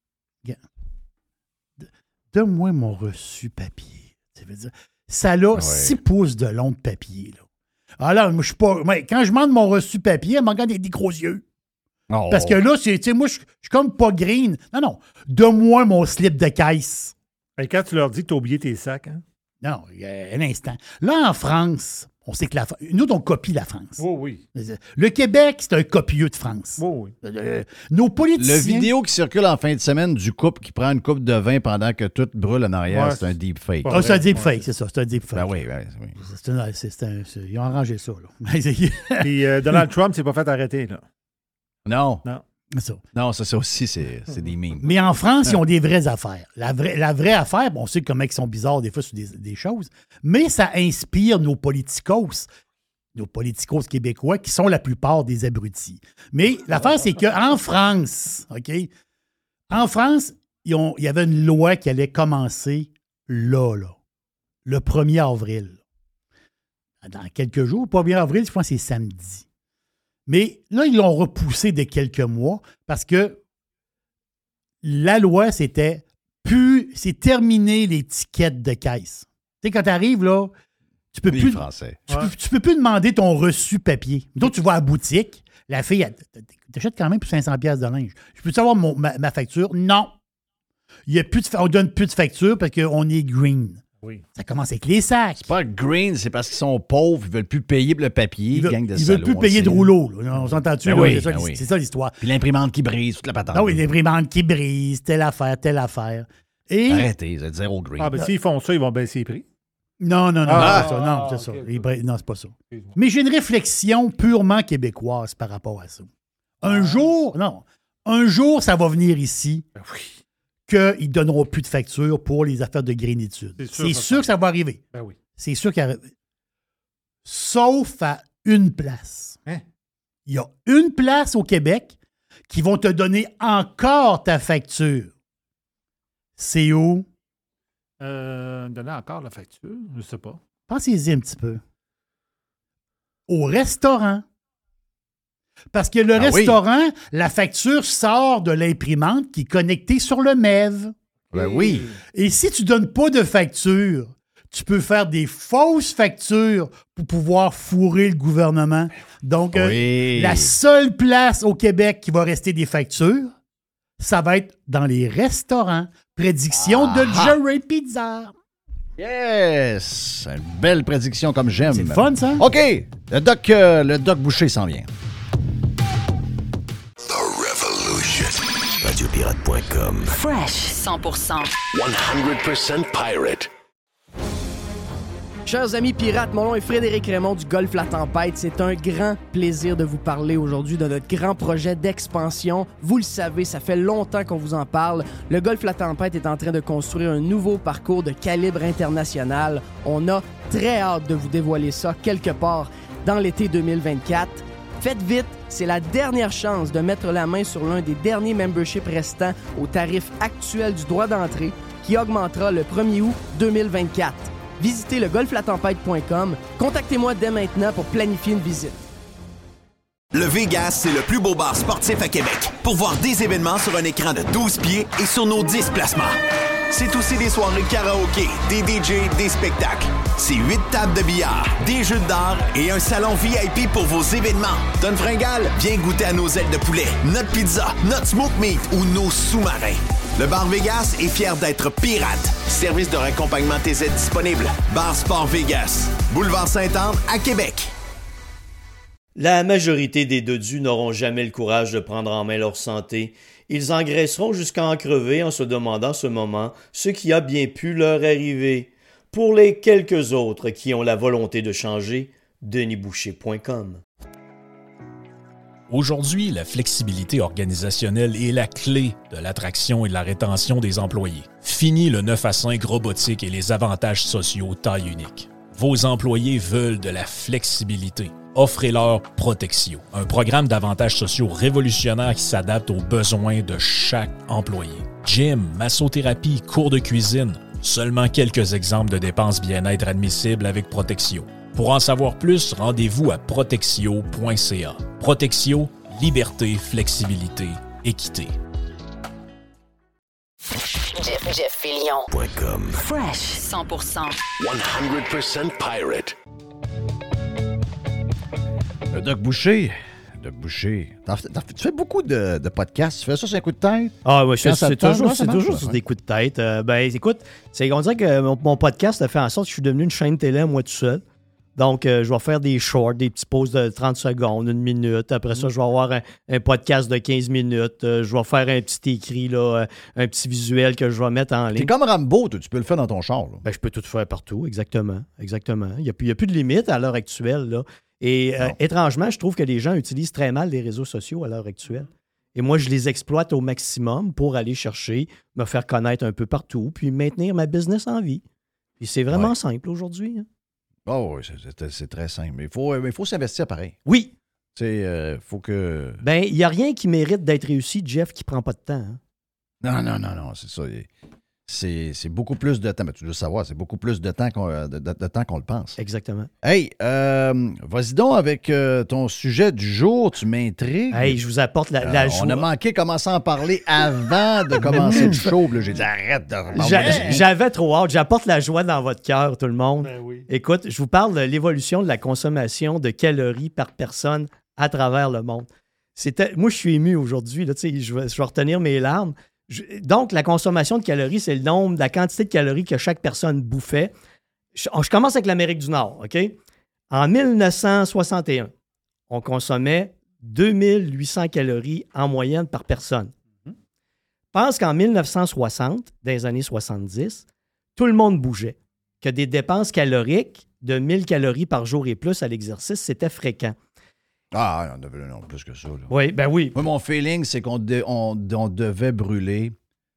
Donne-moi mon reçu papier. Ça veut dire, ça a ouais. six pouces de long de papier. Là. Alors, moi, je suis pas. Ouais, quand je demande mon reçu papier, elle me regarde avec des gros yeux. Oh. Parce que là, c'est, moi, je suis comme pas green. Non, non. Donne-moi mon slip de caisse.
Et quand tu leur dis que tu as oublié tes sacs, hein?
Non, un instant. Là, en France, on sait que la nous, on copie la France.
Oh oui.
Le Québec, c'est un copieux de France.
Oh oui.
Euh, nos politiciens...
Le vidéo qui circule en fin de semaine du couple qui prend une coupe de vin pendant que tout brûle en arrière, ouais, c'est un deep fake.
Ah, c'est un deep fake, ouais, c'est ça. C'est un deep fake.
Ben oui, ben oui.
C'est un, c'est, c'est un, c'est, ils ont arrangé ça, là.
Puis euh, Donald Trump s'est pas fait arrêter, là.
Non.
Non.
Ça.
Non, ça, ça aussi, c'est, c'est des mimes.
Mais en France, ils ont des vraies affaires. La vraie, la vraie affaire, bon, on sait comment ils sont bizarres des fois sur des, des choses, mais ça inspire nos politicos, nos politicos québécois, qui sont la plupart des abrutis. Mais l'affaire, c'est qu'en France, OK, en France, ils ont, il y avait une loi qui allait commencer là, là, le premier avril. Dans quelques jours, le premier avril, je pense que c'est samedi. Mais là, ils l'ont repoussé de quelques mois parce que la loi, c'était plus, c'est terminer les tickets de caisse. Tu sais, quand tu arrives, là, tu peux
les
plus.
Français.
Tu, ouais. peux, tu peux plus demander ton reçu papier. Donc, tu vas à la boutique, la fille, tu achètes quand même pour cinq cents dollars de linge. Je peux savoir mon, ma, ma facture? Non. Il y a plus de, on ne donne plus de facture parce qu'on est green.
Oui.
Ça commence avec les sacs.
C'est pas green, c'est parce qu'ils sont pauvres, ils veulent plus payer pour le papier.
Ils, veut,
gang de
ils veulent plus payer de rouleau. Là. On s'entend-tu?
Ben
là,
oui,
c'est, ça,
ben
c'est,
oui.
c'est ça l'histoire.
Puis l'imprimante qui brise, toute la patente.
Ah oui, l'imprimante qui brise, telle affaire, telle affaire. Et...
Arrêtez, vous êtes zéro green.
Ah, ben s'ils font ça, ils vont baisser les prix.
Non, non, non,
Ah,
c'est ça. Non, c'est
okay,
ça.
okay.
Les... Non, c'est pas ça. Mais j'ai une réflexion purement québécoise par rapport à ça. Un jour, non, un jour, ça va venir ici
Ben oui.
qu'ils ne donneront plus de facture pour les affaires de grénitude.
C'est sûr,
C'est
ça
sûr
va.
que ça va arriver.
Ben oui.
C'est sûr qu'il arrive. Sauf à une place.
Hein?
Il y a une place au Québec qui vont te donner encore ta facture. C'est où?
Euh, donner encore la facture, je sais pas.
Pensez-y un petit peu. Au restaurant. Parce que le
Ah oui.
restaurant, la facture sort de l'imprimante qui est connectée sur le M E V.
Ben oui.
Et si tu ne donnes pas de facture, tu peux faire des fausses factures pour pouvoir fourrer le gouvernement. Donc, euh,
Oui.
la seule place au Québec qui va rester des factures, ça va être dans les restaurants. Prédiction
Ah.
de Jerry Pizza.
Yes! Une belle prédiction comme j'aime.
C'est le fun, ça?
OK. Le doc, euh, le doc Boucher s'en vient.
The Revolution. radio pirate point com.
Fresh cent pour cent.
one hundred percent pirate.
Chers amis pirates, mon nom est Frédéric Raymond du Golfe La Tempête. C'est un grand plaisir de vous parler aujourd'hui de notre grand projet d'expansion. Vous le savez, ça fait longtemps qu'on vous en parle. Le Golfe La Tempête est en train de construire un nouveau parcours de calibre international. On a très hâte de vous dévoiler ça quelque part dans l'été deux mille vingt-quatre. Faites vite, c'est la dernière chance de mettre la main sur l'un des derniers memberships restants au tarif actuel du droit d'entrée qui augmentera le premier août deux mille vingt-quatre. Visitez le golfe la tempête point com. Contactez-moi dès maintenant pour planifier une visite.
Le Vegas, c'est le plus beau bar sportif à Québec. Pour voir des événements sur un écran de douze pieds et sur nos dix placements. C'est aussi des soirées karaoké, des D J, des spectacles. C'est huit tables de billard, des jeux d'art et un salon V I P pour vos événements. Donne Fringale, viens goûter à nos ailes de poulet, notre pizza, notre smoke meat ou nos sous-marins. Le Bar Vegas est fier d'être pirate. Service de raccompagnement T Z disponible. Bar Sport Vegas. Boulevard Sainte-Anne à Québec.
La majorité des dodus n'auront jamais le courage de prendre en main leur santé. Ils engraisseront jusqu'à en crever en se demandant ce moment ce qui a bien pu leur arriver. Pour les quelques autres qui ont la volonté de changer, denis boucher point com.
Aujourd'hui, la flexibilité organisationnelle est la clé de l'attraction et de la rétention des employés. Fini le neuf à cinq robotique et les avantages sociaux taille unique. Vos employés veulent de la flexibilité. Offrez-leur Protexio, un programme d'avantages sociaux révolutionnaire qui s'adapte aux besoins de chaque employé. Gym, massothérapie, cours de cuisine, seulement quelques exemples de dépenses bien-être admissibles avec Protexio. Pour en savoir plus, rendez-vous à protexio point c a. Protexio, liberté, flexibilité, équité.
Jeff, Jeff Fillion.
.com.
Fresh cent pour cent.
one hundred percent pirate.
Le doc Boucher. Doc Boucher. T'en fais- t'en fais- tu fais beaucoup de, de podcasts. Tu fais ça sur un coup de tête?
Ah, ouais, je-
Quand ça
c'est
te tente,
toujours,
ouais, ça
c'est
marche,
toujours
ouais.
sur des coups de tête. Euh, ben, écoute, c'est, on dirait que mon, mon podcast a fait en sorte que je suis devenu une chaîne télé, moi tout seul. Donc, euh, je vais faire des shorts, des petits posts de trente secondes, une minute. Après ça, je vais avoir un, un podcast de quinze minutes. Euh, je vais faire un petit écrit, là, euh, un petit visuel que je vais mettre en
T'es
ligne.
comme Rambo, toi, tu peux le faire dans ton char. là.
Ben, je peux tout faire partout, exactement. Exactement. Il n'y a, plus- il y a plus de limite à l'heure actuelle. Là. Et euh,
Non.
étrangement, je trouve que les gens utilisent très mal les réseaux sociaux à l'heure actuelle. Et moi, je les exploite au maximum pour aller chercher, me faire connaître un peu partout, puis maintenir ma business en vie. Puis c'est vraiment
Ouais.
simple aujourd'hui. hein.
Oh, oui, c'est- c'est c'est très simple. Mais il faut, mais il faut s'investir pareil.
Oui.
Tu sais, euh, faut que.
Ben, il n'y a rien qui mérite d'être réussi, Jeff, qui prend pas de temps. hein.
Non, non, non, non, c'est ça. C'est c'est beaucoup plus de temps. Mais tu dois savoir, c'est beaucoup plus de temps qu'on de, de- de temps qu'on le pense.
Exactement.
Hey, euh, vas-y donc avec euh, ton sujet du jour. Tu m'intrigues.
Hey, je vous apporte la, la
Euh,
joie.
on a manqué commencer à en parler avant de commencer le show. Puis là, j'ai dit arrête de reparler
J'a-
de-
J'avais trop hâte. J'apporte la joie dans votre cœur, tout le monde.
Ben oui.
Écoute, je vous parle de l'évolution de la consommation de calories par personne à travers le monde. C'était, moi, je suis ému aujourd'hui. Là, tu sais, je, vais, je vais retenir mes larmes. Je- donc, la consommation de calories, c'est le nombre, la quantité de calories que chaque personne bouffait. Je, je commence avec l'Amérique du Nord, OK? En mille neuf cent soixante et un, on consommait deux mille huit cents calories en moyenne par personne. pense qu'en mille neuf cent soixante, dans les années soixante-dix, tout le monde bougeait. Que des dépenses caloriques de mille calories par jour et plus à l'exercice, c'était fréquent.
Ah, on avait non, plus que ça. Là.
Oui, ben oui.
Moi, mon feeling, c'est qu'on de- on, on devait brûler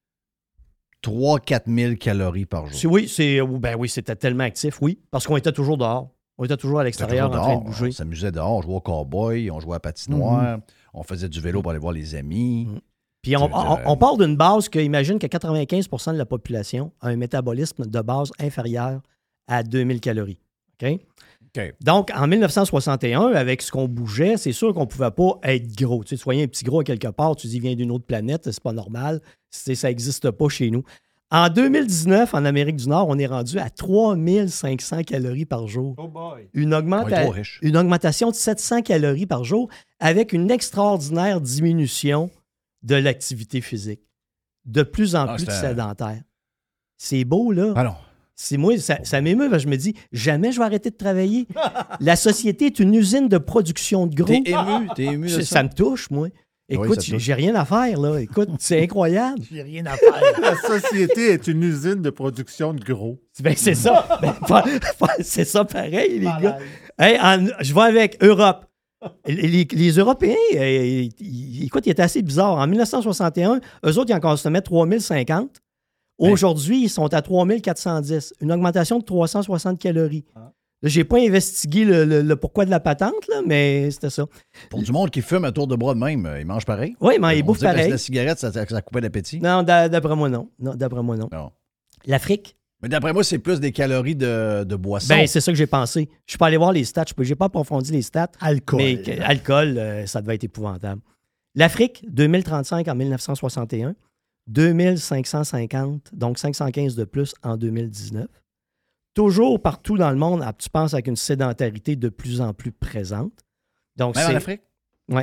trois à quatre mille calories par jour.
C'est- oui, c'est, ben oui, c'était tellement actif, oui, parce qu'on était toujours dehors. On était toujours à l'extérieur en
Toujours
train
dehors.
de bouger.
On s'amusait dehors, on jouait au cowboy, on jouait à patinoire,
Mm-hmm.
on faisait du vélo pour aller voir les amis.
Mm. Puis on, on, on part d'une base que, imagine que quatre-vingt-quinze pour cent de la population a un métabolisme de base inférieur à deux mille calories. OK?
OK.
Donc, en mille neuf cent soixante et un, avec ce qu'on bougeait, c'est sûr qu'on ne pouvait pas être gros. Tu sais, tu voyais un petit gros à quelque part, tu dis, il vient d'une autre planète, c'est pas normal. C'est, ça n'existe pas chez nous. En deux mille dix-neuf, en Amérique du Nord, on est rendu à trois mille cinq cents calories par jour.
Oh boy.
Une, augmenta-
On est trop riche.
une augmentation de sept cents calories par jour avec une extraordinaire diminution de l'activité physique. De plus en
Ah,
plus de
c'est un-
sédentaires. C'est beau, là.
Ah non.
C'est moi, ça, ça m'émeut, parce que je me dis, jamais je vais arrêter de travailler. La société est une usine de production de gros.
T'es ému, t'es ému de
ça.
ça.
me touche, moi.
Oui,
Écoute,
ça te
j'ai,
touche.
j'ai rien à faire, là. Écoute, c'est incroyable.
J'ai rien à faire.
La société est une usine de production de gros.
Ben, c'est ça. Ben, fa- fa- c'est ça pareil, les gars. Hey, en- je vais avec Europe. Les, les- les Européens, euh, ils- écoute, ils étaient assez bizarres. En mille neuf cent soixante et un, eux autres, ils en consommaient trois mille cinquante. Aujourd'hui, ils sont à trois mille quatre cent dix. Une augmentation de trois cent soixante calories. Là, j'ai pas investigué le, le- le pourquoi de la patente, là, mais c'était ça.
Pour du monde qui fume à tour de bras de même, euh, ils mangent pareil.
Oui, mais ils
On
bouffent
dit que
pareil.
la cigarette, ça, ça, ça coupait l'appétit.
Non, d'a- d'après moi, non. Non, d'après moi, non.
Non.
L'Afrique?
Mais d'après moi, c'est plus des calories de, de boisson.
Ben, c'est ça que j'ai pensé. Je suis pas allé voir les stats. Je n'ai pas approfondi les stats.
Alcool.
Mais que- alcool, euh, ça devait être épouvantable. L'Afrique, deux mille trente-cinq en mille neuf cent soixante et un, deux mille cinq cent cinquante, donc cinq cent quinze de plus en deux mille dix-neuf. Toujours partout dans le monde, ah, tu penses avec une sédentarité de plus en plus présente. Donc,
Même
c'est...
en Afrique?
Oui.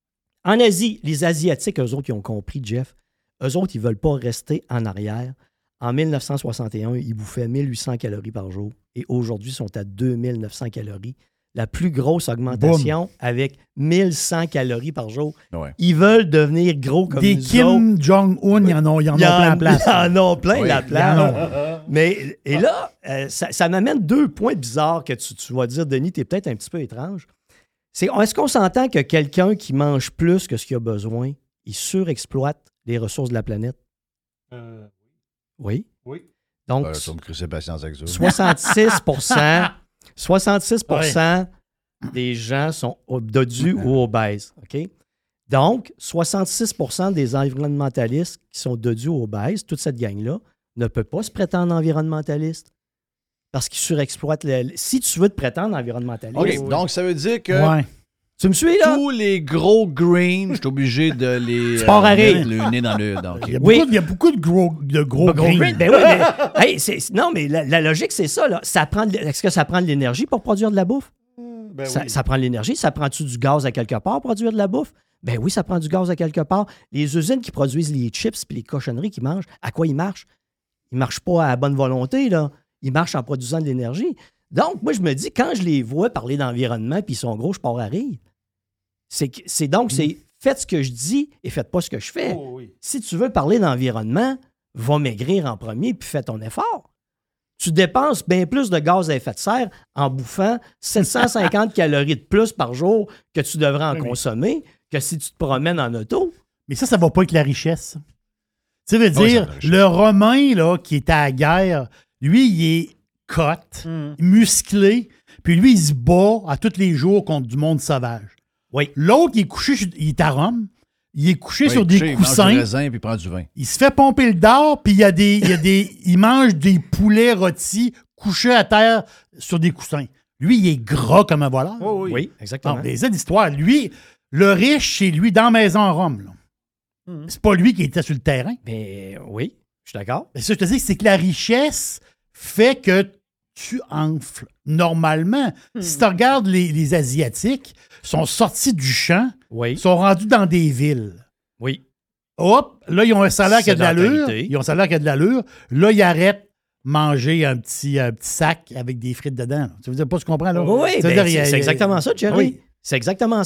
En Asie, les Asiatiques, eux autres, ils ont compris, Jeff. Eux autres, ils ne veulent pas rester en arrière. En mille neuf cent soixante et un, ils bouffaient mille huit cents calories par jour. Et aujourd'hui, ils sont à deux mille neuf cents calories. La plus grosse augmentation
Boum.
avec mille cent calories par jour.
Ouais.
Ils veulent devenir gros comme
Des
nous
Kim
autres.
Jong-un, ils en ont, ils en ont
Ils
plein la
en-
place.
Ils en ont plein
Oui,
la
ils en
place. Mais, et là, euh, ça, ça m'amène deux points bizarres que tu, tu vas dire, Denis, tu es peut-être un petit peu étrange. C'est, est-ce qu'on s'entend que quelqu'un qui mange plus que ce qu'il a besoin, il surexploite les ressources de la planète?
Euh,
Oui.
oui.
Donc,
Ben, tu vas me crisser patience avec ça.
soixante-six pour cent, soixante-six pour cent des gens sont dodus ou obèses. OK? Donc, soixante-six pour cent des environnementalistes qui sont dodus ou obèses, toute cette gang-là, ne peut pas se prétendre environnementaliste parce qu'ils surexploitent le... Si tu veux te prétendre environnementaliste...
OK, donc ça veut dire que
Ouais.
Tu me suis, là?
tous les gros greens, je suis obligé de les
Sport à rire.
mettre le nez dans le... dans-
Il y a,
OK.
beaucoup,
Oui.
de- il y a beaucoup de gros, de gros
Bah, gros
greens.
green, ben oui, mais, hey, c'est- c'est- non, mais la, la logique, c'est ça. Là. Ça prend de- est-ce que ça prend de l'énergie pour produire de la bouffe?
Ben
ça,
oui.
ça prend de l'énergie. Ça prend-tu du gaz à quelque part pour produire de la bouffe? Ben oui, ça prend du gaz à quelque part. Les usines qui produisent les chips et les cochonneries qu'ils mangent, à quoi ils marchent? Ils ne marchent pas à bonne volonté, là. Ils marchent en produisant de l'énergie. Donc, moi, je me dis, quand je les vois parler d'environnement puis ils sont gros, je pars à rire. C'est, que- c'est donc, c'est faites ce que je dis et faites pas ce que je fais.
Oh, oui.
Si tu veux parler d'environnement, va maigrir en premier puis fais ton effort. Tu dépenses bien plus de gaz à effet de serre en bouffant sept cent cinquante calories de plus par jour que tu devrais en
Oui, oui.
consommer que si tu te promènes en auto.
Mais ça, ça va pas avec la richesse. Tu sais, veut
Oui,
dire,
ça va, la richesse.
le Romain, là, qui était à la guerre, lui, il est cote,
Mm.
musclé, puis lui, il se bat à tous les jours contre du monde sauvage.
Oui.
L'autre, il est couché, sur- il est à Rome, il est couché
Oui,
sur
couché,
des
il mange
coussins,
du raisin puis il prend du vin.
il se fait pomper le dard, puis il y a des, il y a des, il mange des poulets rôtis couchés à terre sur des coussins. Lui, il est gras comme un voleur.
Oh, oui.
Oui, exactement.
Non, des histoires. Lui, le riche, c'est lui dans la maison à Rome. là.
Mhm.
C'est pas lui qui était sur le terrain.
Mais oui, je suis d'accord.
Mais ça, je te dis, c'est que la richesse fait que tu enfles normalement. Si tu regardes les, les Asiatiques, sont sortis du champ,
Oui,
sont rendus dans des villes.
oui.
Hop, là, ils ont un salaire qui a de l'allure.
Sédentarité.
Ils ont un salaire qui a de l'allure. Là, ils arrêtent manger un petit, un petit sac avec des frites dedans. là. Tu veux dire pas, tu comprends, là?
Oui,
Ça veut
ben,
dire, il y a-
c'est, c'est exactement ça, Jerry.
Oui.
C'est exactement ça.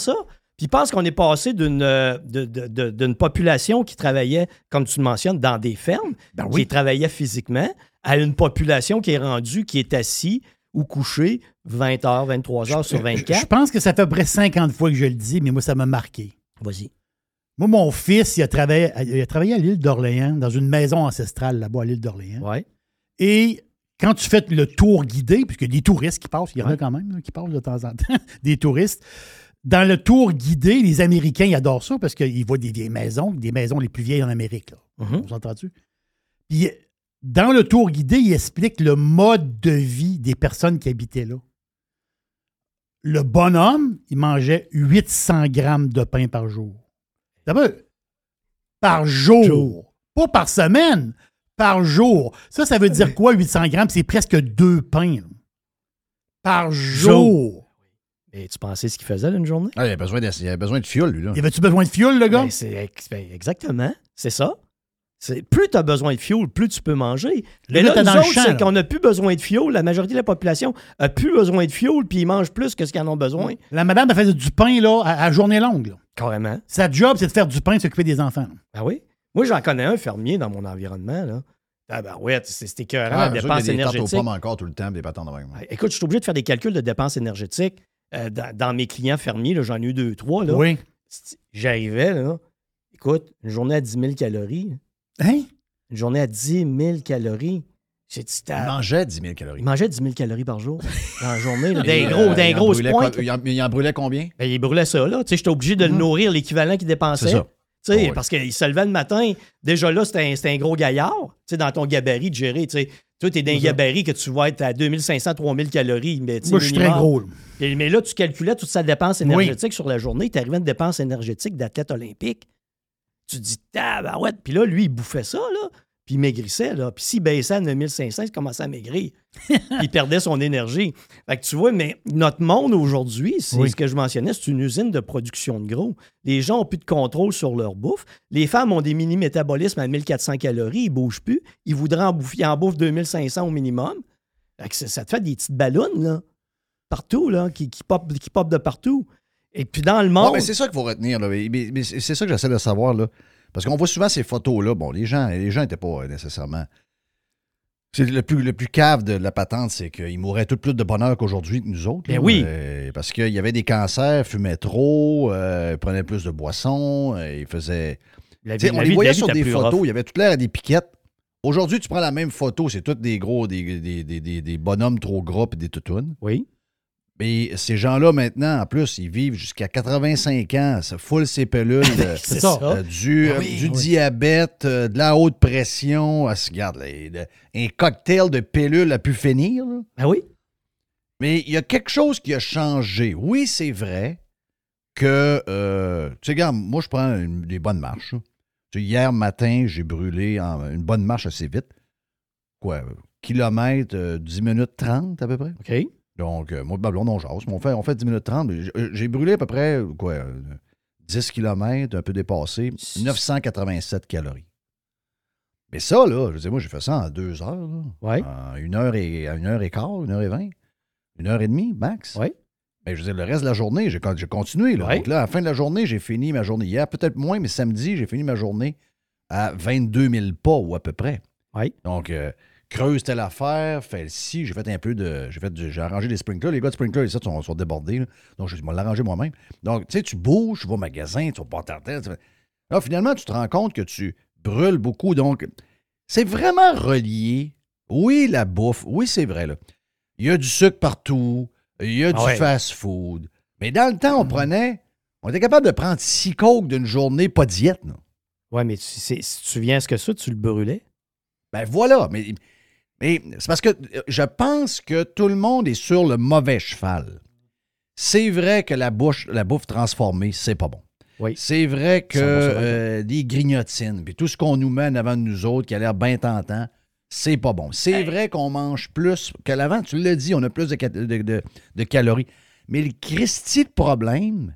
Puis ils pensent qu'on est passé d'une, euh, de, de, de, d'une population qui travaillait, comme tu le mentionnes, dans des fermes,
Ben oui.
qui travaillait physiquement, à une population qui est rendue, qui est assise ou couchée vingt heures, vingt-trois heures sur
Je
vingt-quatre.
pense que ça fait à peu près cinquante fois que je le dis, mais moi, ça m'a marqué.
Vas-y.
Moi, mon fils, il a travaillé, il a travaillé à l'île d'Orléans, dans une maison ancestrale là-bas à l'île d'Orléans.
Ouais.
Et quand tu fais le tour guidé, puisqu'il y a des touristes qui passent, il y en a
Ouais.
quand même là, qui passent de temps en temps, des touristes. Dans le tour guidé, les Américains, ils adorent ça parce qu'ils voient des vieilles maisons, des maisons les plus vieilles en Amérique. Là.
Mhm.
On s'entend-tu? Puis, dans le tour guidé, il explique le mode de vie des personnes qui habitaient là. Le bonhomme, il mangeait huit cents grammes de pain par jour. D'abord, par jour.
Jour.
Pas par semaine, par jour. Ça, ça veut dire quoi, huit cents grammes? C'est presque deux pains. là. Par jour.
Et tu pensais ce qu'il faisait là, une journée?
Ah, il, a besoin de, il a besoin de fioul, lui. Là.
Y avait-tu besoin de fioul, le gars?
Ben, c'est ex- ben, exactement. C'est ça. C'est, plus tu as besoin de fioul, plus tu peux manger. Mais
là,
là,
t'es
nous
dans le
autres,
champ,
c'est
là.
qu'on n'a plus besoin de fioul. La majorité de la population n'a plus besoin de fioul, puis ils mangent plus que ce qu'ils en ont besoin.
La madame, elle faisait du pain là, à, à journée longue. Là.
Carrément.
Sa job, c'est de faire du pain et de s'occuper des enfants.
Ah oui? Moi, j'en connais un fermier dans mon environnement. Là. Ah ben ouais, c'est, c'est écœurant,
Ah,
la
eux autres,
dépense
il y a des tartes aux
énergétique.
pommes encore tout le temps, des patentes de même.
Ouais, écoute, je suis obligé de faire des calculs de dépenses énergétiques euh, dans, dans mes clients fermiers. Là, j'en ai eu deux, trois. Là.
Oui.
J'arrivais, là. Écoute, une journée à dix mille calories.
Hein?
Une journée à dix mille calories. J'ai dit,
Il mangeait dix mille calories.
Il mangeait dix mille calories par jour dans la journée. Là,
Et,
d'un
euh,
gros, d'un
il en
gros
brûlait
point.
quoi- Il en, il en brûlait combien?
Ben, il brûlait ça, là. Tu sais, j'étais obligé de le nourrir l'équivalent qu'il dépensait.
C'est ça.
Tu sais,
Oh, oui.
parce qu'il se levait le matin, déjà là, c'était un, c'était un gros gaillard. Tu sais, dans ton gabarit de gérer, tu sais. Toi, t'es dans un
C'est ça.
gabarit que tu vas être à deux mille cinq cents, trois mille calories. Mais, tu sais,
Moi, je suis très
minimum.
gros. là.
Et- mais là, tu calculais toute sa dépense énergétique sur la journée. Tu arrivais à une dépense énergétique d'athlète olympique. Tu te dis, tabarouette. Puis là, lui, il bouffait ça, là. Puis il maigrissait, là. Puis s'il baissait à neuf mille cinq cents, il commençait à maigrir. Puis il perdait son énergie. Fait que tu vois, mais notre monde aujourd'hui, c'est
Oui.
ce que je mentionnais, c'est une usine de production de gros. Les gens n'ont plus de contrôle sur leur bouffe. Les femmes ont des mini-métabolismes à mille quatre cents calories, ils ne bougent plus. Ils voudraient en bouffer, ils en bouffent deux mille cinq cents au minimum. Fait que ça, ça te fait des petites ballons, là. Partout, là, qui, qui popent qui pop de partout. Et puis dans le monde...
Ouais, mais c'est ça qu'il faut retenir. Là. Mais, mais- mais c'est ça que j'essaie de savoir. Là. Parce qu'on voit souvent ces photos-là. Bon, les gens les gens n'étaient pas euh, nécessairement. C'est le plus, le plus cave de la patente, c'est qu'ils mouraient tous plus de bonheur qu'aujourd'hui que nous autres.
Ben
là.
oui.
Euh, parce qu'il y avait des cancers, fumaient trop, euh, prenaient plus de boissons, euh, ils faisaient.
La
Tu sais,
vie-
on
la
les
vie-
voyait
la vie
sur
était
des
plus
photos,
rough.
il y avait tout l'air à des piquettes. Aujourd'hui, tu prends la même photo, c'est tous des gros, des, des, des, des, des bonhommes trop gras et des toutounes.
Oui.
Mais ces gens-là, maintenant, en plus, ils vivent jusqu'à quatre-vingt-cinq ans, se foulent ces pilules, euh,
C'est ça.
euh, du,
Ah
euh,
oui,
du
oui.
diabète, euh, de la haute pression. Ah, regarde, là, le- un cocktail de pilules a pu finir. Là.
Ah oui?
Mais il y a quelque chose qui a changé. Oui, c'est vrai que, euh, tu sais, regarde, moi, je prends une- des bonnes marches. là. Tu sais, hier matin, j'ai brûlé en- une bonne marche assez vite. Quoi, euh, kilomètre, euh, dix minutes trente à peu près.
OK.
Donc, euh, moi, ma blonde, on jase. On fait, on fait dix minutes trente. mais J'ai j'ai brûlé à peu près, euh, quoi, euh, dix kilomètres, un peu dépassé, neuf cent quatre-vingt-sept calories. Mais ça, là, je veux dire, moi, j'ai fait ça en deux heures. Là.
Ouais.
En une heure et, à une heure et quart, une heure et vingt, une heure et demie, max.
Oui.
Mais je veux dire, le reste de la journée, j'ai j'ai continué. Là.
Ouais.
Donc là, à la fin de la journée, j'ai fini ma journée. Hier, peut-être moins, mais samedi, j'ai fini ma journée à vingt-deux mille pas ou à peu près.
Oui.
Donc, euh, creuse telle affaire, fais le ci. J'ai fait un peu de. J'ai fait du- j'ai arrangé des sprinklers. Les gars de sprinklers, ici, sont, sont débordés. Là. Donc, je vais l'arranger moi-même. Donc, tu sais, tu bouges, tu vas au magasin, tu vas pas tarder. Là, finalement, tu te rends compte que tu brûles beaucoup. Donc, c'est vraiment relié. Oui, la bouffe. Oui, c'est vrai. Là. Il y a du sucre partout. Il y a du
Ah ouais.
fast-food. Mais dans le temps, on prenait. On était capable de prendre six coques d'une journée, pas de diète. là.
Ouais, mais tu, c'est- si tu te souviens ce que ça, tu le brûlais?
Ben voilà, mais, mais c'est parce que euh, je pense que tout le monde est sur le mauvais cheval. C'est vrai que la, bouche, la bouffe transformée, c'est pas bon.
Oui.
C'est vrai que
cent pour cent
euh, des grignotines, puis tout ce qu'on nous mène avant de nous autres, qui a l'air bien tentant, c'est pas bon. C'est vrai qu'on mange plus que l'avant. Tu l'as dit, on a plus de, ca- de, de- de calories. Mais le Christi de problème,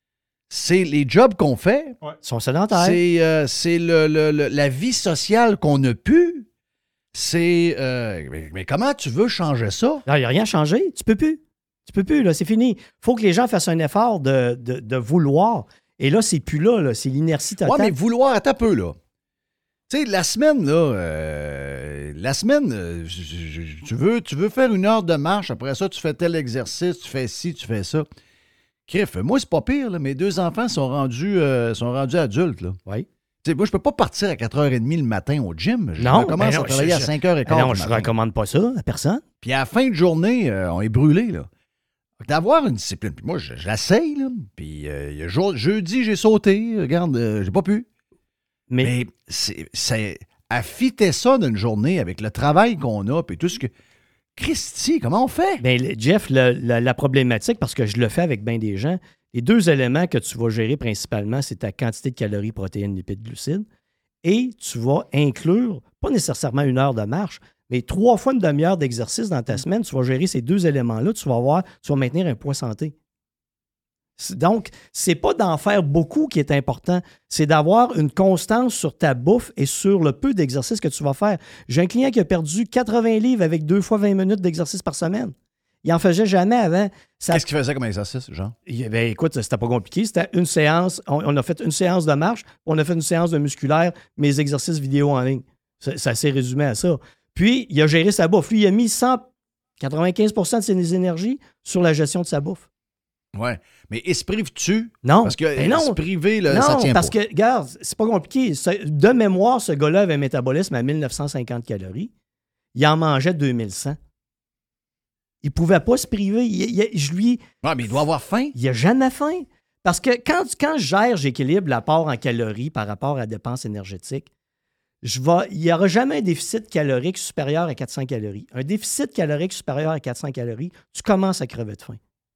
c'est les jobs qu'on fait.
Ils sont sédentaires.
C'est euh, c'est le, le- le- la vie sociale qu'on a pu. C'est. euh, mais, mais comment tu veux changer ça?
Il n'y a rien changé. Tu peux plus. Tu peux plus, là, c'est fini. Il faut que les gens fassent un effort de, de, de vouloir. Et là, c'est plus là, là c'est l'inertie totale.
Ouais, mais vouloir, attends un peu, là. Tu sais, la semaine, là, euh, la semaine, euh, je, je, tu, veux, tu veux faire une heure de marche, après ça, tu fais tel exercice, tu fais ci, tu fais ça. Criff, moi, c'est pas pire, là. Mes deux enfants sont rendus, euh, sont rendus adultes, là.
Oui.
Tu sais, moi, je peux pas partir à quatre heures trente le matin au gym. Je
non,
commence
non,
à travailler
je,
à cinq heures quinze.
Non, je ne recommande pas ça à personne.
Puis à la fin de journée, euh, on est brûlé, là. D'avoir une discipline. Puis moi, je, je l'essaye, là. Puis euh, jour, jeudi, j'ai sauté. Regarde, euh, j'ai pas pu. Mais, Mais c'est, c'est affiter ça d'une journée avec le travail qu'on a, puis tout ce que... Christy, comment on fait?
Bien, Jeff, le, la, la problématique, parce que je le fais avec bien des gens, les deux éléments que tu vas gérer principalement, c'est ta quantité de calories, protéines, lipides, glucides, et tu vas inclure, pas nécessairement une heure de marche, mais trois fois une demi-heure d'exercice dans ta semaine, tu vas gérer ces deux éléments-là, tu vas avoir, tu vas maintenir un poids santé. Donc, c'est pas d'en faire beaucoup qui est important, c'est d'avoir une constance sur ta bouffe et sur le peu d'exercice que tu vas faire. J'ai un client qui a perdu quatre-vingts livres avec deux fois vingt minutes d'exercice par semaine. Il en faisait jamais avant. Ça...
Qu'est-ce qu'il faisait comme exercice, Jean?
Ben, écoute, c'était pas compliqué. C'était une séance. On, on a fait une séance de marche, on a fait une séance de musculaire, mes exercices vidéo en ligne. Ça, ça s'est résumé à ça. Puis, il a géré sa bouffe. Lui, il a mis cent quatre-vingt-quinze pour cent de ses énergies sur la gestion de sa bouffe.
Ouais. Mais il se prive-tu?
Non.
Parce que
ben non.
se priver, là,
non,
ça tient
parce
pas.
que, regarde, c'est pas compliqué. De mémoire, ce gars-là avait un métabolisme à mille neuf cent cinquante calories. Il en mangeait deux mille cent. Il pouvait pas se priver. Il, il, je lui...
Ouais, mais il doit avoir faim.
Il a jamais faim. Parce que quand, quand je gère, j'équilibre l'apport en calories par rapport à la dépense énergétique, je vais, il n'y aura jamais un déficit calorique supérieur à quatre cents calories. Un déficit calorique supérieur à quatre cents calories, tu commences à crever de faim.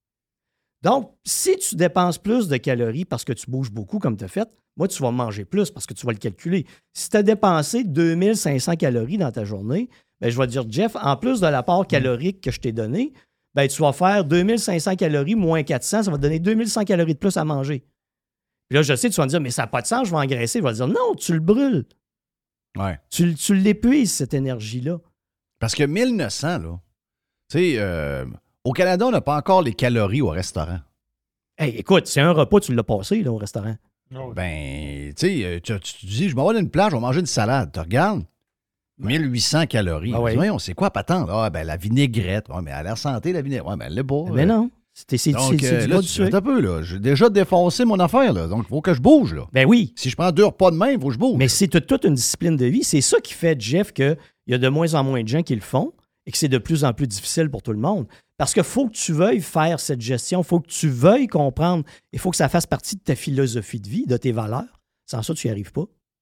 Donc, si tu dépenses plus de calories parce que tu bouges beaucoup comme tu as fait, moi, tu vas manger plus parce que tu vas le calculer. Si tu as dépensé deux mille cinq cents calories dans ta journée, bien, je vais te dire, Jeff, en plus de l'apport calorique que je t'ai donné, bien, tu vas faire deux mille cinq cents calories moins quatre cents, ça va te donner deux mille cent calories de plus à manger. Puis là, je sais, tu vas me dire, mais ça n'a pas de sens, je vais engraisser. Je vais te dire, non, tu le brûles.
Ouais.
Tu, tu l'épuises, cette énergie-là.
Parce que mille neuf cents, là, tu sais, euh, au Canada, on n'a pas encore les calories au restaurant.
Hey, écoute, c'est un repas, tu l'as passé là, au restaurant.
Oh, ben, tu sais, tu, tu dis, je m'en vais dans une plage, je vais manger une salade. Tu regardes, mille huit cents calories.
Ah ouais.
Oui, on sait quoi, patente? Ah, ben, la vinaigrette. Ouais, mais elle a l'air santé, la vinaigrette. Ouais, mais elle l'est pas.
Mais non. C'est, c'est,
donc,
c'est, c'est
euh,
du
là,
gras du
tu
sucre.
un peu, là. J'ai déjà défoncé mon affaire, là. Donc, il faut que je bouge, là.
Ben oui.
Si je prends deux repas de même, il faut que je bouge.
Mais c'est toute, toute une discipline de vie. C'est ça qui fait, Jeff, qu'il y a de moins en moins de gens qui le font et que c'est de plus en plus difficile pour tout le monde. Parce qu'il faut que tu veuilles faire cette gestion, il faut que tu veuilles comprendre, il faut que ça fasse partie de ta philosophie de vie, de tes valeurs. Sans ça, tu n'y arrives pas.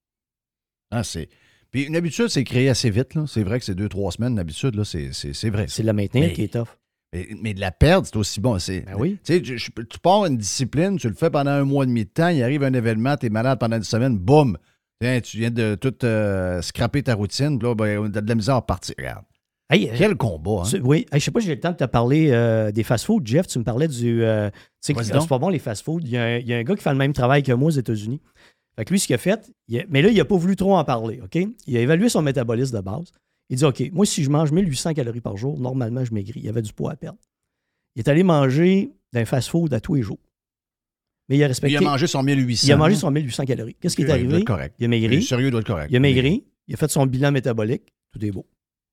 Ah, c'est... Puis une habitude, c'est créé assez vite, là. C'est vrai que c'est deux, trois semaines d'habitude, là. C'est, c'est, c'est vrai.
C'est de la maintenir
mais,
qui est tough.
Mais, mais de la perdre, c'est aussi bon. C'est,
ben oui.
Tu sais, tu, tu pars une discipline, tu le fais pendant un mois et demi de temps, il arrive un événement, tu es malade pendant une semaine, boum! Tiens, tu viens de tout euh, scraper ta routine, puis là, ben, on a de la misère à repartir. Regarde.
Hey,
Quel
euh,
combat, hein?
Tu, oui. Hey, je sais pas si j'ai le temps de te parler euh, des fast-foods. Jeff, tu me parlais du... Euh, tu sais que c'est pas bon, les fast-foods. Il y, a un, il y a un gars qui fait le même travail que moi aux États-Unis. Fait que lui, ce qu'il a fait, il a, mais là, il n'a pas voulu trop en parler, OK? Il a évalué son métabolisme de base. Il dit, OK, moi, si je mange mille huit cents calories par jour, normalement, je maigris. Il y avait du poids à perdre. Il est allé manger d'un fast-food à tous les jours. Mais il a respecté...
Il a mangé son mille huit cents.
Il a mangé son mille huit cents calories. Qu'est-ce qui est arrivé?
Il doit être correct.
Il a maigri.
Il est sérieux, il doit être correct.
Il a maigri. Il a fait son bilan métabolique. Tout est beau.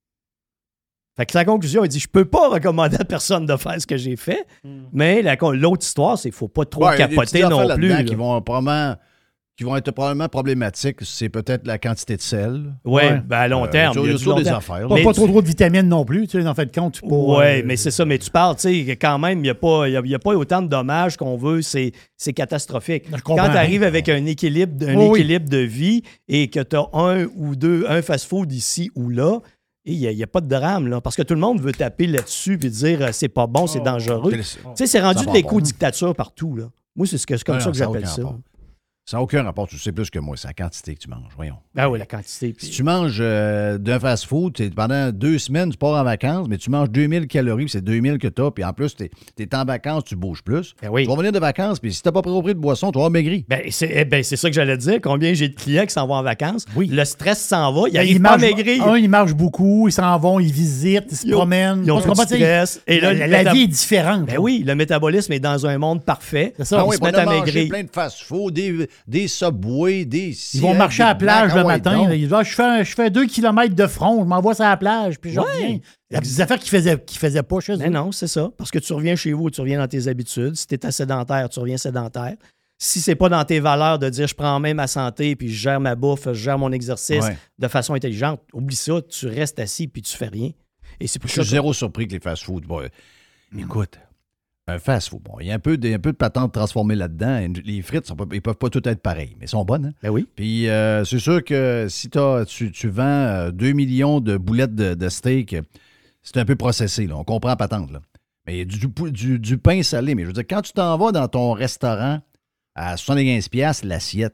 Fait que sa conclusion, il dit, je peux pas recommander à personne de faire ce que j'ai fait, mm. mais la, l'autre histoire, c'est qu'il faut pas trop ouais, capoter non plus. Là.
Qui vont probablement... qui vont être probablement problématiques, c'est peut-être la quantité de sel.
Oui, ouais. ben à long terme.
Euh, il y a toujours des affaires.
Pas, pas trop trop de vitamines non plus, tu sais, en fait, compte.
Oui, euh... mais c'est ça. Mais tu parles, tu sais, quand même, il n'y a, a, a pas autant de dommages qu'on veut. C'est, c'est catastrophique. Quand tu arrives avec un équilibre, un oh, équilibre oui. de vie et que tu as un ou deux, un fast-food ici ou là, il n'y a, a pas de drame, là. Parce que tout le monde veut taper là-dessus et dire c'est pas bon, c'est oh, dangereux. Tu sais, c'est rendu de l'éco-dictature partout, là. Moi, c'est, ce que, c'est comme ouais, ça que j'appelle ça.
Rapport. Ça n'a aucun rapport. Tu sais plus que moi. C'est la quantité que tu manges. Voyons.
Ah oui, la quantité. Puis...
Si tu manges euh, d'un fast-food, t'es- pendant deux semaines, tu pars en vacances, mais tu manges deux mille calories, puis c'est deux mille que tu as, puis en plus, tu es en vacances, tu bouges plus.
Ben oui.
Tu vas venir de vacances, puis si tu n'as pas pris de boisson, tu vas avoir maigri.
Ben, c'est eh ben, c'est ça que j'allais te dire. Combien j'ai de clients qui s'en vont en vacances.
Oui.
Le stress s'en va. Ils
Ils
n'arrivent pas à
marchent-
maigrir.
Un, ils marchent beaucoup, ils s'en vont, ils visitent, ils se
Ils ont-
promènent.
ils ont
Tu
tout
comprends,
du
tu sais,
stress. Et là,
la,
le
la
méta-
vie est différente.
Ben
là.
oui, le métabolisme est dans un monde parfait.
C'est ça.
Ah
Ils
oui,
se
on
mettent
a
à
mangé
maigrir.
plein de fast-food, des, des Subway, des...
Ils vont marcher à la plage le matin. là. Ils disent, ah, je, fais, un- je fais deux kilomètres de front, je m'envoie sur la plage, puis je
Ouais.
reviens. Il y a des affaires qu'ils faisaient, qu'ils faisaient pas chez eux.
Mais non, c'est ça. Parce que tu reviens chez vous, tu reviens dans tes habitudes. Si tu es sédentaire, tu reviens sédentaire. Si c'est pas dans tes valeurs de dire je prends en main ma santé, puis je gère ma bouffe, je gère mon exercice
Ouais.
de façon intelligente, oublie ça, tu restes assis puis tu fais rien. Et c'est pour
Je
ça
suis
que-
zéro surpris que les fast-food... Bon, euh, écoute, un fast-food, bon, il y a un peu de, un peu de patente transformée là-dedans. Les frites, sont pas- ils peuvent pas toutes être pareilles, mais elles sont bonnes. Hein?
Ben oui.
Puis euh, c'est sûr que si t'as- tu, tu vends euh, deux millions de boulettes de, de steak, euh, c'est un peu processé, là. On comprend la patente, là. Mais du, du, du- du pain salé, mais je veux dire, quand tu t'en vas dans ton restaurant à soixante-quinze piastres l'assiette,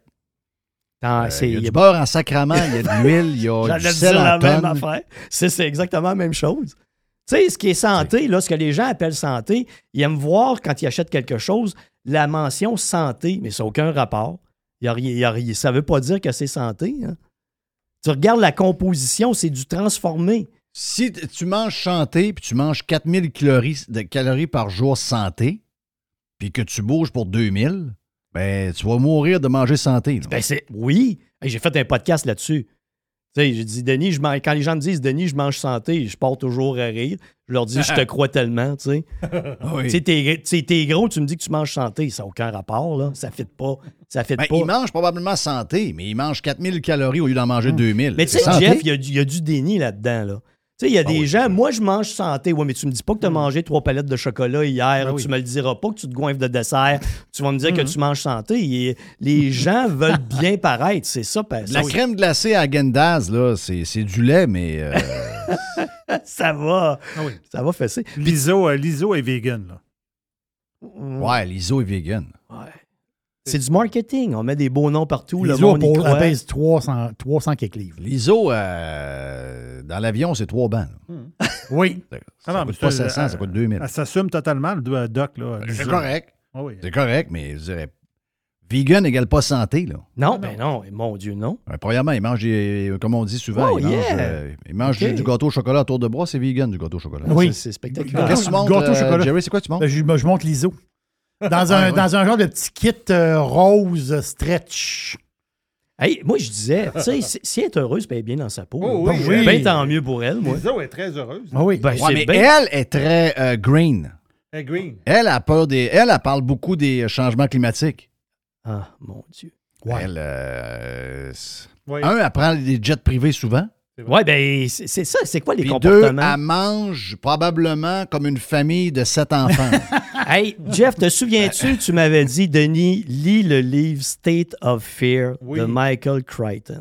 Ah,
euh,
c'est-
il y a
il y
du
a-
beurre en sacrament, il y a de l'huile, il y a du
J'allais te
sel
dire
en
la même
tonne.
affaire. C'est, c'est exactement la même chose. Tu sais, ce qui est santé, là, ce que les gens appellent santé, ils aiment voir quand ils achètent quelque chose la mention santé, mais ça n'a aucun rapport. Il y a rien, il y a rien- ça ne veut pas dire que c'est santé. Hein. Tu regardes la composition, c'est du transformé.
Si t- tu manges santé, puis tu manges quatre mille calories, de calories par jour santé, puis que tu bouges pour deux mille, ben, tu vas mourir de manger santé. là.
Ben c'est, oui, Hey, j'ai fait un podcast là-dessus. Tu sais, j'ai dit, Denis, je mange- quand les gens me disent, Denis, je mange santé, je pars toujours à rire. Je leur dis, je te crois tellement, tu sais.
Oui.
Tu sais, t'es, tu sais, t'es gros, tu me dis que tu manges santé. Ça n'a aucun rapport, là. Ça ne fit pas. Ça fit
Ben,
pas.
il mange probablement santé, mais il mange quatre mille calories au lieu d'en manger deux mille.
Mais tu
C'est
sais,
santé.
Jeff, il y, a du- il y a du déni là-dedans, là. Tu sais, il y a des
oui,
gens, moi, je mange santé. Ouais, mais tu me dis pas que tu as mangé trois palettes de chocolat hier.
Ben oui.
Tu me le diras pas que tu te goinfres de dessert. Tu vas me dire que
Mhm.
tu manges santé. Et les gens veulent bien paraître. C'est ça, parce
La crème glacée à Gendaz, là, c'est, c'est du lait, mais... euh,
ça va.
Ah oui.
Ça va fesser.
L'Iso, euh, l'Iso est vegan, là.
ouais, l'Iso est vegan.
C'est du marketing. On met des beaux noms partout. Le
L'Iso
monde y
pour-
croit.
elle pèse trois cents, trois cents quelques livres.
L'Iso, euh, dans l'avion, c'est trois bancs. là.
Oui.
Ça,
Ah
ça
non, mais
coûte pas
ça,
sept cents, ça
euh,
coûte deux mille.
Elle s'assume totalement, le do- doc. Là,
C'est
l'Iso.
correct.
Ah oui.
C'est correct, mais je dirais, vegan égale pas santé, là.
Non, ben non. Mon Dieu, non.
Euh, Premièrement, il mange, des- comme on dit souvent,
Oh,
il mange,
yeah.
euh, il mange
Ok.
du, du gâteau au chocolat à tour de bras, c'est vegan du gâteau au chocolat.
Oui.
C'est, c'est spectaculaire.
Qu'est-ce que tu montres,
Gâteau au
euh,
chocolat.
Jerry, c'est quoi que tu montres?
Ben, je, je monte l'I S O. Dans un,
Ah, oui.
dans un genre de petit kit euh, rose stretch.
Hey, moi, je disais, tu sais, si, si elle est heureuse, ben, elle est bien dans sa peau.
Oh,
là.
oui,
oui.
Ben, tant mieux pour elle, moi.
L'Iso est très heureuse.
Ah oui.
Ben,
Ouais,
c'est
mais
bien.
elle est très euh, green.
Elle est green.
Elle a peur des. Elle, elle parle beaucoup des changements climatiques.
Ah, mon Dieu.
Ouais.
Elle. euh, c'est-
Oui.
Un, elle prend des jets privés souvent.
Ouais, ben, c'est, c'est ça. C'est quoi les
Puis deux,
comportements?
elle mange probablement comme une famille de sept enfants.
Hey, Jeff, te souviens-tu, tu m'avais dit, Denis, lis le livre State of Fear
Oui.
de Michael Crichton.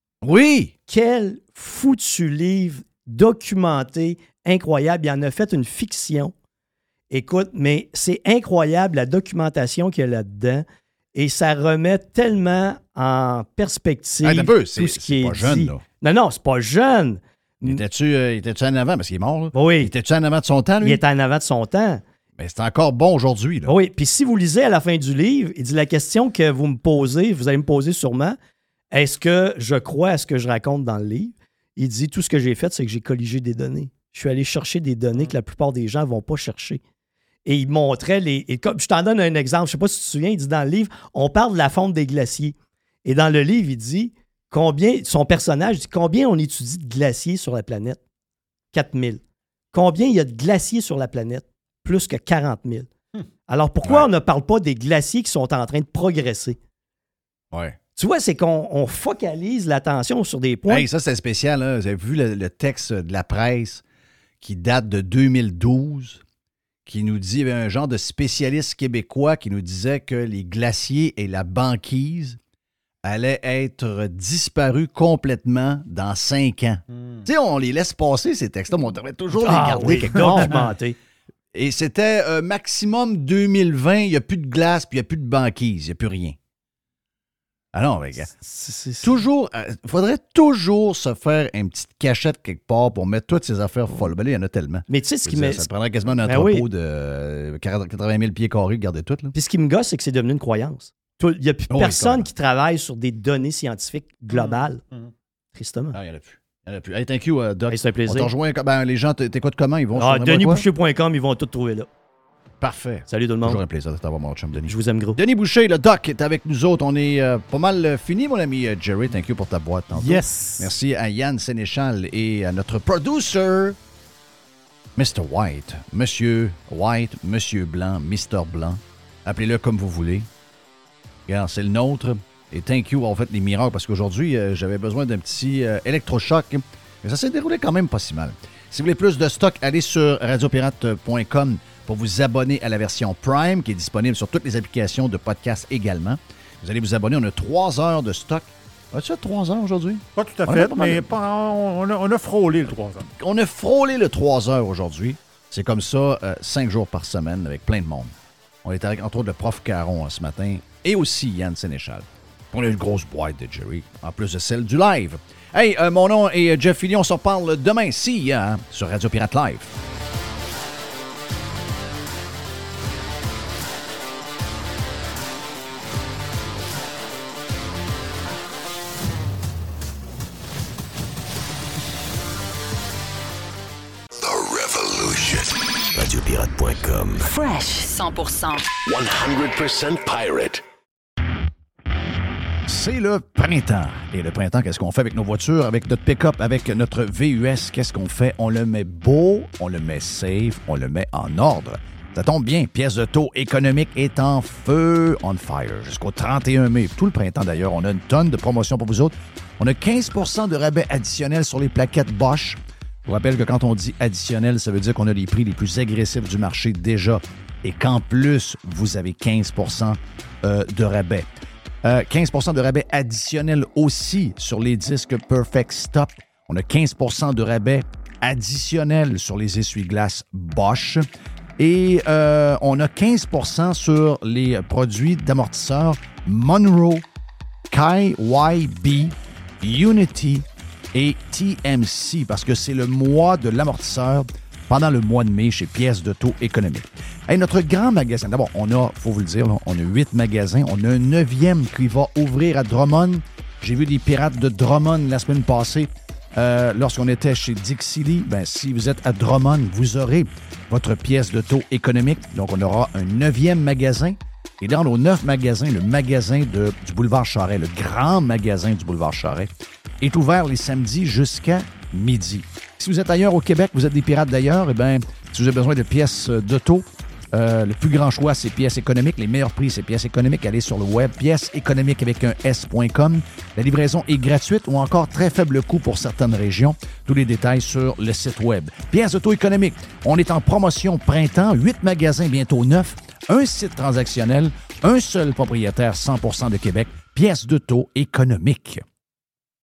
Oui!
Quel foutu livre documenté, incroyable. Il en a fait une fiction. Écoute, mais c'est incroyable la documentation qu'il y a là-dedans. Et ça remet tellement en perspective
Hey, t'as peu,
tout
c'est-
ce qui
c'est
est
pas jeune,
dit.
là.
Non, non, c'est pas jeune.
Étais-tu euh, étais-tu en avant? Parce qu'il est mort, là.
Oui,
Étais-tu en avant de son temps, lui?
il est en avant de son temps.
Mais c'est encore bon aujourd'hui, là.
Oui, puis si vous lisez à la fin du livre, il dit la question que vous me posez, vous allez me poser sûrement, est-ce que je crois à ce que je raconte dans le livre? Il dit tout ce que j'ai fait, c'est que j'ai colligé des données. Je suis allé chercher des données que la plupart des gens ne vont pas chercher. Et il montrait les. Et comme, je t'en donne un exemple, je ne sais pas si tu te souviens, il dit dans le livre, on parle de la fonte des glaciers. Et dans le livre, il dit combien, son personnage dit combien on étudie de glaciers sur la planète? quatre mille. Combien il y a de glaciers sur la planète? Plus que quarante mille.
Hmm.
Alors pourquoi
Ouais.
on ne parle pas des glaciers qui sont en train de progresser?
Ouais.
Tu vois, c'est qu'on on focalise l'attention sur des points.
Hey, ça, c'est spécial, hein. Vous avez vu le, le texte de la presse qui date de deux mille douze, qui nous dit, il y avait un genre de spécialiste québécois qui nous disait que les glaciers et la banquise allaient être disparus complètement dans cinq ans.
Hmm.
Tu sais, on les laisse passer, ces textes-là, mais on devrait toujours les
ah
garder
oui,
quelque part.
documenté.
Et c'était euh, maximum deux mille vingt, il n'y a plus de glace, puis il n'y a plus de banquise, il n'y a plus rien. Ah non, mais gars, toujours, il euh, faudrait toujours se faire une petite cachette quelque part pour mettre toutes ces affaires folles. Ben là, il y en a tellement.
Mais tu sais, ce qui
me...
me...
Ça prendrait quasiment un entrepôt ben oui. de quatre-vingt mille pieds carrés de garder tout. Là.
Puis ce qui me gosse, c'est que c'est devenu une croyance. Il n'y a plus oh, personne oui, qui travaille sur des données scientifiques globales. Mmh. Mmh. Tristement.
Ah, il n'y en a plus. Il n'y en a plus. Hey, thank you, uh, Doc.
Hey, c'est un plaisir.
On te rejoint. Ben, les gens t'écoutent comment? Ils vont
ah, denis boucher point com, ils vont tout trouver là.
Parfait.
Salut tout le monde.
Toujours un plaisir de t'avoir, mon chum, Denis.
Je vous aime gros.
Denis Boucher, le Doc, est avec nous autres. On est euh, pas mal euh, fini, mon ami euh, Jerry. Thank you pour ta boîte tantôt.
Yes.
Merci à Yann Sénéchal et à notre producer, mister White. Monsieur White, Monsieur Blanc, mister Blanc. Appelez-le comme vous voulez. Regarde, c'est le nôtre. Et thank you, en fait, les miracles, parce qu'aujourd'hui, euh, j'avais besoin d'un petit euh, électrochoc. Mais ça s'est déroulé quand même pas si mal. Si vous voulez plus de stock, allez sur radio pirate point com pour vous abonner à la version Prime, qui est disponible sur toutes les applications de podcast également. Vous allez vous abonner. On a trois heures de stock. As-tu trois heures aujourd'hui?
Pas tout à on fait, mais pas, on, a, on a frôlé le trois heures.
On a frôlé le trois heures aujourd'hui. C'est comme ça, euh, cinq jours par semaine, avec plein de monde. On est avec, entre autres, le prof Caron hein, ce matin, et aussi Yann Sénéchal. On a une grosse boîte de Jerry, en plus de celle du live. Hey, euh, mon nom est Jeff Fillion. On s'en parle demain, si, hein, sur Radio Pirate Live.
radio pirate point com.
Fresh cent pour cent.
one hundred percent pirate.
C'est le printemps. Et le printemps, qu'est-ce qu'on fait avec nos voitures, avec notre pick-up, avec notre V U S? Qu'est-ce qu'on fait? On le met beau, on le met safe, on le met en ordre. Ça tombe bien, pièce de taux économique est en feu, on fire, jusqu'au trente et un mai. Tout le printemps, d'ailleurs, on a une tonne de promotions pour vous autres. On a quinze pour cent de rabais additionnels sur les plaquettes Bosch. Je vous rappelle que quand on dit additionnel, ça veut dire qu'on a les prix les plus agressifs du marché déjà et qu'en plus, vous avez quinze pour cent euh, de rabais. Euh, quinze pour cent de rabais additionnel aussi sur les disques Perfect Stop. On a quinze pour cent de rabais additionnel sur les essuie-glaces Bosch. Et euh, on a quinze pour cent sur les produits d'amortisseurs Monroe, K Y B, Unity et T M C, parce que c'est le mois de l'amortisseur pendant le mois de mai chez Pièces de taux économique. Hey, notre grand magasin, d'abord, on a, il faut vous le dire, là, on a huit magasins. On a un neuvième qui va ouvrir à Drummond. J'ai vu des pirates de Drummond la semaine passée. Euh, lorsqu'on était chez Dixie Lee, ben, si vous êtes à Drummond, vous aurez votre pièce de taux économique. Donc, on aura un neuvième magasin. Et dans nos neuf magasins, le magasin de, du boulevard Charest, le grand magasin du boulevard Charest, est ouvert les samedis jusqu'à midi. Si vous êtes ailleurs au Québec, vous êtes des pirates d'ailleurs, eh bien, si vous avez besoin de pièces d'auto, euh, le plus grand choix, c'est pièces économiques. Les meilleurs prix, c'est pièces économiques. Allez sur le web, pièces économiques avec un S point com. La livraison est gratuite ou encore très faible coût pour certaines régions. Tous les détails sur le site web. Pièces d'auto économiques. On est en promotion printemps. Huit magasins, bientôt neuf. Un site transactionnel. Un seul propriétaire, cent pour cent de Québec. Pièces d'auto économiques.